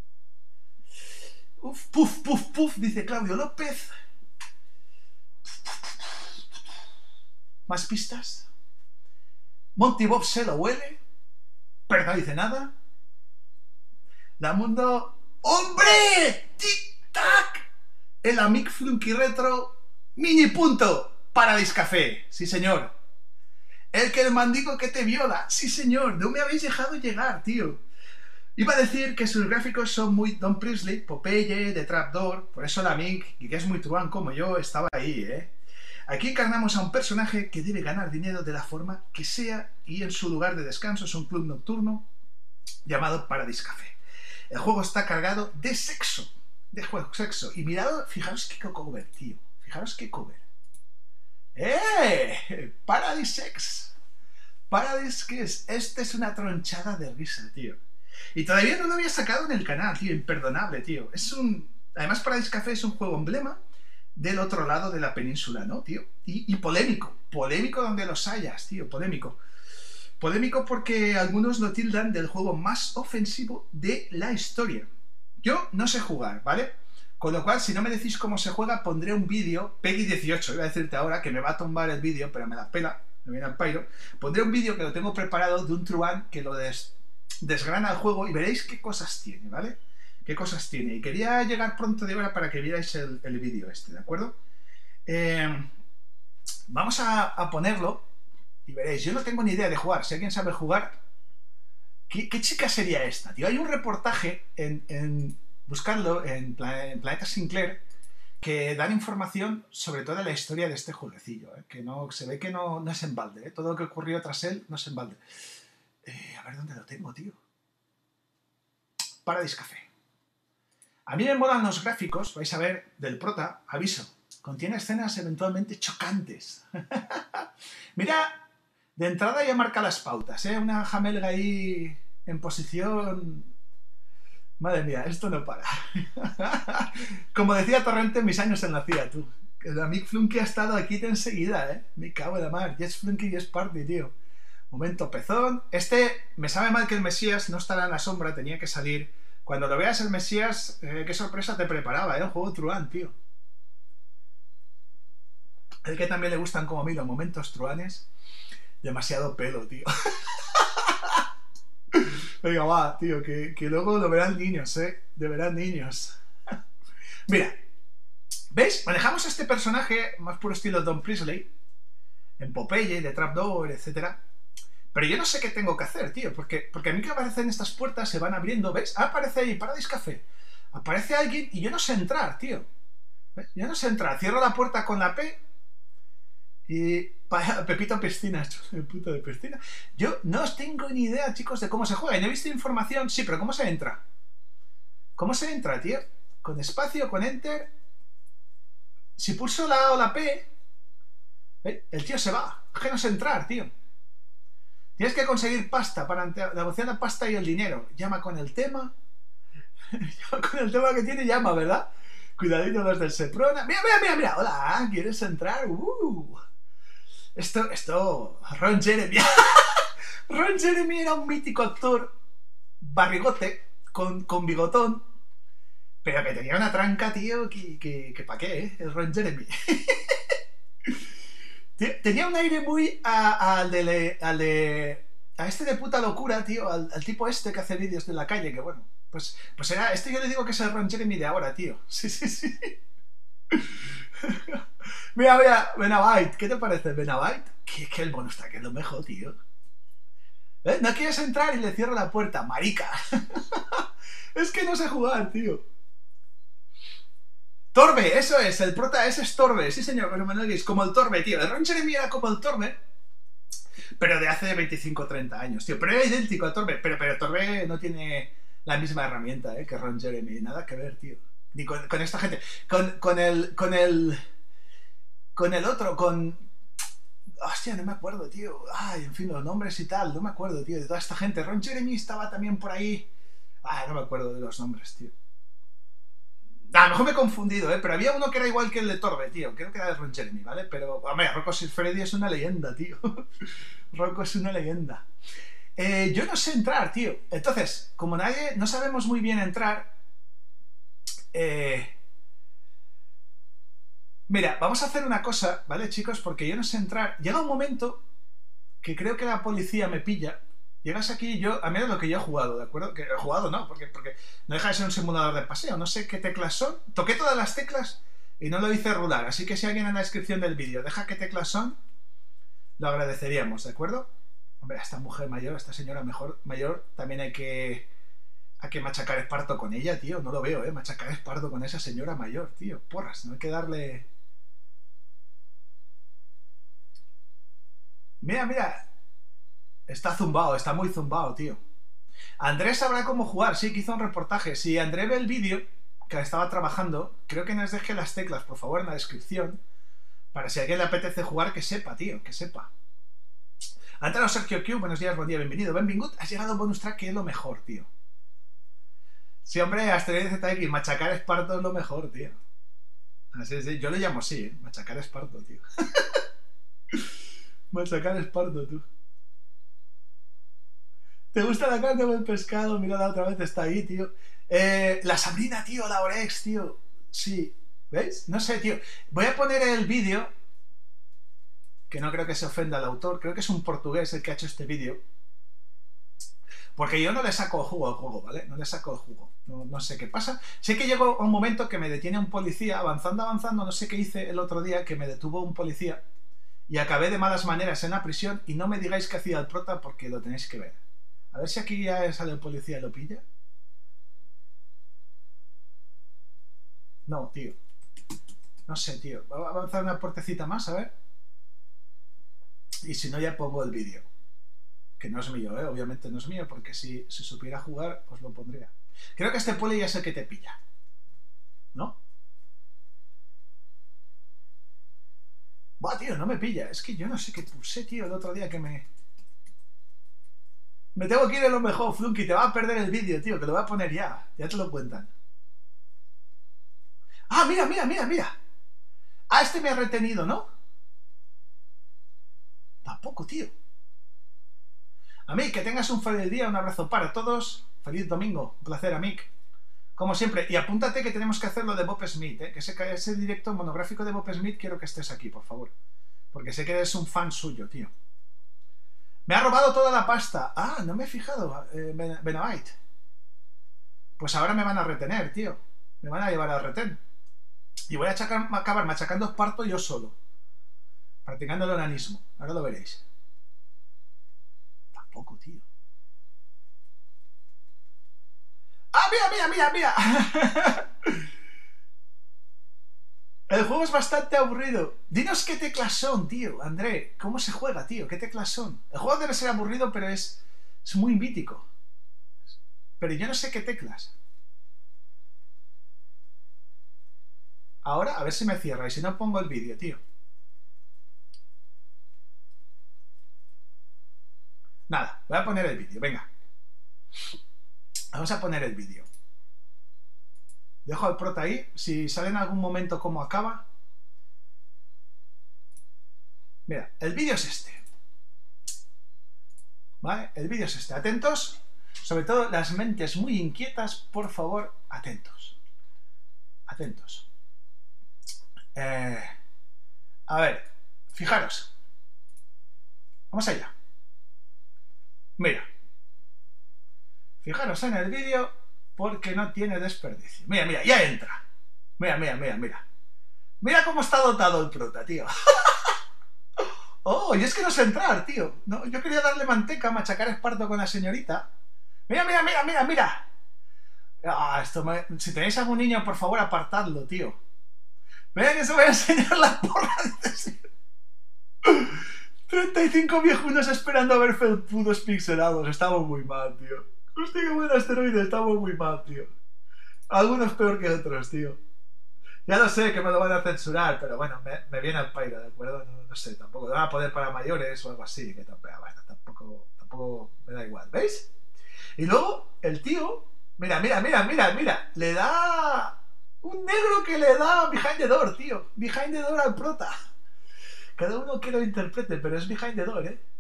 Uf, puf, puf, puf, dice Claudio López. ¿Más pistas? Monty Bob se lo huele, pero no dice nada. La Mundo... ¡Hombre! ¡Tic-tac! El Amic Flunky Retro mini punto para Discafé. Sí, señor. El que el mandico que te viola. Sí, señor. No me habéis dejado llegar, tío. Iba a decir que sus gráficos son muy Don Priestley, Popeye, de Trapdoor. Por eso el Amic, y que es muy truán como yo, estaba ahí, ¿eh? Aquí encarnamos a un personaje que debe ganar dinero de la forma que sea y en su lugar de descanso es un club nocturno llamado Paradise Café. El juego está cargado de sexo, de juego, sexo. Y mirad, fijaros qué cover, tío. Fijaros qué cover. ¡Eh! Paradise Sex. Paradise Kiss. Este es una tronchada de risa, tío. Y todavía no lo había sacado en el canal, tío. Imperdonable, tío. Es un... Además, Paradise Café es un juego emblema del otro lado de la península, ¿no, tío? Y, y polémico, polémico donde los hayas, tío, polémico. Polémico porque algunos lo tildan del juego más ofensivo de la historia. Yo no sé jugar, ¿vale? Con lo cual, si no me decís cómo se juega, pondré un vídeo, Peggy dieciocho, iba a decirte ahora, que me va a tumbar el vídeo, pero me la pela, me viene al pairo. Pondré un vídeo que lo tengo preparado de un truán que lo des, desgrana el juego y veréis qué cosas tiene, ¿vale? Qué cosas tiene. Y quería llegar pronto de hora para que vierais el, el vídeo este, ¿de acuerdo? Eh, vamos a, a ponerlo y veréis. Yo no tengo ni idea de jugar. Si alguien sabe jugar, ¿qué, qué chica sería esta, tío? Hay un reportaje en, en buscarlo en, en Planeta Sinclair que dan información sobre toda la historia de este jueguecillo, ¿eh? Que no, se ve que no, no es en balde, ¿eh? Todo lo que ocurrió tras él no es en balde. Eh, a ver dónde lo tengo, tío. Paradise Café. A mí me molan los gráficos, vais a ver, del prota, aviso, contiene escenas eventualmente chocantes. Mira, de entrada ya marca las pautas, ¿eh? Una jamelga ahí en posición... Madre mía, esto no para. Como decía Torrente, mis años en la C I A, tú. El Amic Flunky ha estado aquí de enseguida, ¿eh? Me cago en la mar. Yes Flunky, yes Party, tío. Momento pezón. Este, me sabe mal que el Mesías no estará en la sombra, tenía que salir. Cuando lo veas el Mesías, eh, qué sorpresa te preparaba, ¿eh? Un juego truán, tío. El que también le gustan como a mí los momentos truanes. Demasiado pelo, tío. Venga, va, tío, que, que luego lo verán niños, ¿eh? De verán niños. Mira, ¿veis? Manejamos a este personaje más puro estilo Don Priestley, en Popeye, de Trapdoor, etcétera. Pero yo no sé qué tengo que hacer, tío, porque, porque a mí que aparecen estas puertas, se van abriendo, ¿ves? Ah, aparece ahí, Paradise Café. Aparece alguien y yo no sé entrar, tío. ¿Ves? Yo no sé entrar. Cierro la puerta con la P y... Pepito Piscina, el puto de piscina. Yo no os tengo ni idea, chicos, de cómo se juega. Y no he visto información, sí, pero ¿cómo se entra? ¿Cómo se entra, tío? Con espacio, con enter. Si pulso la A o la P, ¿eh? El tío se va. Es que no sé entrar, tío. Tienes que conseguir pasta para negociar la pasta y el dinero. Llama con el tema. Llama con el tema que tiene, llama, ¿verdad? Cuidadito los del Seprona. Mira, mira, mira, mira. Hola, ¿quieres entrar? Uh. Esto, esto... Ron Jeremy. Ron Jeremy era un mítico actor barrigote, con, con bigotón, pero que tenía una tranca, tío, que, que, que pa' qué, ¿eh? El Ron Jeremy. Tenía un aire muy al de, al de... A este de puta locura, tío, al, al tipo este que hace vídeos de la calle, que bueno, pues, pues era... Este yo le digo que es el Ron Jeremy de ahora, tío. Sí, sí, sí. Mira, mira, Benavite, ¿qué te parece, Benavite? Que, que el mono está, que es lo mejor, tío. ¿Eh? No quieres entrar y le cierro la puerta, marica. Es que no sé jugar, tío. Torbe, eso es, el prota ese es Torbe, sí señor, es como el Torbe, tío. El Ron Jeremy era como el Torbe, pero de hace veinticinco o treinta años, tío. Pero era idéntico a Torbe, pero, pero Torbe no tiene la misma herramienta, ¿eh? Que Ron Jeremy, nada que ver, tío. Ni con, con esta gente. Con, con el... Con el... Con el otro, con... Hostia, no me acuerdo, tío. Ay, en fin, los nombres y tal, no me acuerdo, tío, de toda esta gente. Ron Jeremy estaba también por ahí. Ay, no me acuerdo de los nombres, tío. A lo mejor me he confundido, ¿eh? Pero había uno que era igual que el de Torbe, tío. Creo que era de Ron Jeremy, ¿vale? Pero, hombre, Rocco Siffredi es una leyenda, tío. Rocco es una leyenda. Eh, yo no sé entrar, tío. Entonces, como nadie... No sabemos muy bien entrar... Eh... Mira, vamos a hacer una cosa, ¿vale, chicos? Porque yo no sé entrar. Llega un momento que creo que la policía me pilla. Llegas aquí y yo... A mí es lo que yo he jugado, ¿de acuerdo? Que he jugado, no, porque, porque no deja de ser un simulador de paseo. No sé qué teclas son. Toqué todas las teclas y no lo hice rular. Así que si alguien en la descripción del vídeo deja qué teclas son, lo agradeceríamos, ¿de acuerdo? Hombre, a esta mujer mayor, a esta señora mejor mayor, también hay que... Hay que machacar esparto con ella, tío. No lo veo, ¿eh? Machacar esparto con esa señora mayor, tío. Porras, no hay que darle... Mira, mira. Está zumbado, está muy zumbado, tío. Andrés sabrá cómo jugar, sí, que hizo un reportaje. Si Andrés ve el vídeo, que estaba trabajando, creo que nos deje las teclas, por favor, en la descripción, para si a alguien le apetece jugar, que sepa, tío, que sepa. Ha entrado Sergio Q, buenos días, buen día, bienvenido. Benvingut, has llegado a un bonus track, que es lo mejor, tío. Sí, hombre, Asteroid Z X, machacar esparto es lo mejor, tío. Así es, yo le llamo así, ¿eh? Machacar esparto, tío. Machacar esparto, tú. ¿Te gusta la carne o el pescado? Mira, la otra vez está ahí, tío. Eh, la Sabrina, tío, la Orex, tío. Sí, ¿veis? No sé, tío. Voy a poner el vídeo, que no creo que se ofenda al autor. Creo que es un portugués el que ha hecho este vídeo. Porque yo no le saco jugo al juego, ¿vale? No le saco el jugo. No, no sé qué pasa. Sé que llegó un momento que me detiene un policía, avanzando, avanzando, no sé qué hice el otro día, que me detuvo un policía y acabé de malas maneras en la prisión, y no me digáis qué hacía el prota porque lo tenéis que ver. A ver si aquí ya sale el policía y lo pilla. No, tío. No sé, tío. Voy a avanzar una puertecita más, a ver. Y si no, ya pongo el vídeo. Que no es mío, ¿eh? Obviamente no es mío, porque si, si supiera jugar, os lo pondría. Creo que este poli ya es el que te pilla. ¿No? Buah, tío, no me pilla. Es que yo no sé qué puse, tío, el otro día que me... Me tengo que ir a lo mejor, Flunky. Te va a perder el vídeo, tío, que lo voy a poner ya. Ya te lo cuentan. Ah, mira, mira, mira, mira. Ah, este me ha retenido, ¿no? Tampoco, tío. Amic, que tengas un feliz día, un abrazo para todos. Feliz domingo, un placer, Amic. Como siempre, y apúntate que tenemos que hacer lo de Bob Smith, ¿eh? Que ese, ese directo monográfico de Bob Smith quiero que estés aquí, por favor. Porque sé que eres un fan suyo, tío. Me ha robado toda la pasta. Ah, no me he fijado, eh, Benavite. Pues ahora me van a retener, tío. Me van a llevar al retén. Y voy a achacar, acabar machacando esparto yo solo. Practicando el onanismo. Ahora lo veréis. Tampoco, tío. ¡Ah, mira, mira, mira, mira! El juego es bastante aburrido. Dinos qué teclas son, tío, André. ¿Cómo se juega, tío? ¿Qué teclas son? El juego debe ser aburrido, pero es, es muy mítico. Pero yo no sé qué teclas. Ahora, a ver si me cierra. Y si no, pongo el vídeo, tío. Nada, voy a poner el vídeo, venga. Vamos a poner el vídeo. Dejo al prota ahí. Si sale en algún momento cómo acaba. Mira, el vídeo es este. ¿Vale? El vídeo es este. Atentos. Sobre todo las mentes muy inquietas, por favor, atentos. Atentos. Eh, a ver, fijaros. Vamos allá. Mira. Fijaros en el vídeo porque no tiene desperdicio. Mira, mira, ya entra. Mira, mira, mira, mira. Mira cómo está dotado el prota, tío. Oh, y es que no sé entrar, tío. No, yo quería darle manteca, machacar esparto con la señorita. Mira, mira, mira, mira, mira. Ah, esto me... Si tenéis algún niño, por favor, apartadlo, tío. Mira que se voy a enseñar la porra. treinta y cinco viejunos esperando a ver felpudos pixelados. Estamos muy mal, tío. Hostia, qué buen asteroide. Estamos muy mal, tío. Algunos peor que otros, tío. Ya lo sé que me lo van a censurar, pero bueno, me, me viene al pairo, ¿de acuerdo? No, no sé, tampoco. Lo van a poner para mayores o algo así, que tampoco, bueno, tampoco, tampoco me da igual, ¿veis? Y luego, el tío, mira, mira, mira, mira, mira, le da un negro que le da Behind the Door, tío. Behind the Door al prota. Cada uno que lo interprete, pero es Behind the Door, ¿eh?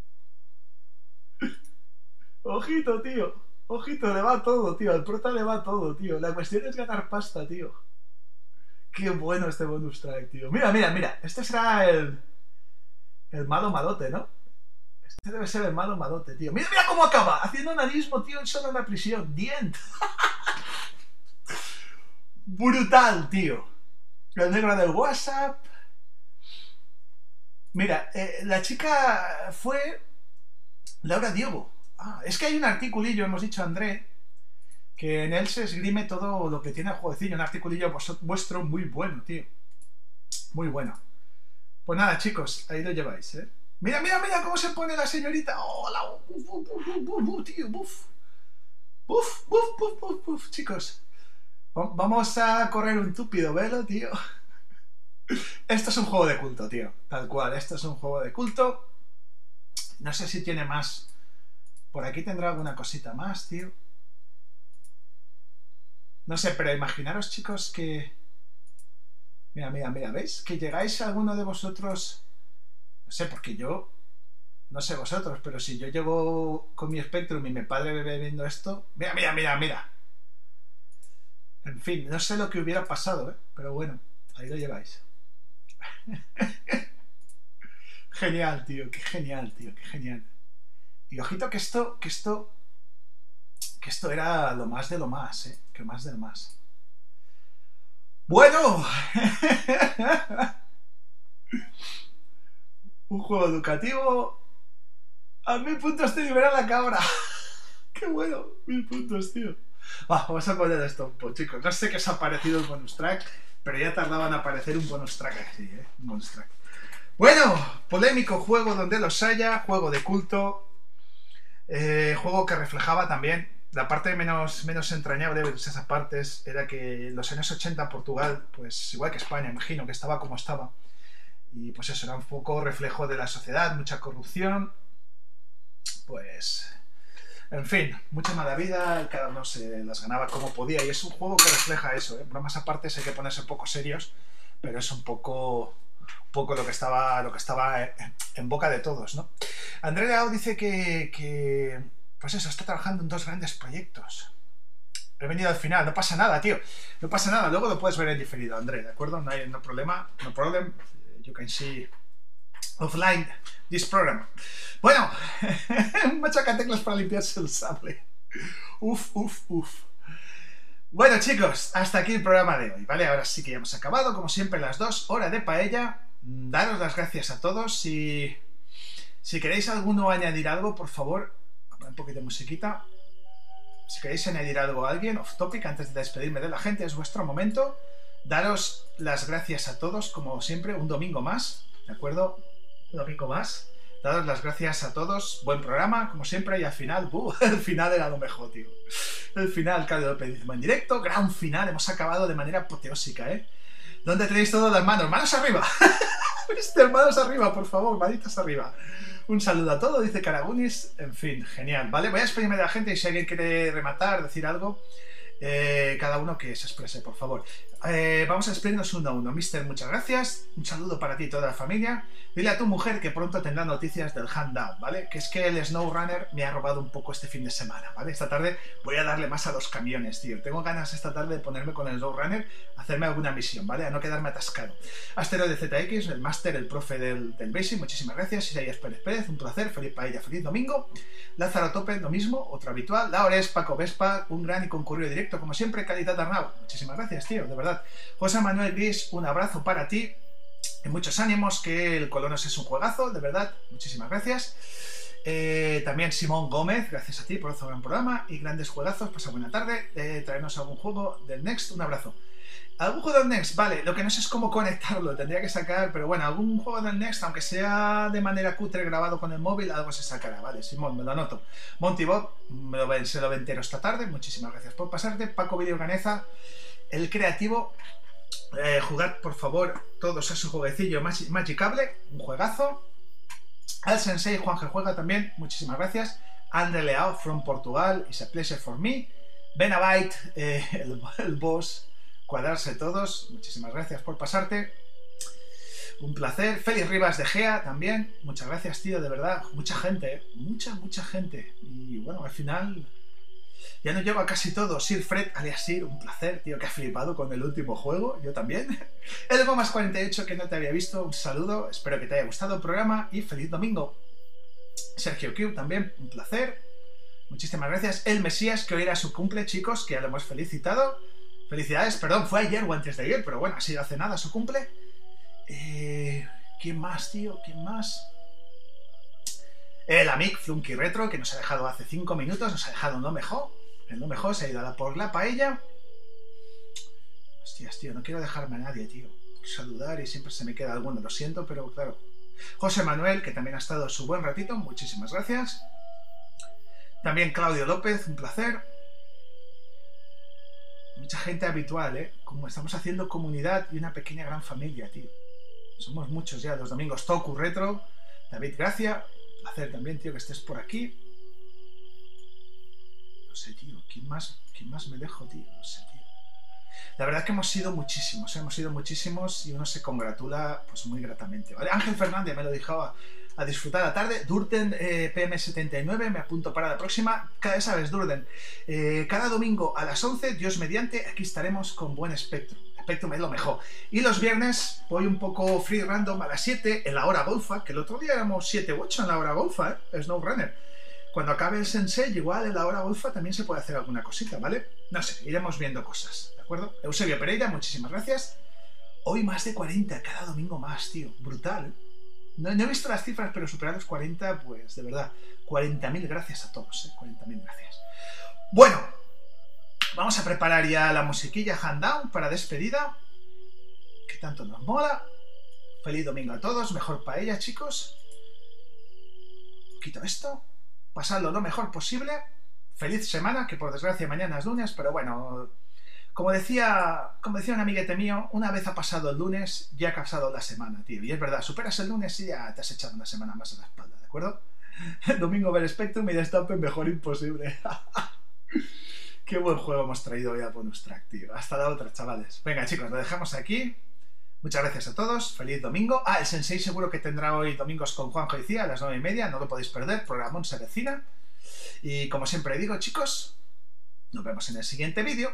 Ojito, tío. Ojito, le va todo, tío. Al prota le va todo, tío. La cuestión es ganar pasta, tío. Qué bueno este bonus track, tío. Mira, mira, mira. Este será el... El malo malote, ¿no? Este debe ser el malo malote, tío. Mira, mira cómo acaba. Haciendo onanismo, tío, solo en la prisión. Dient. Brutal, tío. El negro del WhatsApp. Mira, eh, la chica fue Laura Diogo. Ah, es que hay un articulillo, hemos dicho André, que en él se esgrime todo lo que tiene el jueguecillo. Un articulillo vuestro muy bueno, tío. Muy bueno. Pues nada, chicos, ahí lo lleváis, ¿eh? Mira, mira, mira cómo se pone la señorita. ¡Hola! ¡Buf, buf, buf, buf, buf, tío! ¡Buf! ¡Buf, buf, buf, buf, buf! Chicos, vamos a correr un túpido velo, tío. Esto es un juego de culto, tío. Tal cual, esto es un juego de culto. No sé si tiene más. Por aquí tendrá alguna cosita más, tío. No sé, pero imaginaros, chicos, que... Mira, mira, mira, ¿veis? Que llegáis a alguno de vosotros... No sé, porque yo... No sé vosotros, pero si yo llego con mi Spectrum y mi padre ve viendo esto... Mira, mira, mira, mira. En fin, no sé lo que hubiera pasado, ¿eh? Pero bueno, ahí lo lleváis. Genial, tío, qué genial, tío, qué genial. Y ojito que esto, que esto... Que esto era lo más de lo más, ¿eh? Que más de lo más. Bueno. Un juego educativo. A mil puntos te libera la cabra. Qué bueno, mil puntos, tío. Va, vamos a poner esto un poco, chicos. No sé qué os ha parecido el bonus track, pero ya tardaban en aparecer un bonus track así, ¿eh? Un bonus track. Bueno, polémico juego donde los haya, juego de culto, eh, juego que reflejaba también la parte menos, menos entrañable de esas partes era que en los años ochenta Portugal, pues igual que España, imagino que estaba como estaba, y pues eso era un poco reflejo de la sociedad, mucha corrupción, pues en fin, mucha mala vida, cada uno se las ganaba como podía, y es un juego que refleja eso, ¿eh? Bromas aparte, hay que ponerse un poco serios, pero es un poco un poco lo que estaba, lo que estaba en, en boca de todos, ¿no? André Leao dice que, que, pues eso, está trabajando en dos grandes proyectos. He venido al final, no pasa nada, tío. No pasa nada, luego lo puedes ver en diferido, André, ¿de acuerdo? No hay no problema, no problem. You can see offline this program. Bueno, machacateclas para limpiarse el sable. Uf, uf, uf. Bueno, chicos, hasta aquí el programa de hoy, ¿vale? Ahora sí que ya hemos acabado, como siempre, las dos horas de paella. Daros las gracias a todos. Si, si queréis alguno añadir algo, por favor, un poquito de musiquita. Si queréis añadir algo a alguien, off topic, antes de despedirme de la gente, es vuestro momento. Daros las gracias a todos, como siempre, un domingo más, ¿de acuerdo? Un domingo más. Daros las gracias a todos. Buen programa, como siempre, y al final, uh, el final era lo mejor, tío. El final, Claudio López en directo, gran final, hemos acabado de manera apoteósica, ¿eh? ¿Dónde tenéis todas las manos? ¡Manos arriba! Mister, manos arriba, por favor, manitas arriba. Un saludo a todos, dice Caragunis. En fin, genial, ¿vale? Voy a despedirme de la gente y si alguien quiere rematar, decir algo, eh, cada uno que se exprese, por favor. Eh, vamos a despedirnos uno a uno. Mister, muchas gracias. Un saludo para ti y toda la familia. Dile a tu mujer que pronto tendrá noticias del Handout, ¿vale? Que es que el SnowRunner me ha robado un poco este fin de semana, ¿vale? Esta tarde voy a darle más a los camiones, tío. Tengo ganas esta tarde de ponerme con el SnowRunner, hacerme alguna misión, ¿vale? A no quedarme atascado. Astero de Z X, el máster, el profe del, del Basic, muchísimas gracias. Isaías Pérez Pérez, un placer. Feliz paella, feliz domingo. Lázaro Tope, lo mismo, otro habitual. Laures, Paco Vespa, un gran y concurrido directo, como siempre. Calidad Arnau, muchísimas gracias, tío, de verdad. José Manuel Gris, un abrazo para ti. Y muchos ánimos, que el Colonos es un juegazo, de verdad, muchísimas gracias. Eh, también Simón Gómez, gracias a ti por otro gran programa y grandes juegazos, pasa buena tarde, eh, traernos algún juego del Next, un abrazo. ¿Algún juego del Next? Vale, lo que no sé es cómo conectarlo, tendría que sacar, pero bueno, algún juego del Next, aunque sea de manera cutre grabado con el móvil, algo se sacará, vale, Simón, me lo anoto. Monty Bob, me lo ven, se lo ve entero esta tarde, muchísimas gracias por pasarte. Paco Videoganeza, el creativo. Eh, jugad por favor todos a su jueguecillo Magicable, un juegazo. Al Sensei Juan G juega también, muchísimas gracias. André Leao from Portugal, is a pleasure for me. Benabite, eh, el, el boss, cuadrarse todos, muchísimas gracias por pasarte, un placer. Félix Rivas de Gea también, muchas gracias, tío, de verdad, mucha gente, ¿eh? mucha, mucha gente, y bueno, al final ya no llego a casi todo. Sir Fred, alias Sir, un placer, tío, que ha flipado con el último juego, yo también. El Gomas cuarenta y ocho, que no te había visto, un saludo, espero que te haya gustado el programa y feliz domingo. Sergio Q también, un placer, muchísimas gracias. El Mesías, que hoy era su cumple, chicos, que ya lo hemos felicitado. Felicidades, perdón, fue ayer o antes de ayer, pero bueno, ha sido hace nada su cumple. Eh, ¿Quién más, tío? ¿Quién más? El Amic Flunky Retro, que nos ha dejado hace cinco minutos, nos ha dejado no mejor. El no mejor se ha ido a por la paella. Hostias, tío, no quiero dejarme a nadie, tío. Por saludar y siempre se me queda alguno, lo siento, pero claro. José Manuel, que también ha estado su buen ratito, muchísimas gracias. También Claudio López, un placer. Mucha gente habitual, ¿eh? Como estamos haciendo comunidad y una pequeña gran familia, tío. Somos muchos ya los domingos. Toku Retro, David Gracia, placer también, tío, que estés por aquí. No sé, tío, ¿quién más, quién más me dejo, tío? No sé, tío. La verdad es que hemos sido muchísimos, ¿eh? Hemos sido muchísimos y uno se congratula, pues, muy gratamente, ¿vale? Ángel Fernández me lo dejaba a disfrutar la tarde. Durden eh, P M setenta y nueve, me apunto para la próxima. Cada vez sabes, Durden, eh, cada domingo a las once, Dios mediante, aquí estaremos con buen espectro. Spectrum es lo mejor. Y los viernes voy un poco free random a las siete en la hora golfa, que el otro día éramos siete u ocho en la hora golfa, ¿eh? SnowRunner. Cuando acabe el Sensei, igual en la hora golfa también se puede hacer alguna cosita, ¿vale? No sé, iremos viendo cosas, ¿de acuerdo? Eusebio Pereira, muchísimas gracias. Hoy más de cuarenta, cada domingo más, tío. Brutal, ¿eh? No, no he visto las cifras, pero superar los cuarenta, pues de verdad, cuarenta mil gracias a todos, ¿eh? cuarenta mil gracias. Bueno, vamos a preparar ya la musiquilla hand down para despedida, que tanto nos mola. Feliz domingo a todos, mejor paella, chicos. Quito esto, pasadlo lo mejor posible. Feliz semana, que por desgracia mañana es lunes, pero bueno, como decía, como decía un amiguete mío, una vez ha pasado el lunes, ya ha pasado la semana, tío. Y es verdad, superas el lunes y ya te has echado una semana más a la espalda, ¿de acuerdo? El domingo ver Spectrum y destape mejor imposible. Qué buen juego hemos traído hoy a Bonus Track, tío. Hasta la otra, chavales. Venga, chicos, lo dejamos aquí. Muchas gracias a todos, feliz domingo. Ah, el Sensei seguro que tendrá hoy domingos con Juanjo y Cía a las nueve y media, no lo podéis perder, programón se avecina. Y como siempre digo, chicos, nos vemos en el siguiente vídeo.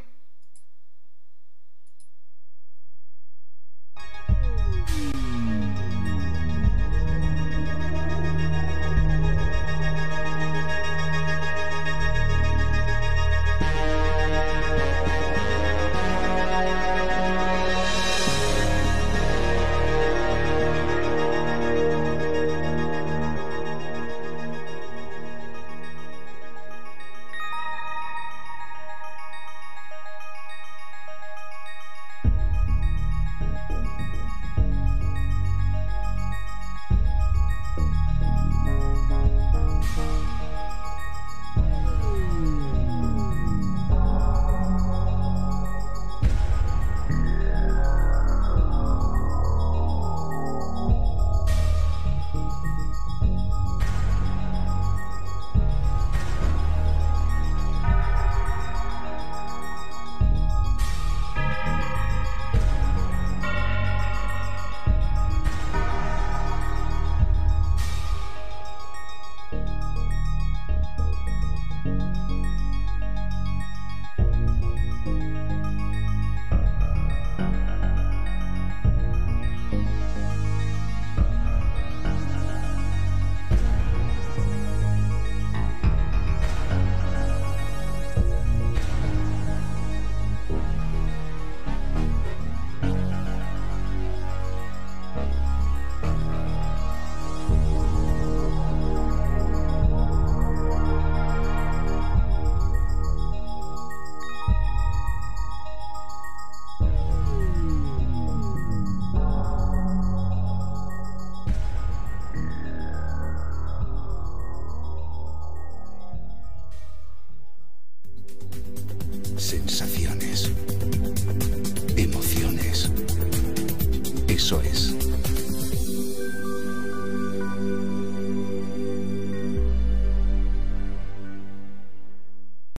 Sensaciones, emociones. Eso es